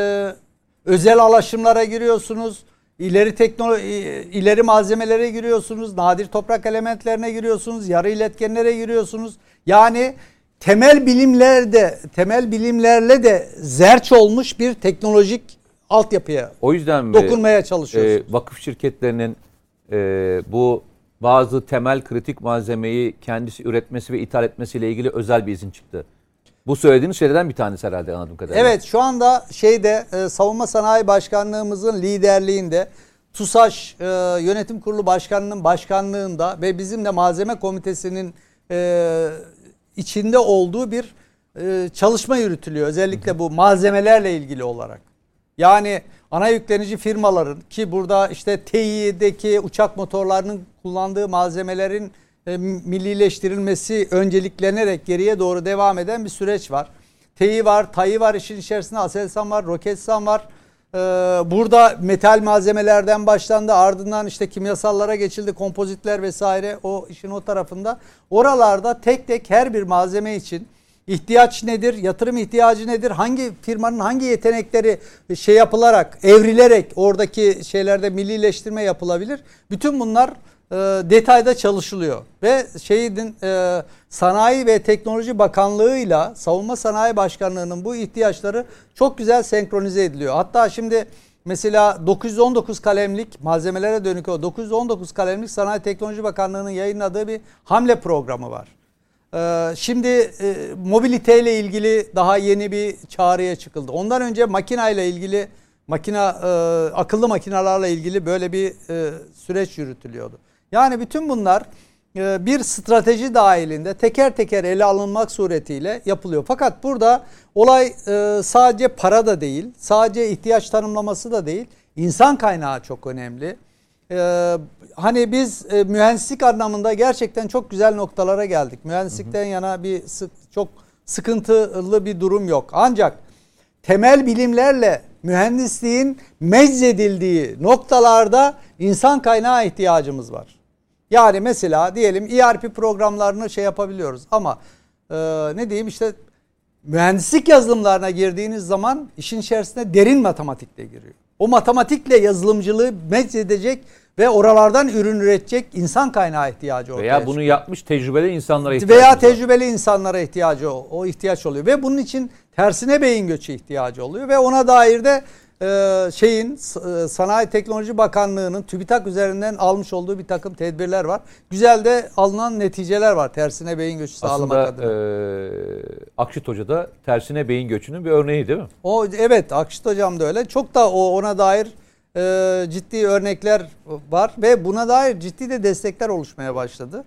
özel alaşımlara giriyorsunuz. İleri teknoloji, ileri malzemelere giriyorsunuz. Nadir toprak elementlerine giriyorsunuz. Yarı iletkenlere giriyorsunuz. Yani temel bilimlerde, temel bilimlerle de zerç olmuş bir teknolojik altyapıya o yüzden mi, dokunmaya çalışıyorsunuz. E, vakıf şirketlerinin e, bu bazı temel kritik malzemeyi kendisi üretmesi ve ithal etmesiyle ilgili özel bir izin çıktı. Bu söylediğiniz şeylerden bir tanesi herhalde anladığım kadarıyla. Evet, şu anda şeyde e, Savunma Sanayi Başkanlığımızın liderliğinde TUSAŞ e, Yönetim Kurulu Başkanı'nın başkanlığında ve bizim de malzeme komitesinin e, içinde olduğu bir e, çalışma yürütülüyor. Özellikle hı hı. bu malzemelerle ilgili olarak. Yani ana yüklenici firmaların ki burada işte TEİ'deki uçak motorlarının kullandığı malzemelerin e, millileştirilmesi önceliklenerek geriye doğru devam eden bir süreç var. TEİ var, TAİ var işin içerisinde, Aselsan var, Roketsan var. Ee, burada metal malzemelerden başlandı, ardından işte kimyasallara geçildi, kompozitler vesaire o işin o tarafında. Oralarda tek tek her bir malzeme için ihtiyaç nedir, yatırım ihtiyacı nedir, hangi firmanın hangi yetenekleri şey yapılarak, evrilerek oradaki şeylerde millileştirme yapılabilir. Bütün bunlar e, detayda çalışılıyor. Ve şeyin e, Sanayi ve Teknoloji Bakanlığı'yla Savunma Sanayi Başkanlığı'nın bu ihtiyaçları çok güzel senkronize ediliyor. Hatta şimdi mesela dokuz yüz on dokuz kalemlik malzemelere dönük o dokuz yüz on dokuz kalemlik Sanayi Teknoloji Bakanlığı'nın yayınladığı bir hamle programı var. Ee, şimdi e, mobiliteyle ilgili daha yeni bir çağrıya çıkıldı. Ondan önce makineyle ilgili, makina e, akıllı makinalarla ilgili böyle bir e, süreç yürütülüyordu. Yani bütün bunlar e, bir strateji dahilinde teker teker ele alınmak suretiyle yapılıyor. Fakat burada olay e, sadece para da değil, sadece ihtiyaç tanımlaması da değil, insan kaynağı çok önemli. Ee, hani biz e, mühendislik anlamında gerçekten çok güzel noktalara geldik. Mühendislikten hı hı. yana bir sık, çok sıkıntılı bir durum yok. Ancak temel bilimlerle mühendisliğin meczedildiği noktalarda insan kaynağı ihtiyacımız var. Yani mesela diyelim E R P programlarını şey yapabiliyoruz ama e, ne diyeyim işte mühendislik yazılımlarına girdiğiniz zaman işin içerisine derin matematikle giriyor. O matematikle yazılımcılığı meczedecek ve oralardan ürün üretecek insan kaynağı ihtiyacı ortaya Veya bunu çıkıyor. yapmış tecrübeli insanlara ihtiyacı Veya var. tecrübeli insanlara ihtiyacı o, o ihtiyaç oluyor. Ve bunun için tersine beyin göçü ihtiyacı oluyor. Ve ona dair de e, şeyin e, Sanayi Teknoloji Bakanlığı'nın TÜBİTAK üzerinden almış olduğu bir takım tedbirler var. Güzel de alınan neticeler var tersine beyin göçü sağlamak Aslında, adına. Aslında e, Akşit Hoca da tersine beyin göçünün bir örneği değil mi? O evet, Akşit Hocam da öyle. Çok da o ona dair e, ciddi örnekler var ve buna dair ciddi de destekler oluşmaya başladı.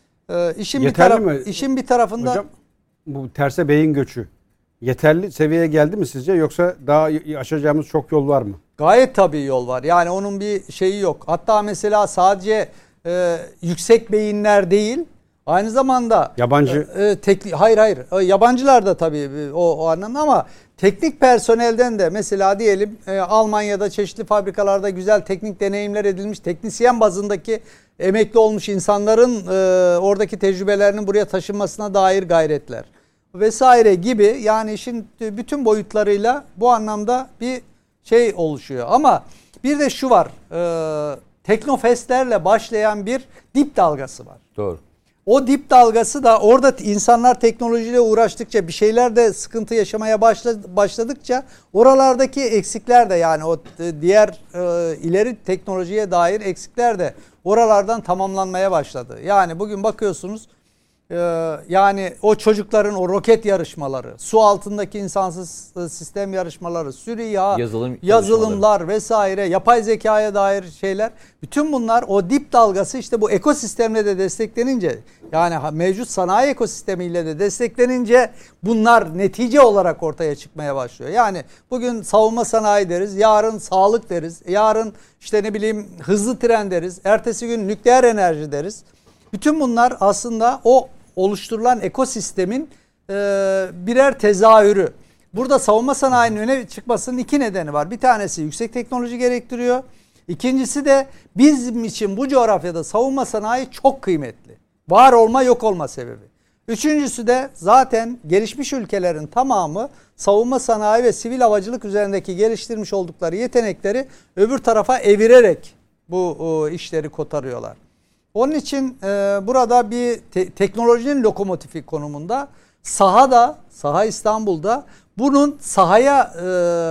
E, işin Yeterli bir taraf, mi? işin bir tarafında Hocam bu terse beyin göçü yeterli seviyeye geldi mi sizce, yoksa daha aşacağımız çok yol var mı? Gayet tabii yol var. Yani onun bir şeyi yok. Hatta mesela sadece e, yüksek beyinler değil, aynı zamanda yabancı e, e, tekli, hayır hayır e, yabancılar da tabii o, o anlamda, ama teknik personelden de mesela diyelim e, Almanya'da çeşitli fabrikalarda güzel teknik deneyimler edilmiş teknisyen bazındaki emekli olmuş insanların e, oradaki tecrübelerinin buraya taşınmasına dair gayretler vesaire gibi, yani işin bütün boyutlarıyla bu anlamda bir şey oluşuyor. Ama bir de şu var, e, teknofestlerle başlayan bir dip dalgası var. Doğru. O dip dalgası da orada insanlar teknolojiyle uğraştıkça, bir şeyler de sıkıntı yaşamaya başladıkça oralardaki eksikler de, yani o diğer e, ileri teknolojiye dair eksikler de oralardan tamamlanmaya başladı. Yani bugün bakıyorsunuz e, yani o çocukların o roket yarışmaları, su altındaki insansız sistem yarışmaları, sürü yağ, Yazılım yazılımlar vesaire, yapay zekaya dair şeyler, bütün bunlar o dip dalgası işte bu ekosistemle de desteklenince, yani mevcut sanayi ekosistemiyle de desteklenince bunlar netice olarak ortaya çıkmaya başlıyor. Yani bugün savunma sanayi deriz, yarın sağlık deriz, yarın işte ne bileyim hızlı tren deriz, ertesi gün nükleer enerji deriz. Bütün bunlar aslında o oluşturulan ekosistemin e, birer tezahürü. Burada savunma sanayinin öne çıkmasının iki nedeni var. Bir tanesi yüksek teknoloji gerektiriyor. İkincisi de bizim için bu coğrafyada savunma sanayi çok kıymetli. Var olma yok olma sebebi. Üçüncüsü de zaten gelişmiş ülkelerin tamamı savunma sanayi ve sivil havacılık üzerindeki geliştirmiş oldukları yetenekleri öbür tarafa evirerek bu o, işleri kotarıyorlar. Onun için e, burada bir te- teknolojinin lokomotifi konumunda, sahada, saha İstanbul'da bunun sahaya e,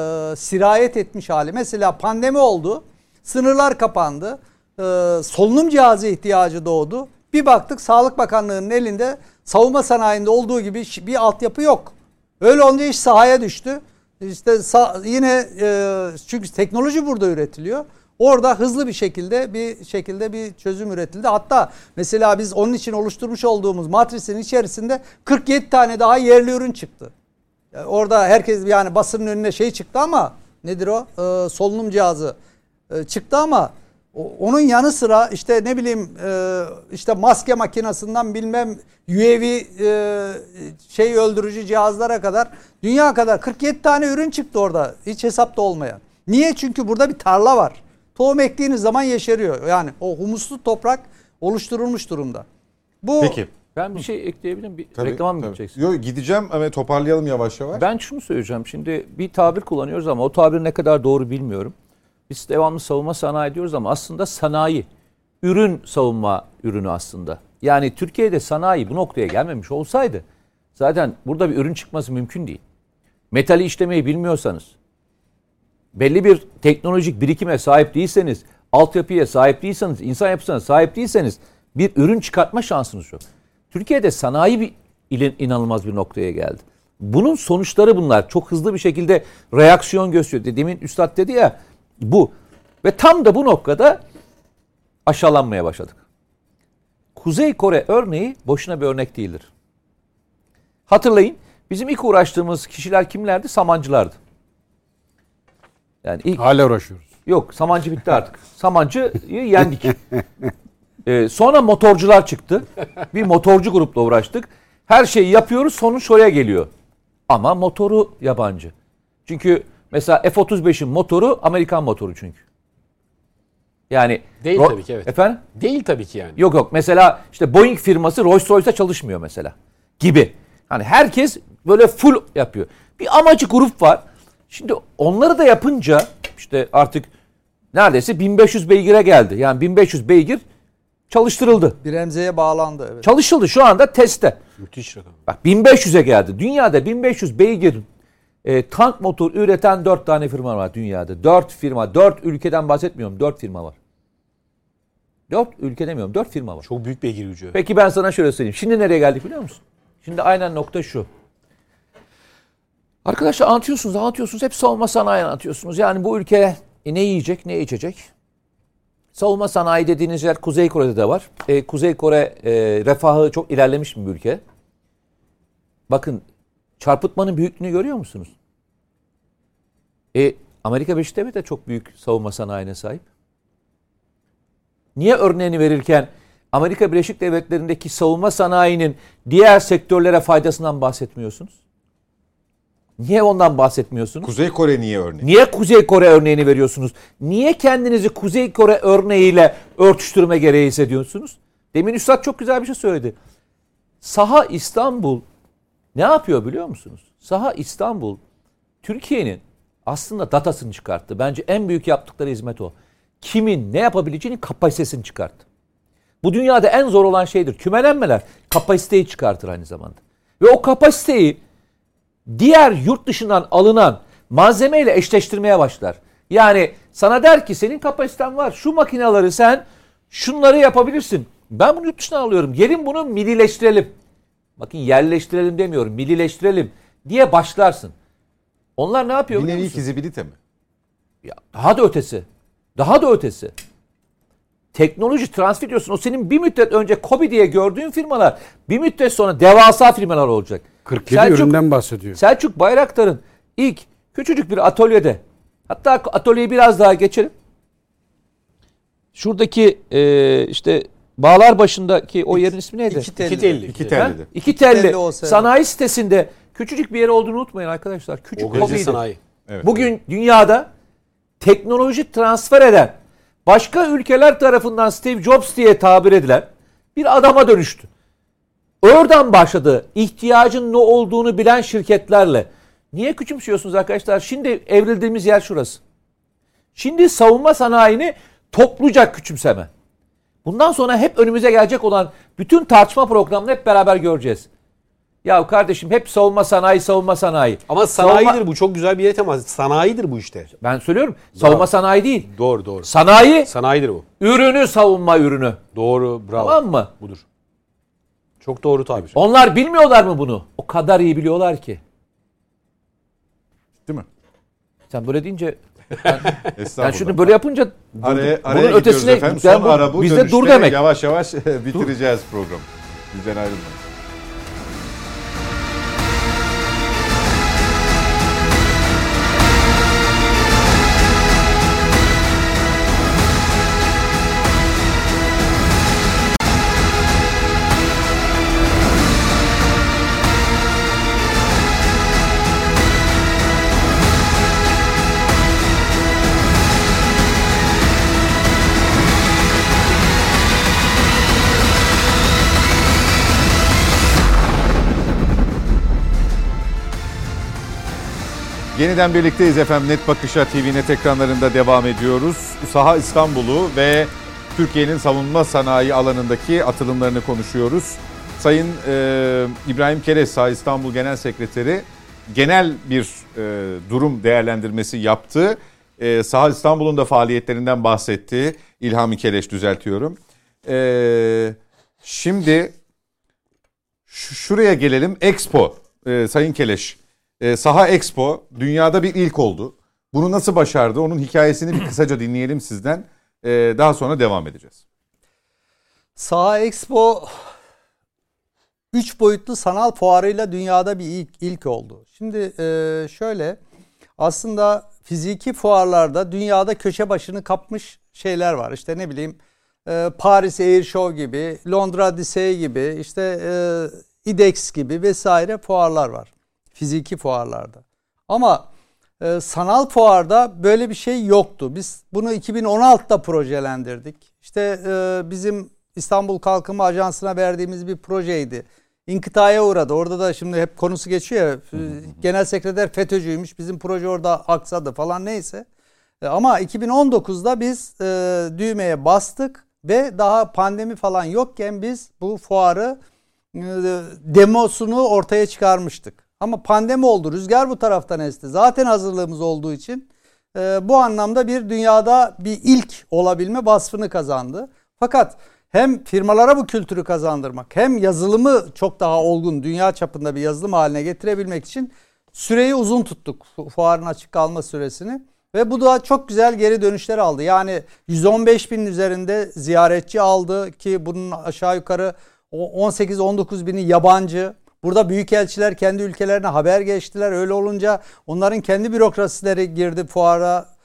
sirayet etmiş hali. Mesela pandemi oldu, sınırlar kapandı, e, solunum cihazı ihtiyacı doğdu. Bir baktık Sağlık Bakanlığı'nın elinde savunma sanayinde olduğu gibi bir altyapı yok. Öyle olunca iş sahaya düştü. İşte sah- yine e, çünkü teknoloji burada üretiliyor. Orada hızlı bir şekilde bir şekilde bir çözüm üretildi. Hatta mesela biz onun için oluşturmuş olduğumuz matrisin içerisinde kırk yedi tane daha yerli ürün çıktı. Yani orada herkes, yani basının önüne şey çıktı ama nedir o? Ee, solunum cihazı ee, çıktı ama o, onun yanı sıra işte ne bileyim e, işte maske makinasından bilmem U A V e, şey öldürücü cihazlara kadar dünya kadar kırk yedi tane ürün çıktı orada, hiç hesapta olmayan. Niye? Çünkü burada bir tarla var. Tohum ektiğiniz zaman yeşeriyor. Yani o humuslu toprak oluşturulmuş durumda. Bu Peki. Ben bir şey ekleyebilirim. Bir Tabii, reklama mı tabii. gideceksin? Yok, gideceğim ama toparlayalım yavaş yavaş. Ben şunu söyleyeceğim. Şimdi bir tabir kullanıyoruz ama o tabir ne kadar doğru bilmiyorum. Biz devamlı savunma sanayi diyoruz ama aslında sanayi, ürün savunma ürünü aslında. Yani Türkiye'de sanayi bu noktaya gelmemiş olsaydı zaten burada bir ürün çıkması mümkün değil. Metali işlemeyi bilmiyorsanız, belli bir teknolojik birikime sahip değilseniz, altyapıya sahip değilseniz, insan yapısına sahip değilseniz bir ürün çıkartma şansınız yok. Türkiye'de sanayi bir ilin inanılmaz bir noktaya geldi. Bunun sonuçları bunlar. Çok hızlı bir şekilde reaksiyon gösteriyor. Demin Üstad dedi ya bu. Ve tam da bu noktada aşağılanmaya başladık. Kuzey Kore örneği boşuna bir örnek değildir. Hatırlayın, bizim ilk uğraştığımız kişiler kimlerdi? Samancılardı. Yani ilk Hala uğraşıyoruz. Yok, Samancı bitti artık. Samancı'yı yendik. Ee, sonra motorcular çıktı. Bir motorcu grupla uğraştık. Her şeyi yapıyoruz, sonuç oraya geliyor. Ama motoru yabancı. Çünkü mesela F otuz beşin motoru Amerikan motoru çünkü. Yani Değil Ro- tabii ki, evet. Efendim? Değil tabii ki yani. Yok yok. Mesela işte Boeing firması Rolls-Royce'da çalışmıyor mesela. Gibi. Hani herkes böyle full yapıyor. Bir amacı grup var. Şimdi onları da yapınca işte artık neredeyse bin beş yüz beygire geldi. Yani bin beş yüz beygir çalıştırıldı. Bir emzeye bağlandı. Evet. Çalışıldı şu anda testte. Müthiş rakam. Bak bin beş yüze geldi. Dünyada bin beş yüz beygir e, tank motor üreten dört tane firma var dünyada. dört firma, dört ülkeden bahsetmiyorum. dört firma var. dört ülke demiyorum. dört firma var. Çok büyük beygir gücü. Peki ben sana şöyle söyleyeyim. Şimdi nereye geldik biliyor musun? Şimdi aynen nokta şu. Arkadaşlar anlatıyorsunuz, anlatıyorsunuz. Hep savunma sanayi anlatıyorsunuz. Yani bu ülke ne yiyecek, ne içecek? Savunma sanayi dediğiniz yer Kuzey Kore'de de var. E, Kuzey Kore e, refahı çok ilerlemiş bir ülke. Bakın çarpıtmanın büyüklüğünü görüyor musunuz? E, Amerika Birleşik Devletleri de çok büyük savunma sanayine sahip. Niye örneğini verirken Amerika Birleşik Devletleri'ndeki savunma sanayinin diğer sektörlere faydasından bahsetmiyorsunuz? Niye ondan bahsetmiyorsunuz? Kuzey Kore niye örnek? Niye Kuzey Kore örneğini veriyorsunuz? Niye kendinizi Kuzey Kore örneğiyle örtüştürme gereği hissediyorsunuz? Demin Üstad çok güzel bir şey söyledi. Saha İstanbul ne yapıyor biliyor musunuz? Saha İstanbul Türkiye'nin aslında datasını çıkarttı. Bence en büyük yaptıkları hizmet o. Kimin ne yapabileceğinin kapasitesini çıkarttı. Bu dünyada en zor olan şeydir. Kümelenmeler kapasiteyi çıkartır aynı zamanda. Ve o kapasiteyi diğer yurt dışından alınan malzemeyle eşleştirmeye başlar. Yani sana der ki senin kapasiten var. Şu makineleri sen şunları yapabilirsin. Ben bunu yurt dışından alıyorum. Gelin bunu millileştirelim. Bakın yerleştirelim demiyorum. Millileştirelim diye başlarsın. Onlar ne yapıyor Bir biliyor nevi musun? fizibilite mi? Ya daha da ötesi. Daha da ötesi. Teknoloji transfer ediyorsun. O senin bir müddet önce KOBİ diye gördüğün firmalar bir müddet sonra devasa firmalar olacak. kırk yedi Selçuk- üründen bahsediyor. Selçuk Bayraktar'ın ilk küçücük bir atölyede, hatta atölyeyi biraz daha geçelim. Şuradaki e, işte bağlar başındaki o yerin ismi neydi? İki telli. İki telli. İki Ha? telliydi. İki telli telli olsa- sanayi sitesinde küçücük bir yer olduğunu unutmayın arkadaşlar. Küçük Organize KOBİ'ydi. sanayi. Evet. Bugün dünyada teknoloji transfer eden, başka ülkeler tarafından Steve Jobs diye tabir edilen bir adama dönüştü. Oradan başladı. İhtiyacın ne olduğunu bilen şirketlerle. Niye küçümsüyorsunuz arkadaşlar? Şimdi evrildiğimiz yer şurası. Şimdi savunma sanayini topluca küçümseme. Bundan sonra hep önümüze gelecek olan bütün tartışma programını hep beraber göreceğiz. Ya kardeşim hep savunma sanayi, savunma sanayi. Ama sanayidir Savunma- bu. Çok güzel bir yere temas. Sanayidir bu işte. Ben söylüyorum. Savunma sanayi değil. Doğru doğru. Sanayi, Sanayidir bu. ürünü savunma ürünü. Doğru. Bravo. Tamam mı? Budur. Çok doğru tabir. Onlar bilmiyorlar mı bunu? O kadar iyi biliyorlar ki. Değil mi? Sen böyle deyince ben, Estağfurullah. yani şunu böyle yapınca Araya, bunun araya gidiyoruz ötesine efendim. ben Son bu- ara bu. bizde Dönüşte dur demek. Yavaş yavaş bitireceğiz programı. Bizden ayrılmayın. Yeniden birlikteyiz efendim. Net Bakış'a T V Net ekranlarında devam ediyoruz. Saha İstanbul'u ve Türkiye'nin savunma sanayi alanındaki atılımlarını konuşuyoruz. Sayın e, İbrahim Keres, Saha İstanbul Genel Sekreteri genel bir e, durum değerlendirmesi yaptı. E, Saha İstanbul'un da faaliyetlerinden bahsetti. İlhami Keleş düzeltiyorum. E, şimdi ş- şuraya gelelim. Expo, e, Sayın Keleş. E, Saha Expo dünyada bir ilk oldu. Bunu nasıl başardı? Onun hikayesini bir kısaca dinleyelim sizden. E, daha sonra devam edeceğiz. Saha Expo üç boyutlu sanal fuarıyla dünyada bir ilk, ilk oldu. Şimdi e, şöyle, aslında fiziki fuarlarda dünyada köşe başını kapmış şeyler var. İşte ne bileyim e, Paris Air Show gibi, Londra D C gibi, işte e, IDEX gibi vesaire fuarlar var. Fiziki fuarlarda. Ama e, sanal fuarda böyle bir şey yoktu. Biz bunu iki bin on altıda projelendirdik. İşte e, bizim İstanbul Kalkınma Ajansı'na verdiğimiz bir projeydi. İnkıtaya uğradı. Orada da şimdi hep konusu geçiyor ya. Genel sekreter FETÖ'cüymüş. Bizim proje orada aksadı falan, neyse. Ama iki bin on dokuzda biz e, düğmeye bastık ve daha pandemi falan yokken biz bu fuarı e, demosunu ortaya çıkarmıştık. Ama pandemi oldu. Rüzgar bu taraftan esti. Zaten hazırlığımız olduğu için e, bu anlamda bir dünyada bir ilk olabilme vasfını kazandı. Fakat hem firmalara bu kültürü kazandırmak, hem yazılımı çok daha olgun, dünya çapında bir yazılım haline getirebilmek için süreyi uzun tuttuk. Fuarın açık kalma süresini. Ve bu da çok güzel geri dönüşler aldı. Yani yüz on beş binin üzerinde ziyaretçi aldı ki bunun aşağı yukarı on sekiz on dokuz bini yabancı. Burada büyükelçiler kendi ülkelerine haber geçtiler. Öyle olunca onların kendi bürokrasileri girdi fuara.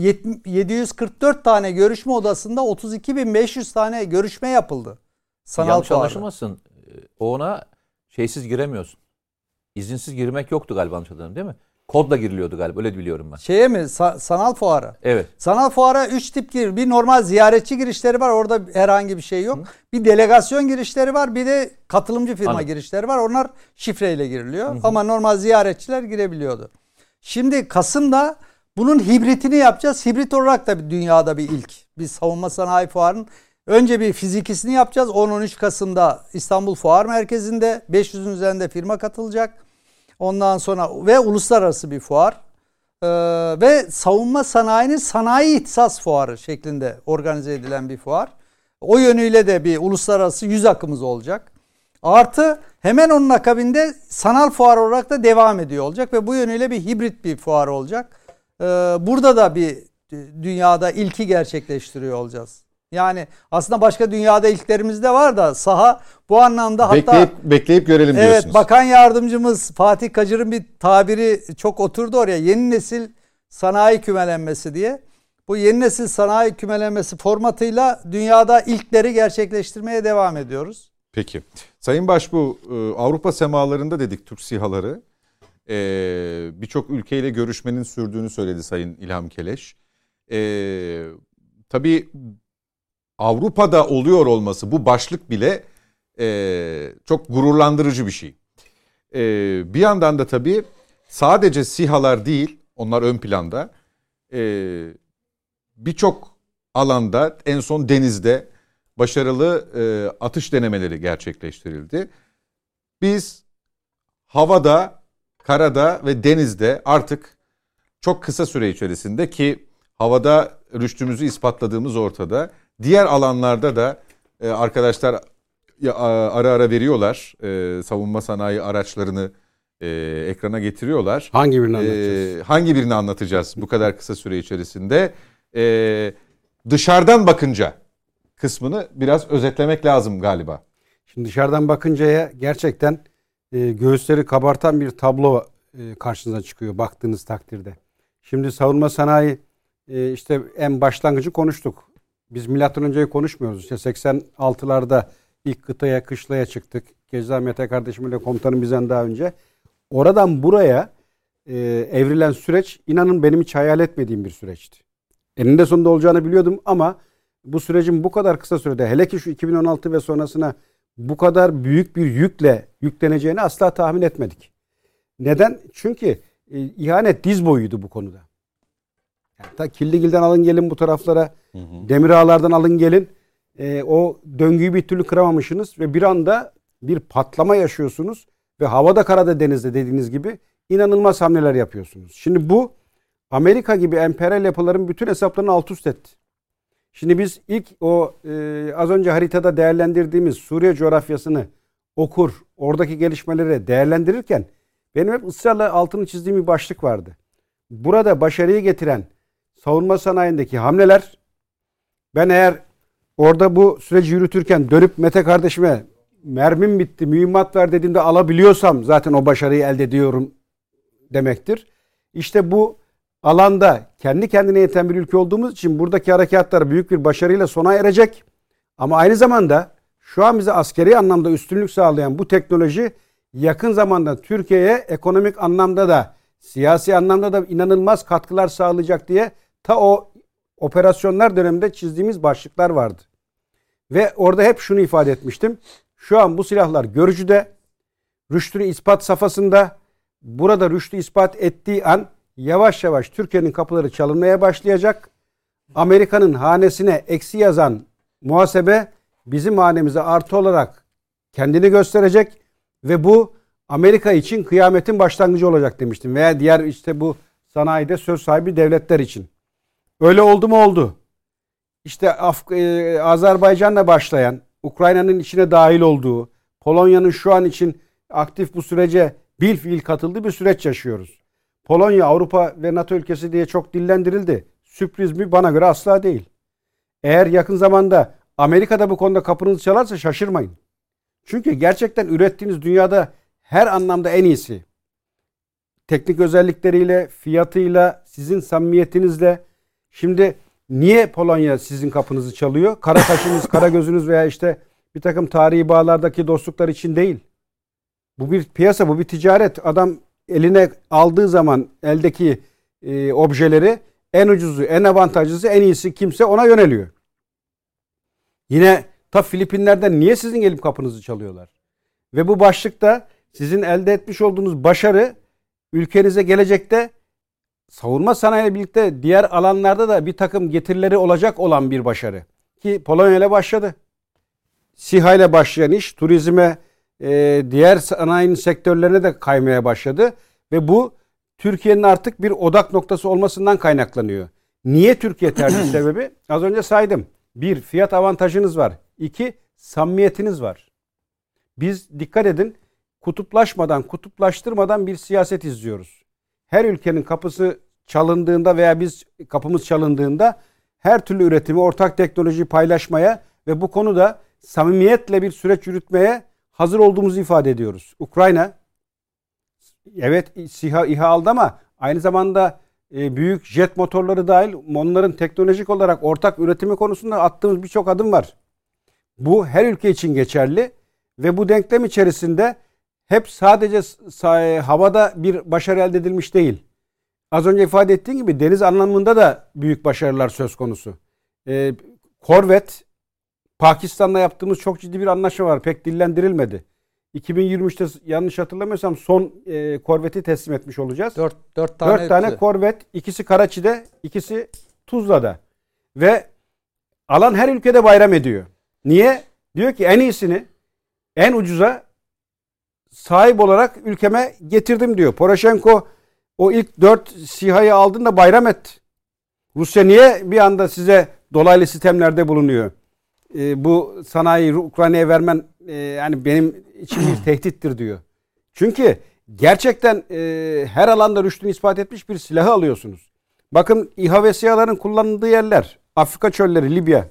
yedi yüz kırk dört tane görüşme odasında otuz iki bin beş yüz tane görüşme yapıldı. Sanal Yanlış fuarda. anlaşılmasın. Ona şeysiz giremiyorsun. İzinsiz girmek yoktu galiba, yanlış hatırlamıyorum değil mi? Kodla giriliyordu galiba, öyle biliyorum ben. Şeye mi? Sa- sanal fuara. Evet. Sanal fuara üç tip gir. Bir normal ziyaretçi girişleri var. Orada herhangi bir şey yok. Hı. Bir delegasyon girişleri var. Bir de katılımcı firma Anladım. girişleri var. Onlar şifreyle giriliyor. Hı hı. Ama normal ziyaretçiler girebiliyordu. Şimdi Kasım'da bunun hibritini yapacağız. Hibrit olarak da bir dünyada bir ilk. Biz savunma sanayi fuarının önce bir fizikisini yapacağız. on on üç Kasım'da İstanbul Fuar Merkezi'nde beş yüzün üzerinde firma katılacak. Ondan sonra ve uluslararası bir fuar. Ee, ve savunma sanayinin sanayi ihtisas fuarı şeklinde organize edilen bir fuar. O yönüyle de bir uluslararası yüz akımız olacak. Artı hemen onun akabinde sanal fuar olarak da devam ediyor olacak ve bu yönüyle bir hibrit bir fuar olacak. Burada da bir dünyada ilki gerçekleştiriyor olacağız. Yani aslında başka dünyada ilklerimiz de var da saha bu anlamda hatta bekleyip, bekleyip görelim evet, diyorsunuz. Bakan Yardımcımız Fatih Kacır'ın bir tabiri çok oturdu oraya. Yeni nesil sanayi kümelenmesi diye. Bu yeni nesil sanayi kümelenmesi formatıyla dünyada ilkleri gerçekleştirmeye devam ediyoruz. Peki. Sayın Başbuğ, Avrupa semalarında dedik Türk SİHA'ları. Ee, birçok ülkeyle görüşmenin sürdüğünü söyledi Sayın İlham Keleş. Ee, tabii Avrupa'da oluyor olması, bu başlık bile e, çok gururlandırıcı bir şey. Ee, bir yandan da tabii sadece SİHA'lar değil, onlar ön planda. Ee, birçok alanda, en son denizde başarılı e, atış denemeleri gerçekleştirildi. Biz havada, karada ve denizde artık çok kısa süre içerisinde, ki havada rüştümüzü ispatladığımız ortada, diğer alanlarda da e, arkadaşlar ya, ara ara veriyorlar, e, savunma sanayi araçlarını e, ekrana getiriyorlar. Hangi birini anlatacağız? E, hangi birini anlatacağız bu kadar kısa süre içerisinde? E, dışarıdan bakınca kısmını biraz özetlemek lazım galiba. Şimdi dışarıdan bakıncaya gerçekten e, göğüsleri kabartan bir tablo e, karşınıza çıkıyor baktığınız takdirde. Şimdi savunma sanayi e, işte en başlangıcı konuştuk. Biz milattan önceyi konuşmuyoruz. İşte seksen altılarda ilk kıtaya, kışlaya çıktık. Keza Mete kardeşimle komutanım bizden daha önce. Oradan buraya e, evrilen süreç, inanın benim hiç hayal etmediğim bir süreçti. Eninde sonunda olacağını biliyordum ama bu sürecin bu kadar kısa sürede, hele ki şu iki bin on altı ve sonrasına bu kadar büyük bir yükle yükleneceğini asla tahmin etmedik. Neden? Çünkü e, ihanet diz boyuydu bu konuda. Yani ta Killigil'den alın gelin bu taraflara, hı hı. Demir Ağlar'dan alın gelin. E, o döngüyü bir türlü kıramamışsınız ve bir anda bir patlama yaşıyorsunuz ve havada, karada, denizde dediğiniz gibi inanılmaz hamleler yapıyorsunuz. Şimdi bu Amerika gibi emperyal yapıların bütün hesaplarını alt üst etti. Şimdi biz ilk o e, az önce haritada değerlendirdiğimiz Suriye coğrafyasını okur, oradaki gelişmeleri değerlendirirken benim hep ısrarla altını çizdiğim bir başlık vardı. Burada başarıyı getiren savunma sanayindeki hamleler, ben eğer orada bu süreci yürütürken dönüp Mete kardeşime mermim bitti, mühimmat ver dediğimde alabiliyorsam zaten o başarıyı elde ediyorum demektir. İşte bu alanda kendi kendine yeten bir ülke olduğumuz için buradaki harekatlar büyük bir başarıyla sona erecek. Ama aynı zamanda şu an bize askeri anlamda üstünlük sağlayan bu teknoloji yakın zamanda Türkiye'ye ekonomik anlamda da siyasi anlamda da inanılmaz katkılar sağlayacak diye ta o operasyonlar döneminde çizdiğimiz başlıklar vardı. Ve orada hep şunu ifade etmiştim. Şu an bu silahlar görücüde, rüştünü ispat safhasında, burada rüştü ispat ettiği an yavaş yavaş Türkiye'nin kapıları çalınmaya başlayacak. Amerika'nın hanesine eksi yazan muhasebe bizim hanemize artı olarak kendini gösterecek ve bu Amerika için kıyametin başlangıcı olacak demiştim. Veya diğer işte bu sanayide söz sahibi devletler için. Öyle oldu mu oldu. İşte Af- e, Azerbaycan'la başlayan, Ukrayna'nın içine dahil olduğu, Polonya'nın şu an için aktif bu sürece bilfiil katıldığı bir süreç yaşıyoruz. Polonya Avrupa ve NATO ülkesi diye çok dillendirildi. Sürpriz mi? Bana göre asla değil. Eğer yakın zamanda Amerika'da bu konuda kapınızı çalarsa şaşırmayın. Çünkü gerçekten ürettiğiniz dünyada her anlamda en iyisi. Teknik özellikleriyle, fiyatıyla, sizin samimiyetinizle. Şimdi niye Polonya sizin kapınızı çalıyor? Kara kaşınız, kara gözünüz veya işte bir takım tarihi bağlardaki dostluklar için değil. Bu bir piyasa, bu bir ticaret. Adam eline aldığı zaman eldeki e, objeleri en ucuzu, en avantajlısı, en iyisi kimse ona yöneliyor. Yine ta Filipinler'den niye sizin gelip kapınızı çalıyorlar? Ve bu başlıkta sizin elde etmiş olduğunuz başarı ülkenize gelecekte savunma sanayiyle birlikte diğer alanlarda da bir takım getirileri olacak olan bir başarı. Ki Polonya ile başladı. SİHA ile başlayan iş turizme, e, diğer sanayinin sektörlerine de kaymaya başladı. Ve bu Türkiye'nin artık bir odak noktası olmasından kaynaklanıyor. Niye Türkiye tercih sebebi? Az önce saydım. Bir, fiyat avantajınız var. İki, samimiyetiniz var. Biz dikkat edin, kutuplaşmadan, kutuplaştırmadan bir siyaset izliyoruz. Her ülkenin kapısı çalındığında veya biz kapımız çalındığında her türlü üretimi, ortak teknolojiyi paylaşmaya ve bu konuda samimiyetle bir süreç yürütmeye hazır olduğumuzu ifade ediyoruz. Ukrayna, evet SİHA, İHA aldı ama aynı zamanda e, büyük jet motorları dahil onların teknolojik olarak ortak üretimi konusunda attığımız birçok adım var. Bu her ülke için geçerli ve bu denklem içerisinde hep sadece havada bir başarı elde edilmiş değil. Az önce ifade ettiğim gibi deniz anlamında da büyük başarılar söz konusu. Ee, Korvet, Pakistan'la yaptığımız çok ciddi bir anlaşma var. Pek dillendirilmedi. iki bin yirmi üçte yanlış hatırlamıyorsam son e, korveti teslim etmiş olacağız. Dört, dört tane, dört tane korvet, ikisi Karaçi'de, ikisi Tuzla'da. Ve alan her ülkede bayram ediyor. Niye? Diyor ki en iyisini, en ucuza sahip olarak ülkeme getirdim diyor. Poroshenko o ilk dört SİHA'yı aldığında bayram etti. Rusya niye bir anda size dolaylı sistemlerde bulunuyor? E, bu sanayiyi Ukrayna'ya vermen e, yani benim için bir tehdittir diyor. Çünkü gerçekten e, her alanda rüştünü ispat etmiş bir silahı alıyorsunuz. Bakın İHA ve SİHA'ların kullanıldığı yerler. Afrika çölleri, Libya,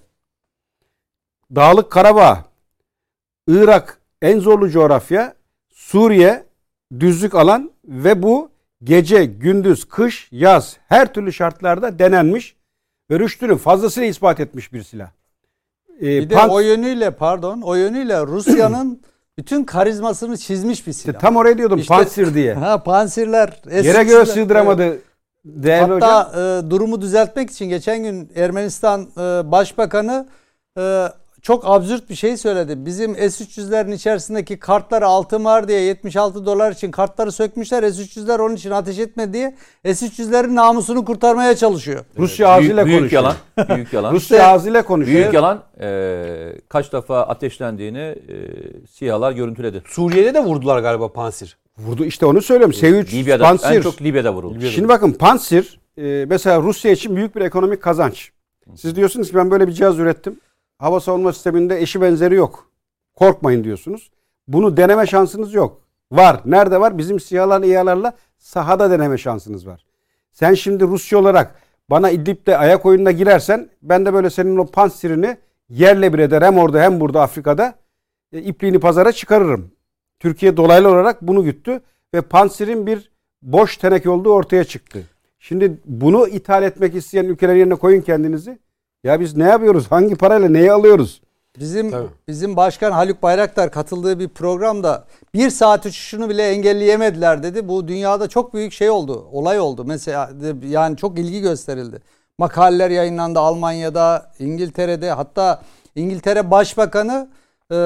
Dağlık Karabağ, Irak en zorlu coğrafya, Suriye düzlük alan ve bu gece, gündüz, kış, yaz her türlü şartlarda denenmiş ve rüştünü fazlasıyla ispat etmiş bir silah. Ee, bir de Pant- o yönüyle pardon o yönüyle Rusya'nın bütün karizmasını çizmiş bir silah. İşte tam oraya diyordum, İşte- Pantsir diye. Ha Pantsirler. Yere göğe sığdıramadı değerli Hatta hocam. e, durumu düzeltmek için geçen gün Ermenistan e, Başbakanı e, çok absürt bir şey söyledi. Bizim S üç yüzlerin içerisindeki kartları altın var diye yetmiş altı dolar için kartları sökmüşler. S üç yüzler onun için ateş etmedi diye S üç yüzlerin namusunu kurtarmaya çalışıyor. Rusya ağzıyla büyük, konuşuyor. büyük yalan. Büyük yalan. Rusya ağzıyla konuşuyor. Büyük yalan. Ee, kaç defa ateşlendiğini e, SİHA'lar görüntüledi. Suriye'de de vurdular galiba Pantsir. Vurdu işte onu söylüyorum. S üç, Libya'da Pantsir. en çok Libya'da vuruldu. Şimdi bakın Pantsir e, mesela Rusya için büyük bir ekonomik kazanç. Siz diyorsunuz ki ben böyle bir cihaz ürettim. Hava savunma sisteminde eşi benzeri yok. Korkmayın diyorsunuz. Bunu deneme şansınız yok. Var. Nerede var? Bizim SİHA'larla, İHA'larla sahada deneme şansınız var. Sen şimdi Rusya olarak bana İdlib'de ayak oyununa girersen ben de böyle senin o Pantsir'ini yerle bir eder. Hem orada hem burada Afrika'da e, ipliğini pazara çıkarırım. Türkiye dolaylı olarak bunu güttü ve Pantsir'in bir boş teneke olduğu ortaya çıktı. Şimdi bunu ithal etmek isteyen ülkeler yerine koyun kendinizi. Ya biz ne yapıyoruz? Hangi parayla neyi alıyoruz? Bizim Tabii. bizim başkan Haluk Bayraktar katıldığı bir programda bir saat uçuşunu bile engelleyemediler dedi. Bu dünyada çok büyük şey oldu. Olay oldu. Mesela yani çok ilgi gösterildi. Makaleler yayınlandı Almanya'da, İngiltere'de. Hatta İngiltere Başbakanı e,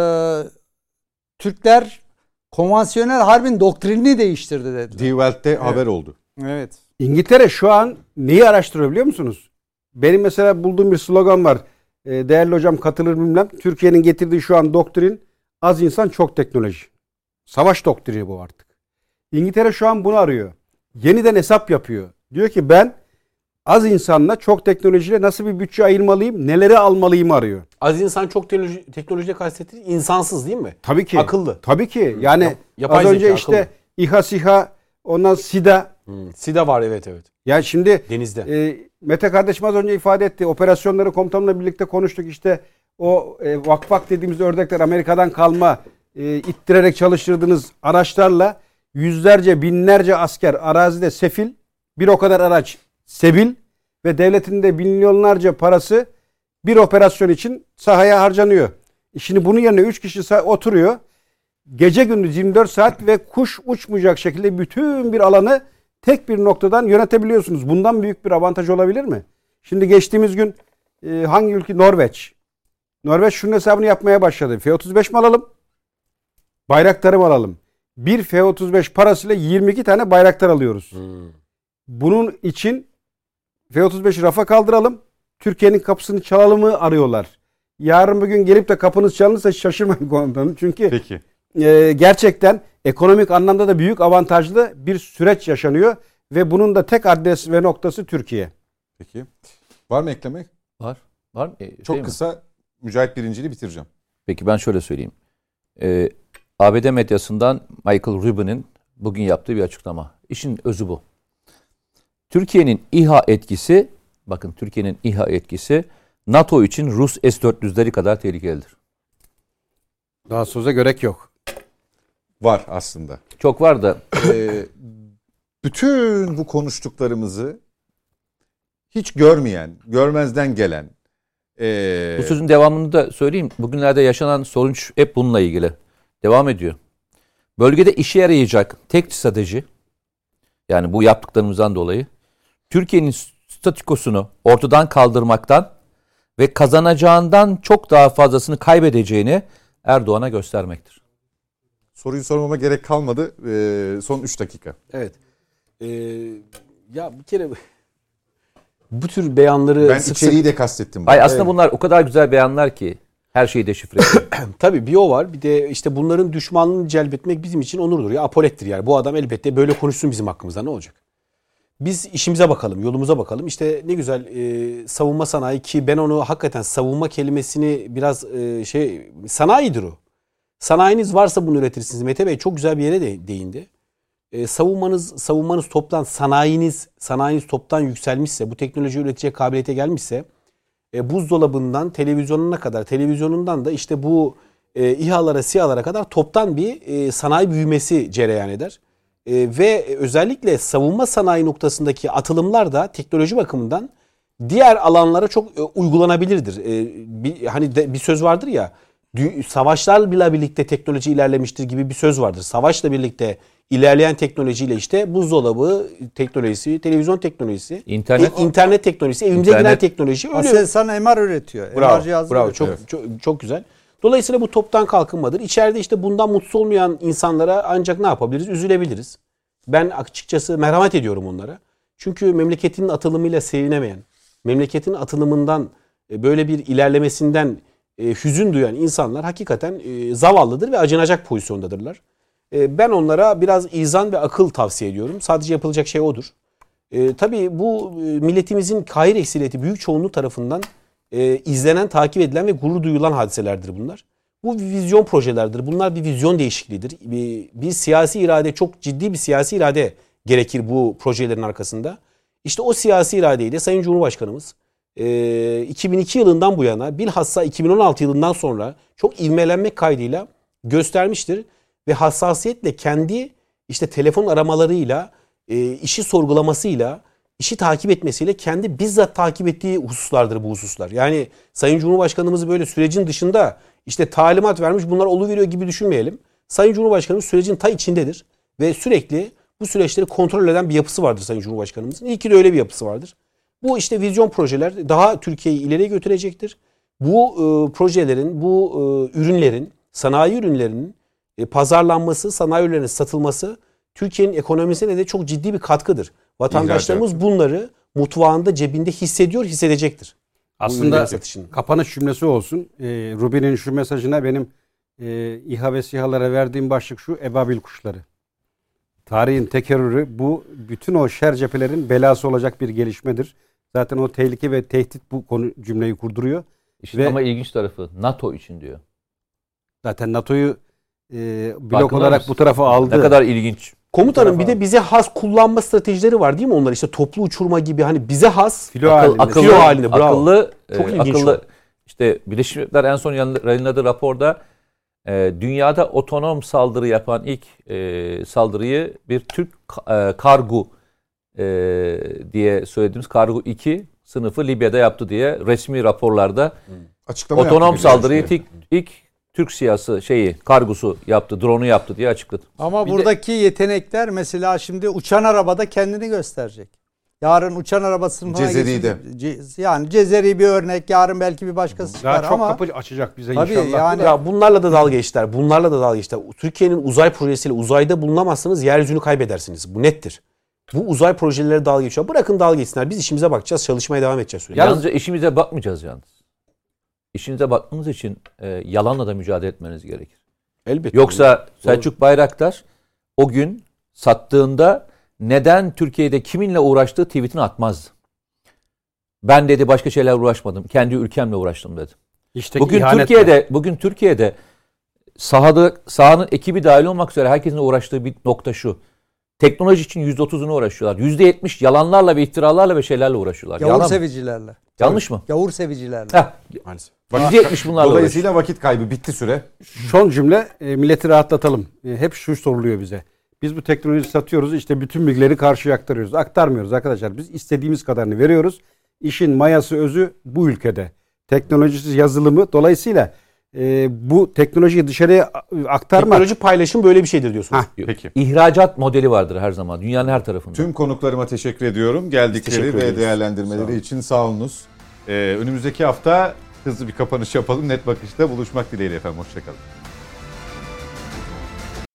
Türkler konvansiyonel harbin doktrinini değiştirdi dedi. Die Welt'te haber oldu. Evet. İngiltere şu an neyi araştırıyor biliyor musunuz? Benim mesela bulduğum bir slogan var. E, değerli hocam katılır bilmem. Türkiye'nin getirdiği şu an doktrin az insan çok teknoloji. Savaş doktrini bu artık. İngiltere şu an bunu arıyor. Yeniden hesap yapıyor. Diyor ki ben az insanla çok teknolojiyle nasıl bir bütçe ayırmalıyım, neleri almalıyım arıyor. Az insan çok teknoloji, teknolojide kastettiği insansız değil mi? Tabii ki. Akıllı. Tabii ki. Yani Yap- yapay az önce zeka, işte akıllı. İHA, SİHA, ondan SİDA. Hmm. SİDA var evet evet. Ya şimdi Denizde. e, Mete kardeşim az önce ifade etti. Operasyonları komutanımla birlikte konuştuk. İşte o e, vak vak dediğimiz ördekler Amerika'dan kalma e, ittirerek çalıştırdığınız araçlarla yüzlerce binlerce asker arazide sefil, bir o kadar araç sebil ve devletin de milyonlarca parası bir operasyon için sahaya harcanıyor. Şimdi bunun yerine üç kişi sah- oturuyor. Gece gündüz yirmi dört saat ve kuş uçmayacak şekilde bütün bir alanı tek bir noktadan yönetebiliyorsunuz. Bundan büyük bir avantaj olabilir mi? Şimdi geçtiğimiz gün e, hangi ülke? Norveç. Norveç şunun hesabını yapmaya başladı. F otuz beş mi alalım? Bayraktarı mı alalım? Bir F otuz beş parasıyla yirmi iki tane bayraktar alıyoruz. Hmm. Bunun için F otuz beşi rafa kaldıralım. Türkiye'nin kapısını çalalım mı arıyorlar. Yarın bugün gelip de kapınız çalınırsa şaşırmayın komutanım. Çünkü Peki. e, gerçekten ekonomik anlamda da büyük avantajlı bir süreç yaşanıyor. Ve bunun da tek adres ve noktası Türkiye. Peki. Var mı eklemek? Var. Var mı? E, Çok şey mi? kısa Mücahit Birincil'i bitireceğim. Peki ben şöyle söyleyeyim. Ee, A B D medyasından Michael Rubin'in bugün yaptığı bir açıklama. İşin özü bu. Türkiye'nin İHA etkisi, bakın Türkiye'nin İHA etkisi NATO için Rus S dört yüzleri kadar tehlikelidir. Daha söze gerek yok. Var aslında. Çok var da Ee, bütün bu konuştuklarımızı hiç görmeyen, görmezden gelen ee, bu sözün devamını da söyleyeyim. Bugünlerde yaşanan sonuç hep bununla ilgili. Devam ediyor. Bölgede işe yarayacak tek strateji, yani bu yaptıklarımızdan dolayı Türkiye'nin statükosunu ortadan kaldırmaktan ve kazanacağından çok daha fazlasını kaybedeceğini Erdoğan'a göstermektir. soruyu sormama gerek kalmadı. Ee, son üç dakika. Evet. Ee, ya bir kere bu tür beyanları Ben sık içeriği sık... de kastettim. Ay aslında bunlar o kadar güzel beyanlar ki her şeyi deşifre ediyor. Tabii bir o var. Bir de işte bunların düşmanlığını celbetmek bizim için onurdur ya. Apolettir yani. Bu adam elbette böyle konuşsun bizim hakkımızda, ne olacak? Biz işimize bakalım, yolumuza bakalım. İşte ne güzel e, savunma sanayi, ki ben onu hakikaten savunma kelimesini biraz e, şey sanayidir o. Sanayiniz varsa bunu üretirsiniz. Mete Bey çok güzel bir yere de değindi. E, savunmanız savunmanız toptan, sanayiniz sanayiniz toptan yükselmişse, bu teknoloji üretecek kabiliyete gelmişse, e, buzdolabından televizyonuna kadar, televizyonundan da işte bu e, İHA'lara, SİHA'lara kadar toptan bir e, sanayi büyümesi cereyan eder. E, ve özellikle savunma sanayi noktasındaki atılımlar da teknoloji bakımından diğer alanlara çok e, uygulanabilirdir. E, bir, hani de, bir söz vardır ya, dü- savaşlarla birlikte teknoloji ilerlemiştir gibi bir söz vardır. Savaşla birlikte ilerleyen teknolojiyle işte buzdolabı teknolojisi, televizyon teknolojisi, İnternet- e, internet teknolojisi, evimize İnternet- giren teknoloji öyle. Aselsan M R üretiyor. Bravo, M R cihazı bravo. üretiyor. Çok, çok çok güzel. Dolayısıyla bu toptan kalkınmadır. İçeride işte bundan mutsuz olmayan insanlara ancak ne yapabiliriz? Üzülebiliriz. Ben açıkçası merhamet ediyorum onlara. Çünkü memleketinin atılımıyla sevinemeyen, memleketin atılımından e, böyle bir ilerlemesinden e, hüzün duyan insanlar hakikaten e, zavallıdır ve acınacak pozisyondadırlar. E, ben onlara biraz izan ve akıl tavsiye ediyorum. Sadece yapılacak şey odur. E, tabii bu e, milletimizin kahir eksiliyeti büyük çoğunluğu tarafından e, izlenen, takip edilen ve gurur duyulan hadiselerdir bunlar. Bu bir vizyon projelerdir. Bunlar bir vizyon değişikliğidir. Bir, bir siyasi irade, çok ciddi bir siyasi irade gerekir bu projelerin arkasında. İşte o siyasi iradeyi de Sayın Cumhurbaşkanımız e, iki bin iki yılından bu yana, bilhassa iki bin on altı yılından sonra çok ivmelenmek kaydıyla göstermiştir. Ve hassasiyetle kendi işte telefon aramalarıyla, e, işi sorgulamasıyla, işi takip etmesiyle kendi bizzat takip ettiği hususlardır bu hususlar. Yani Sayın Cumhurbaşkanımız böyle sürecin dışında işte talimat vermiş, bunlar oluveriyor gibi düşünmeyelim. Sayın Cumhurbaşkanımız sürecin ta içindedir ve sürekli bu süreçleri kontrol eden bir yapısı vardır Sayın Cumhurbaşkanımızın. İyi ki de öyle bir yapısı vardır. Bu işte vizyon projeler daha Türkiye'yi ileriye götürecektir. Bu e, projelerin, bu e, ürünlerin, sanayi ürünlerinin e, pazarlanması, sanayi ürünlerinin satılması Türkiye'nin ekonomisine de çok ciddi bir katkıdır. Vatandaşlarımız bunları mutfağında, cebinde hissediyor, hissedecektir. Aslında kapanış cümlesi olsun. E, Rubin'in şu mesajına benim e, İHA ve SİHA'lara verdiğim başlık şu: ebabil kuşları. Tarihin tekerrürü, bu bütün o şer cephelerin belası olacak bir gelişmedir. Zaten o tehlike ve tehdit bu konu cümleyi kurduruyor. İşin ve ama ilginç tarafı NATO için diyor. Zaten NATO'yu e, blok Farkında olarak mısın? bu tarafa aldı. Ne kadar ilginç. Komutanım bir de bize has kullanma stratejileri var değil mi onlar? İşte toplu uçurma gibi, hani bize has Filo Akıl, halinde. akıllı, Filo halinde, bravo. akıllı, Çok e, ilginç akıllı o. işte Birleşmiş Milletler en son yayınladığı raporda e, dünyada otonom saldırı yapan ilk e, saldırıyı bir Türk e, kargo e, diye söylediğimiz kargo iki sınıfı Libya'da yaptı diye resmi raporlarda Açıklama otonom yaptı saldırıyı biliyorsun. ilk, ilk Türk siyası şeyi kargosu yaptı, drone'u yaptı diye açıkladı. Ama Bir de- buradaki yetenekler mesela şimdi uçan arabada kendini gösterecek. Yarın uçan araba sınıfına Cezeri'de. geçince- Ce- yani Cezeri bir örnek, yarın belki bir başkası çıkar Daha çok ama kapı açacak bize tabii inşallah. yani Ya bunlarla da dalga geçtiler. Bunlarla da dalga geçtiler. Türkiye'nin uzay projesiyle uzayda bulunamazsanız yeryüzünü kaybedersiniz. Bu nettir. Bu uzay projeleri dalga geçiyor. Bırakın dalga geçsinler. Biz işimize bakacağız. Çalışmaya devam edeceğiz sürekli. Yalnızca işimize bakmayacağız yalnız. İşinize bakmanız için e, yalanla da mücadele etmeniz gerekir. Elbette. Yoksa Selçuk Bayraktar o gün sattığında neden Türkiye'de kiminle uğraştığı tweetini atmazdı. Ben dedi başka şeyler uğraşmadım. Kendi ülkemle uğraştım dedi. İşte Bugün ihanetle. Türkiye'de bugün Türkiye'de sahada sahanın ekibi dahil olmak üzere herkesin uğraştığı bir nokta şu. Teknoloji için yüzde otuzunu uğraşıyorlar. yüzde yetmiş yalanlarla ve iftiralarla ve şeylerle uğraşıyorlar. gavur Yalan mı? sevicilerle. Yanlış mı? Gavur sevicilerle. Heh, Maalesef. yüzde yetmiş bunlarla Dolayısıyla vakit kaybı bitti süre. Son cümle, e, milleti rahatlatalım. E, hep şu soruluyor bize. Biz bu teknolojiyi satıyoruz, işte bütün bilgileri karşıya aktarıyoruz. Aktarmıyoruz arkadaşlar. Biz istediğimiz kadarını veriyoruz. İşin mayası, özü bu ülkede. Teknolojisiz yazılımı, dolayısıyla e, bu teknolojiyi dışarıya aktarmak. Teknoloji paylaşım böyle bir şeydir diyorsunuz. Hah. Peki. İhracat modeli vardır her zaman. Dünyanın her tarafında. Tüm konuklarıma teşekkür ediyorum. Geldikleri Teşekkür ve ediyoruz. değerlendirmeleri için sağ olunuz. Ee, önümüzdeki hafta hızlı bir kapanış yapalım. Net Bakış'ta buluşmak dileğiyle efendim. Hoşçakalın.